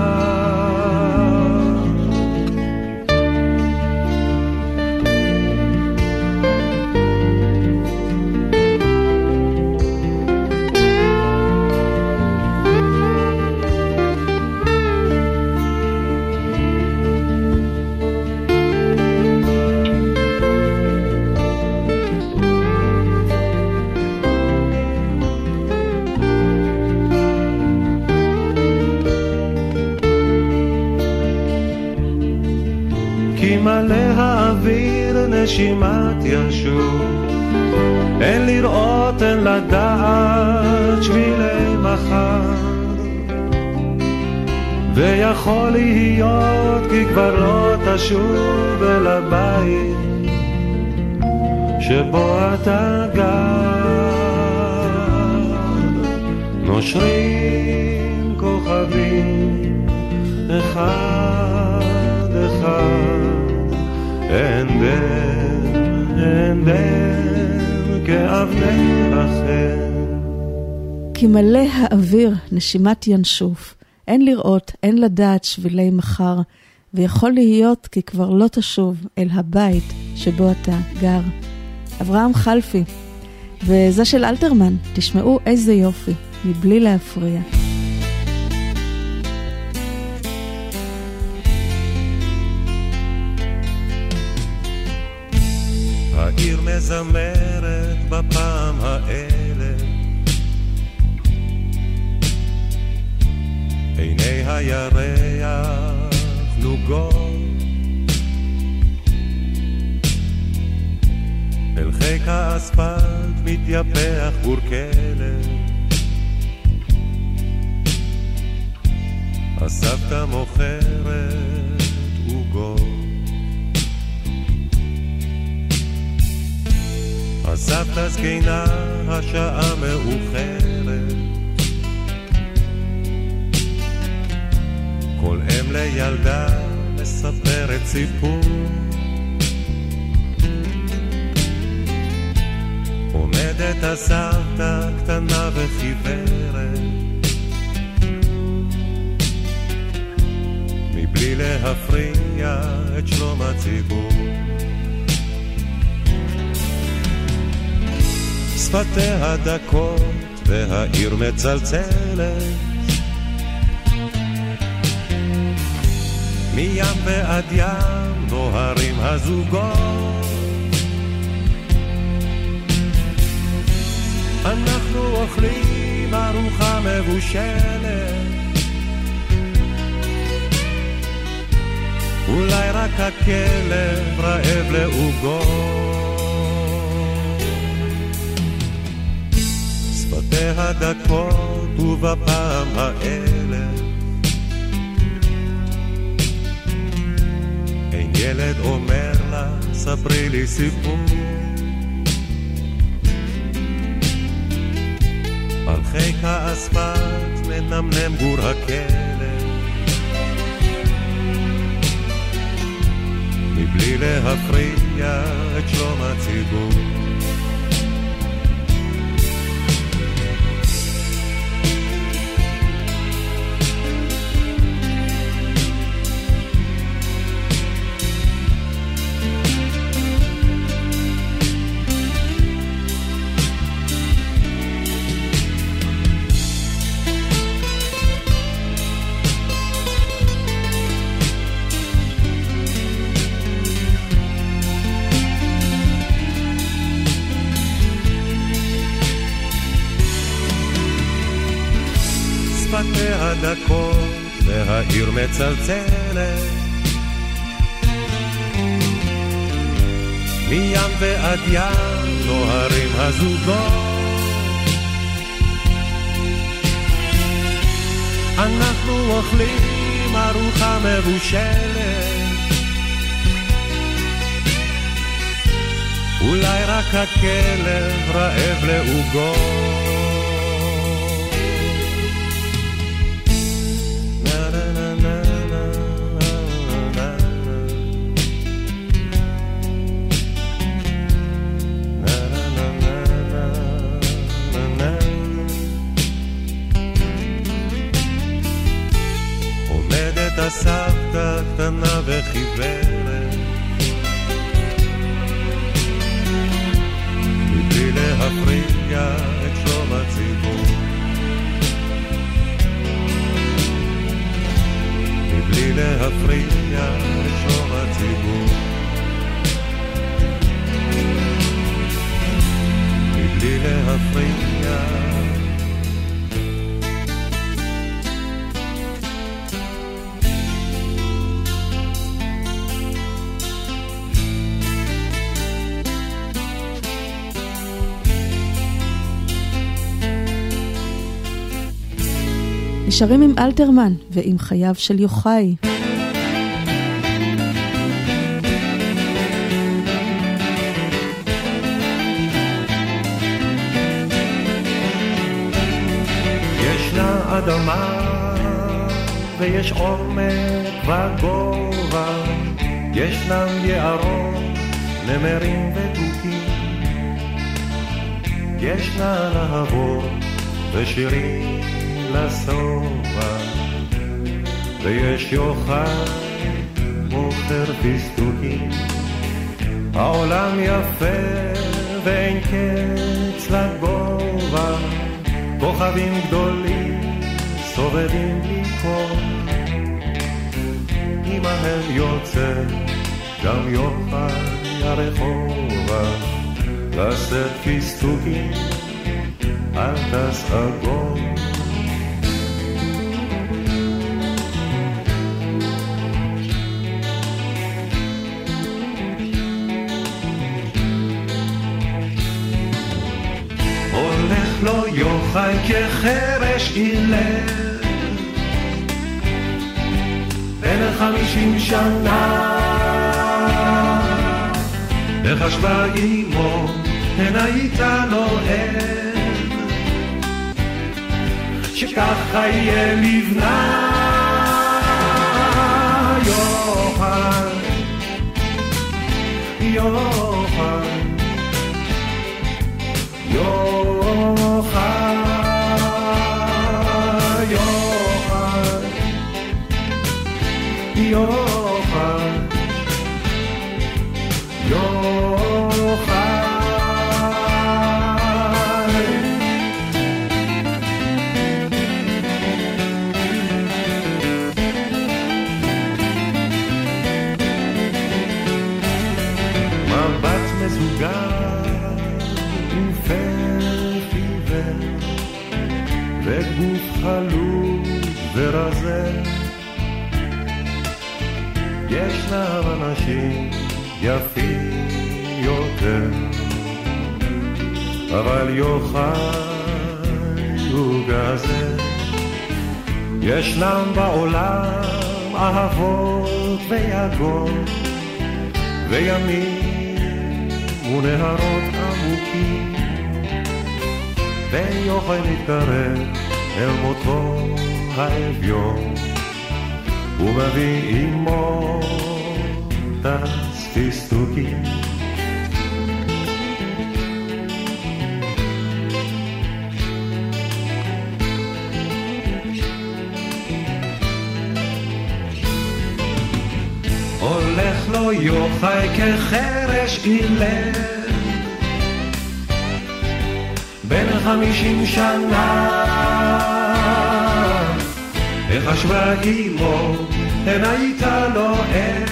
מלא האוויר נשימת ינשוף, אין לראות, אין לדעת שבילי מחר, ויכול להיות כי כבר לא תשוב אל הבית שבו אתה גר. נושרים כוכבים אחד אחד, אין דם כאבני רחל, כי מלא האוויר נשימת ינשוף, אין לראות, אין לדעת שבילי מחר, ויכול להיות כי כבר לא תשוב אל הבית שבו אתה גר. אברהם חלפי, וזה של אלתרמן, תשמעו איזה יופי, מבלי להפריע. העיר מזמרת בפעם האלה, עיני הירח נוגות, אל חיק האספלט מתייפח גור כלב, הסבתא מוכרת עוגות, הסבתא זקנה השעה מאוחרת, כל אם לילדה מספרת סיפור, עומדת הסבתא קטנה וחיוורת, מבלי להפריע את שלום הציבור, שפתיה דקות והעיר מצלצלת, מים ועד ים נוהרים הזוגות, אנחנו אוכלים ארוחה מבושלת, אולי רק הכלב רעב לעוגות, שפתיה דקות ובפעם האלה אין ילד אומר לה ספרי לי סיפור, על חיק האספלט מנמנם גור הכלב, מבלי להפריע את שלום הציבור, דקות והעיר מצלצלת מים ועד ים נוהרים הזוגות אנחנו אוכלים ארוחה מבושלת אולי רק הכלב רעב לעוגות הסבתא קטנה וחיוורת מבלי להפריע את שלום הציבור מבלי להפריע את שלום הציבור מבלי להפריע נשארים עם אלתרמן ועם חייו של יוחאי. ישנה אדמה ויש עומק וגובה ישנם יערות נמרים ותוכים ישנה להבות ושירים לסובה ויש יוחאי מוכר פיסטוקים העולם יפה ואין קץ לגובה כוכבים גדולים סובבים לקרוא עמהם יוצא גם יוחאי הרחובה לשאת פיסטוקים אל תסעגו לא יוחאי כחרש אילם בן 50 שנה וחשבה אימו הן הייתה לו עד שככה יהיה לבנה יוחאי יוחאי מבט מסוגר עם פלפיבר וגוף חלוד ורזה ישנם אנשים יפים יותר אבל יוחאי הוא גזר ישנם בעולם אהבות ויגות וימים ונהרות עמוקים ויוחאי מתקרב אל מותו האביון ומביא עמו פיסטוקים הולך לו יוחאי כחרש אילם בן 50 שנה איך חשבה אימו הן הייתה לו עד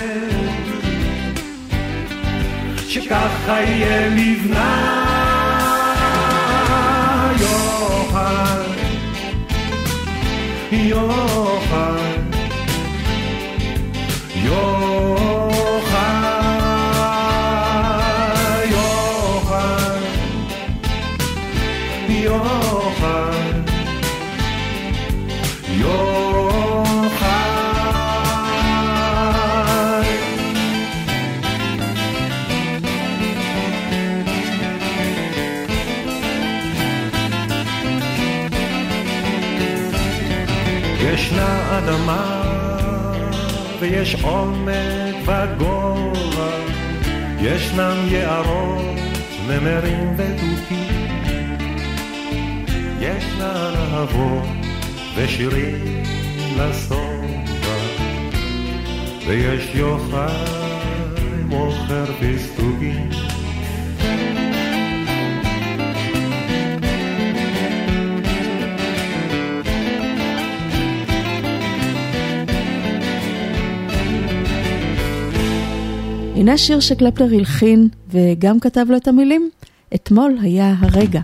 שככה יהיה לבנה יוחאי ישנה אדמה ויש עומק וגובה, ישנם יערות, נמרים ותוכים, ישנה אהבות ושירים לסובה, ויש יוחאי מוכר פסטוגים. הנה שיר שקלפטר הלחין וגם כתב לו את המילים, אתמול היה הרגע.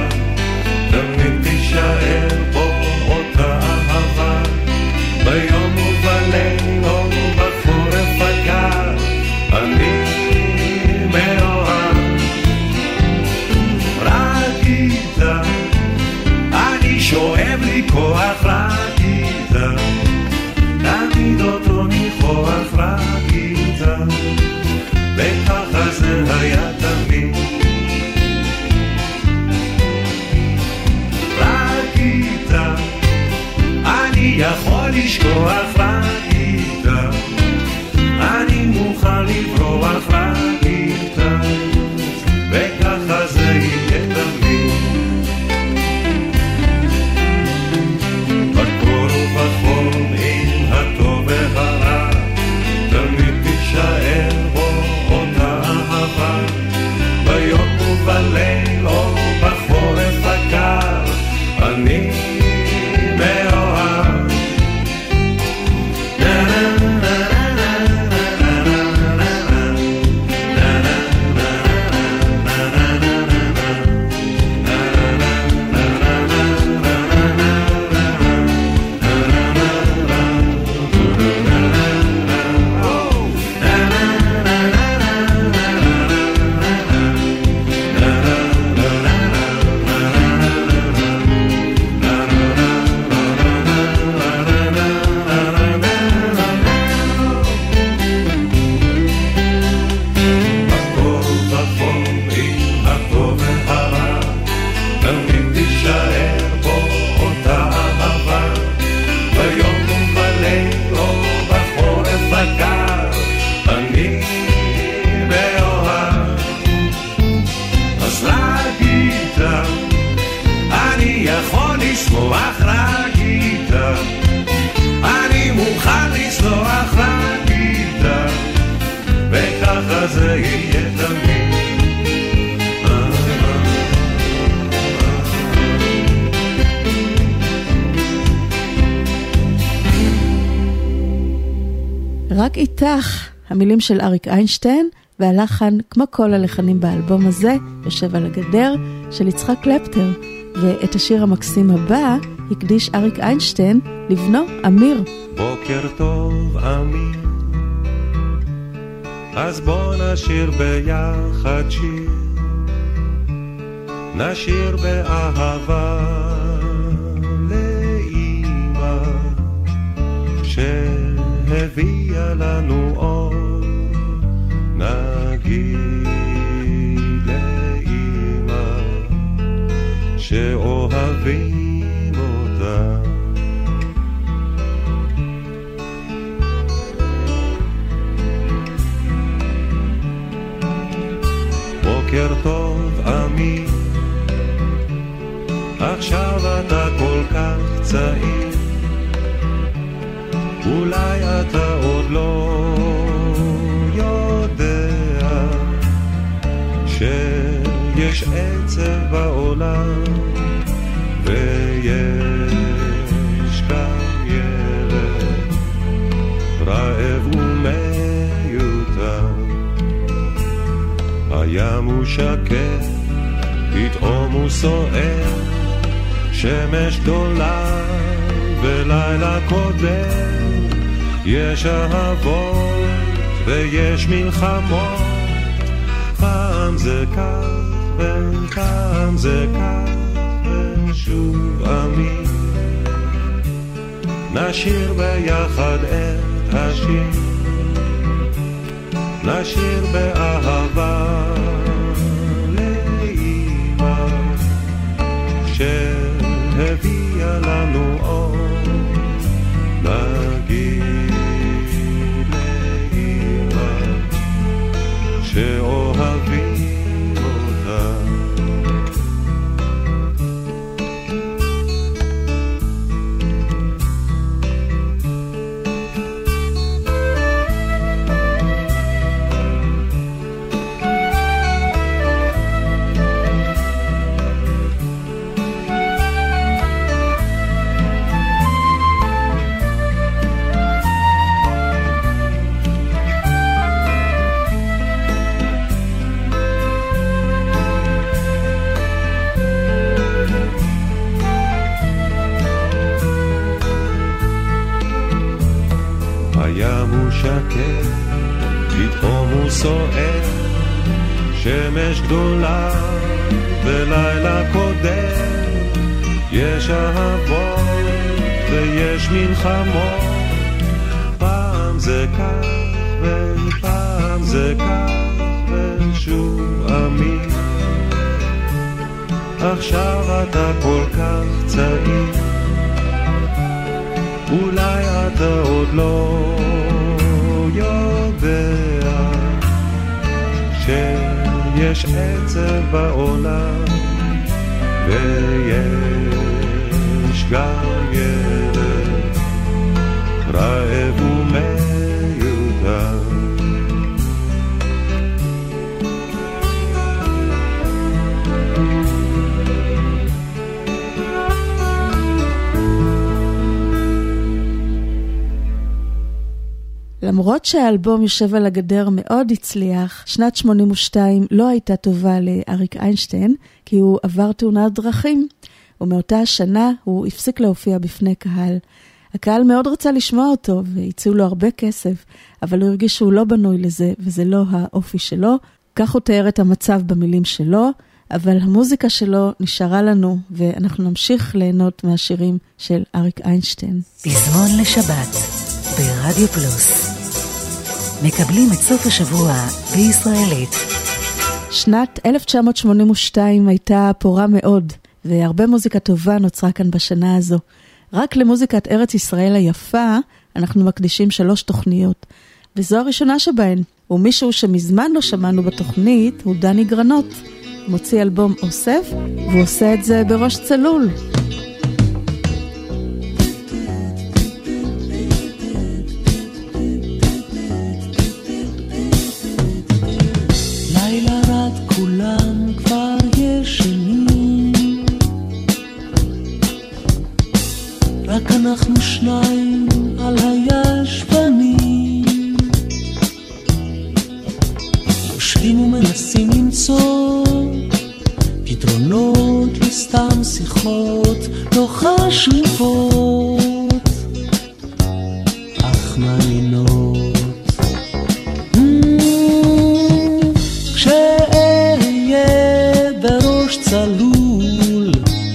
ביום ככה זה יהיה תמיד. רק איתך, המילים של אריק איינשטיין, והלחן, כמו כל הלחנים באלבום הזה, יושב על הגדר, של יצחק קלפטר. ואת השיר המקסים הבא הקדיש אריק איינשטיין לבנו אמיר. בוקר טוב אמיר, אז בוא נשיר ביחד שיר, נשיר באהבה לאמא שהביאה לנו אור, נגיד לאמא שאוהבים אותה. בוקר טוב אמיר, עכשיו אתה כל כך צעיר, אולי אתה עוד לא יודע שיש עצב בעולם ויש גם ילד רעב ומיותר. הים הוא שקט, פתאום הוא סוער, שמש גדולה ולילה קודם, יש אהבות ויש מלחמות, פעם זה כך ופעם זה כך ושוב אמיר, נשיר ביחד את השיר, נשיר באהבה לאמא שהביאה לנו אור, נגיד לאמא שאוהבים אותה. הים הוא שקט, פתאום הוא סוער, שמש גדולה ולילה קודם, יש אהבות ויש מלחמות, פעם זה כך ופעם זה כך ושוב אמיר, עכשיו אתה כל כך צעיר, אולי אתה עוד לא יודע שיש עצב בעולם ויש גם ילד רעב ומיותר. למרות שהאלבום יושב על הגדר מאוד הצליח, שנת 82 לא הייתה טובה לאריק איינשטיין, כי הוא עבר תאונת דרכים, ומאותה השנה הוא הפסיק להופיע בפני קהל. הקהל מאוד רצה לשמוע אותו, והציעו לו הרבה כסף, אבל הוא הרגיש שהוא לא בנוי לזה, וזה לא האופי שלו. כך הוא תיאר את המצב במילים שלו, אבל המוזיקה שלו נשארה לנו, ואנחנו נמשיך ליהנות מהשירים של אריק איינשטיין. פזמון לשבת ברדיו פלוס. מקבלים את סוף השבוע בישראלית. שנת 1982 הייתה פורה מאוד, והרבה מוזיקה טובה נוצרה כאן בשנה הזו. רק למוזיקת ארץ ישראל היפה אנחנו מקדישים 3 תוכניות, וזו הראשונה שבהן. ומישהו שמזמן לא שמענו בתוכנית הוא דני גרנות. מוציא אלבום אוסף, והוא עושה את זה בראש צלול. רק אנחנו שניים על הישבנים, יושבים ומנסים למצוא פתרונות לסתם שיחות לא חשובות אך מעניינות. כשאהיה בראש צלול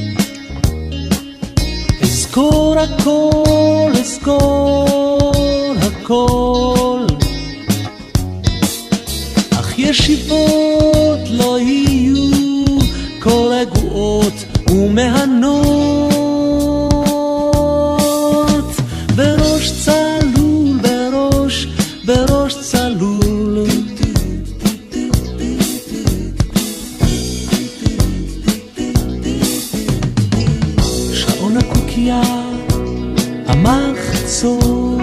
אזכור הכל, אזכור הכל, אך ישיבות לא יהיו כה רגועות ומהנות. בראש צלול, בראש צלול, שעון הקוקייה אמר חצות,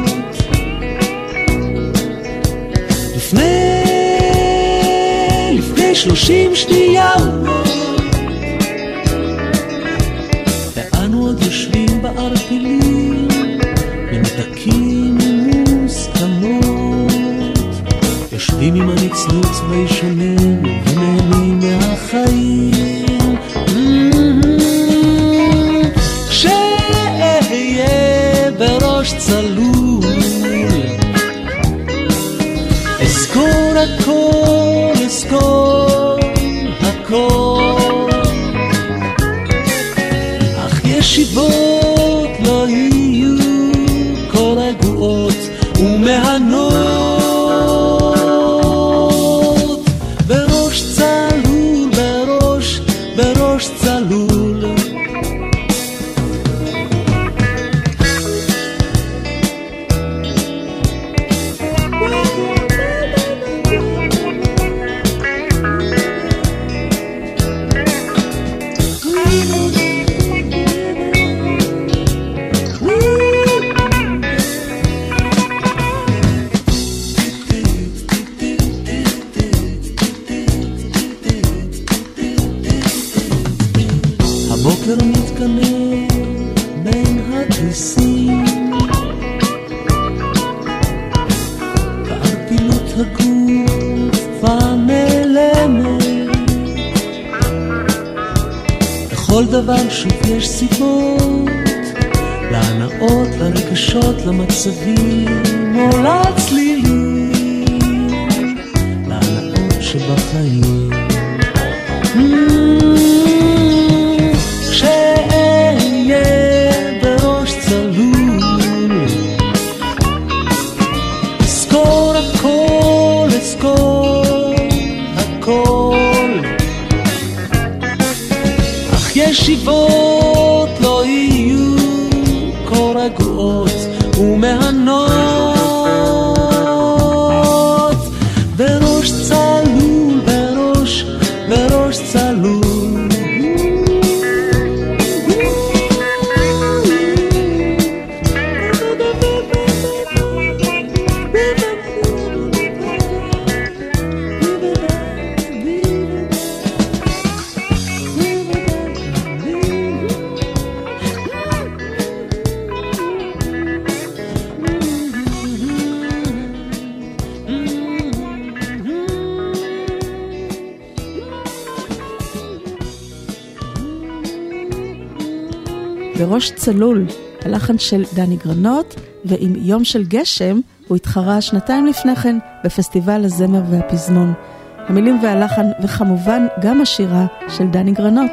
לפני 30 שניה ואנו עוד יושבים בערפילים מנותקים ומוסכמות, יושבים עם הנצנוץ בישוננו ונהנים מהחיים. כשאהיה בראש צלול אזכור הכל, אזכור הכל, אך ישיבות לא יהיו כה רגועות ומהנות. בראש צלול, בראש צלול, הבוקר מתקנה בין התריסים, בערפילות הגוף ונעלמת, לכל דבר שוב יש סיבות, להנאות, לרגשות, למצבים או לצלילים, להנאות שבחיים. כשאהיה בראש צלול אזכור הכל, אזכור הכל, אך ישיבות לא יהיו כה רגועות ומהנות. בראש צלול, בראש צלול, בראש צלול, הלחן של דני גרנות, ועם יום של גשם הוא התחרה שנתיים לפני כן בפסטיבל הזמר והפזמון. המילים והלחן וכמובן גם השירה של דני גרנות.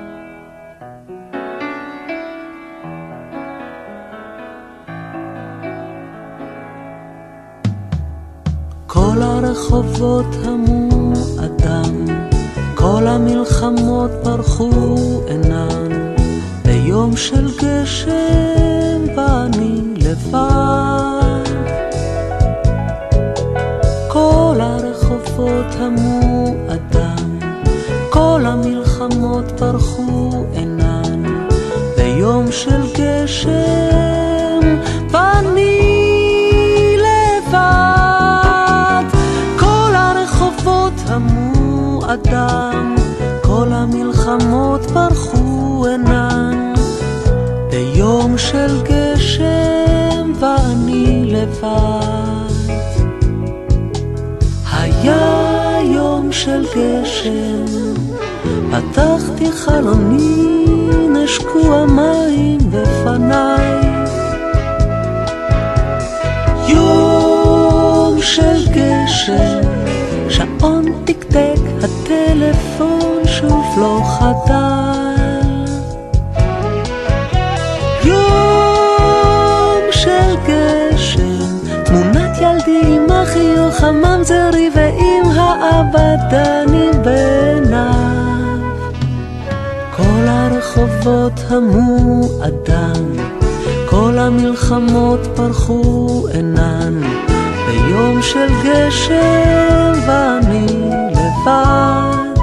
כל הרחובות המו אדם, כל המלחמות פרחו עינן, ביום של גשם ואני לבד. כל הרחובות המו אדם, כל המלחמות פרחו עינן, ביום של גשם ואני לבד. כל הרחובות המו אדם, כל המלחמות פרחו עינן, ביום של גשם גשם ואני לבד. היה יום של גשם, פתחתי חלוני, נשקו המים בפניי. יום של גשם, שעון תקתק, הטלפון שוב לא חדל. יום של גשם, תמונת ילדי עם החיוך הממזרי ועם האבדני בעיניו. כל הרחובות המו אדם, כל המלחמות פרחו עינן, ביום של גשם ואני לבד.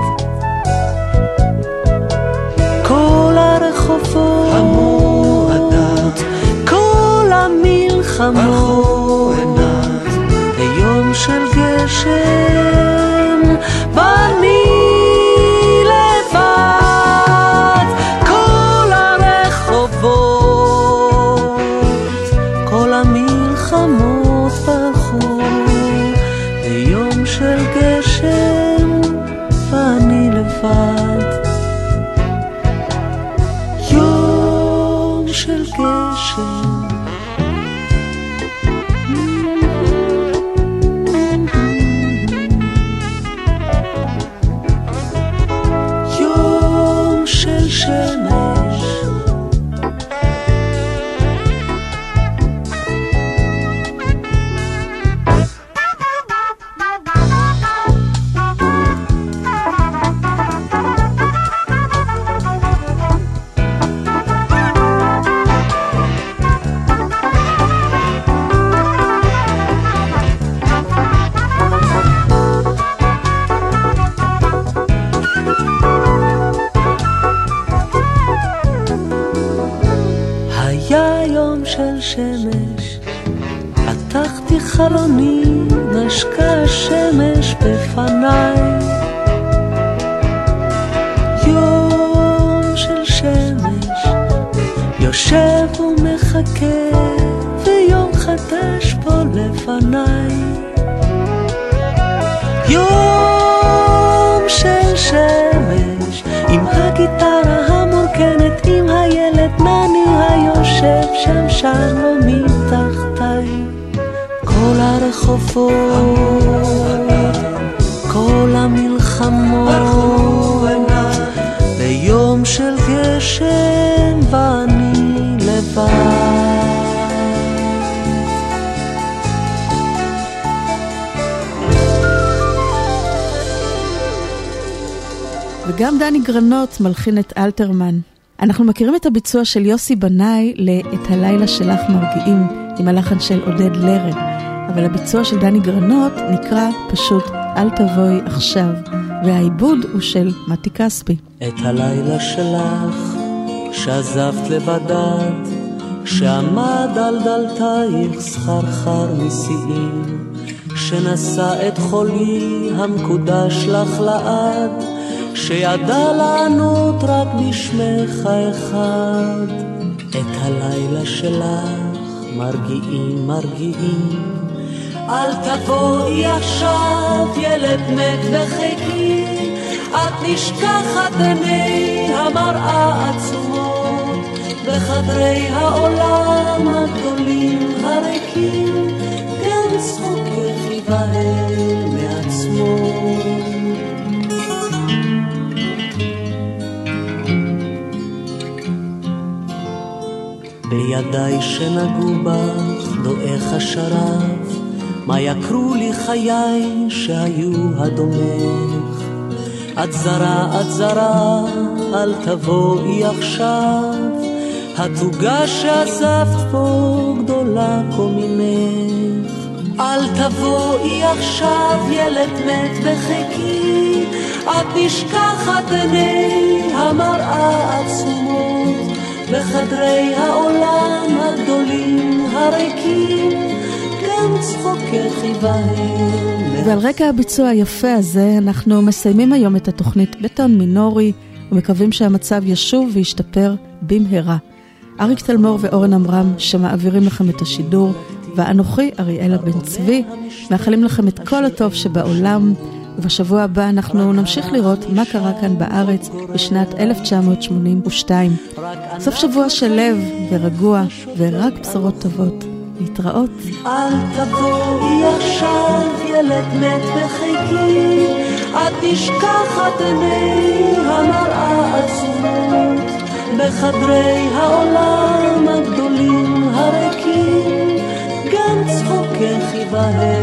כל הרחובות המו אדם, כל המלחמות ביום של גשם ואני לבד. כל הרחובות, כל המלחמות פרחו ביום של גשם ואני לבד. יום של גשם, יום של שמש, של שמש, פתחתי חלוני, נשקה השמש בפניי. יום של שמש, יושב ומחכה, ויום חדש פה לפניי. יום של שמש, עם הגיטרה המורכנת, עם הילד נני היושב שם שר לו מתחתיי. כל הרחובות, כל המלחמות ביום של גשם ואני לבד. וגם דני גרנות מלחין את אלתרמן. אנחנו מכירים את הביצוע של יוסי בנאי ל"את הלילה שלך מרגיעים" עם הלחן של עודד לרר, אבל הביצוע של דני גרנות נקרא פשוט אל תבואי עכשיו, והעיבוד הוא של מתי כספי. את הלילה שלך שעזבת לבדד, שעמד על דלתייך סחרחר משיאים, שנשא את חולי המקודש לך לעד, שידע לענות רק בשמך האחד. את הלילה שלך מרגיעים מרגיעים, אל תבואי עכשיו ילד מת וחכי, את נשכחת עיני המראה עצומות, בחדרי העולם הגדולים הריקים, גם צחוקך יבהל מעצמו. בידיי שנגעו בך דועך השרב, מה יקרו לי חיי שהיו הדומך. את זרה, אל תבואי עכשיו, התוגה שעזבת פה גדולה קומינך. אל תבואי עכשיו ילד מת בחיקי, את נשכחת עיני המראה עצומות, בחדרי העולם הגדולים הריקים, גם צחוקך יבהל. ועל רקע הביצוע היפה הזה אנחנו מסיימים היום את התוכנית בטון מינורי, ומקווים שהמצב ישוב וישתפר במהרה. אריק תלמור ואורן אמרם שמעבירים לכם את השידור, ואנוכי אריאלה בן צבי, מאחלים לכם את כל הטוב שבעולם, ובשבוע הבא אנחנו נמשיך לראות מה קרה כאן בארץ בשנת 1982. סוף שבוע של לב ורגוע ורק בשורות טובות. להתראות. אל תבואי עכשיו ילד מת בחיקי, את נשכחת עיני המראה עצומות, בחדרי העולם הגדולים הריקים, גם צחוקך יבהר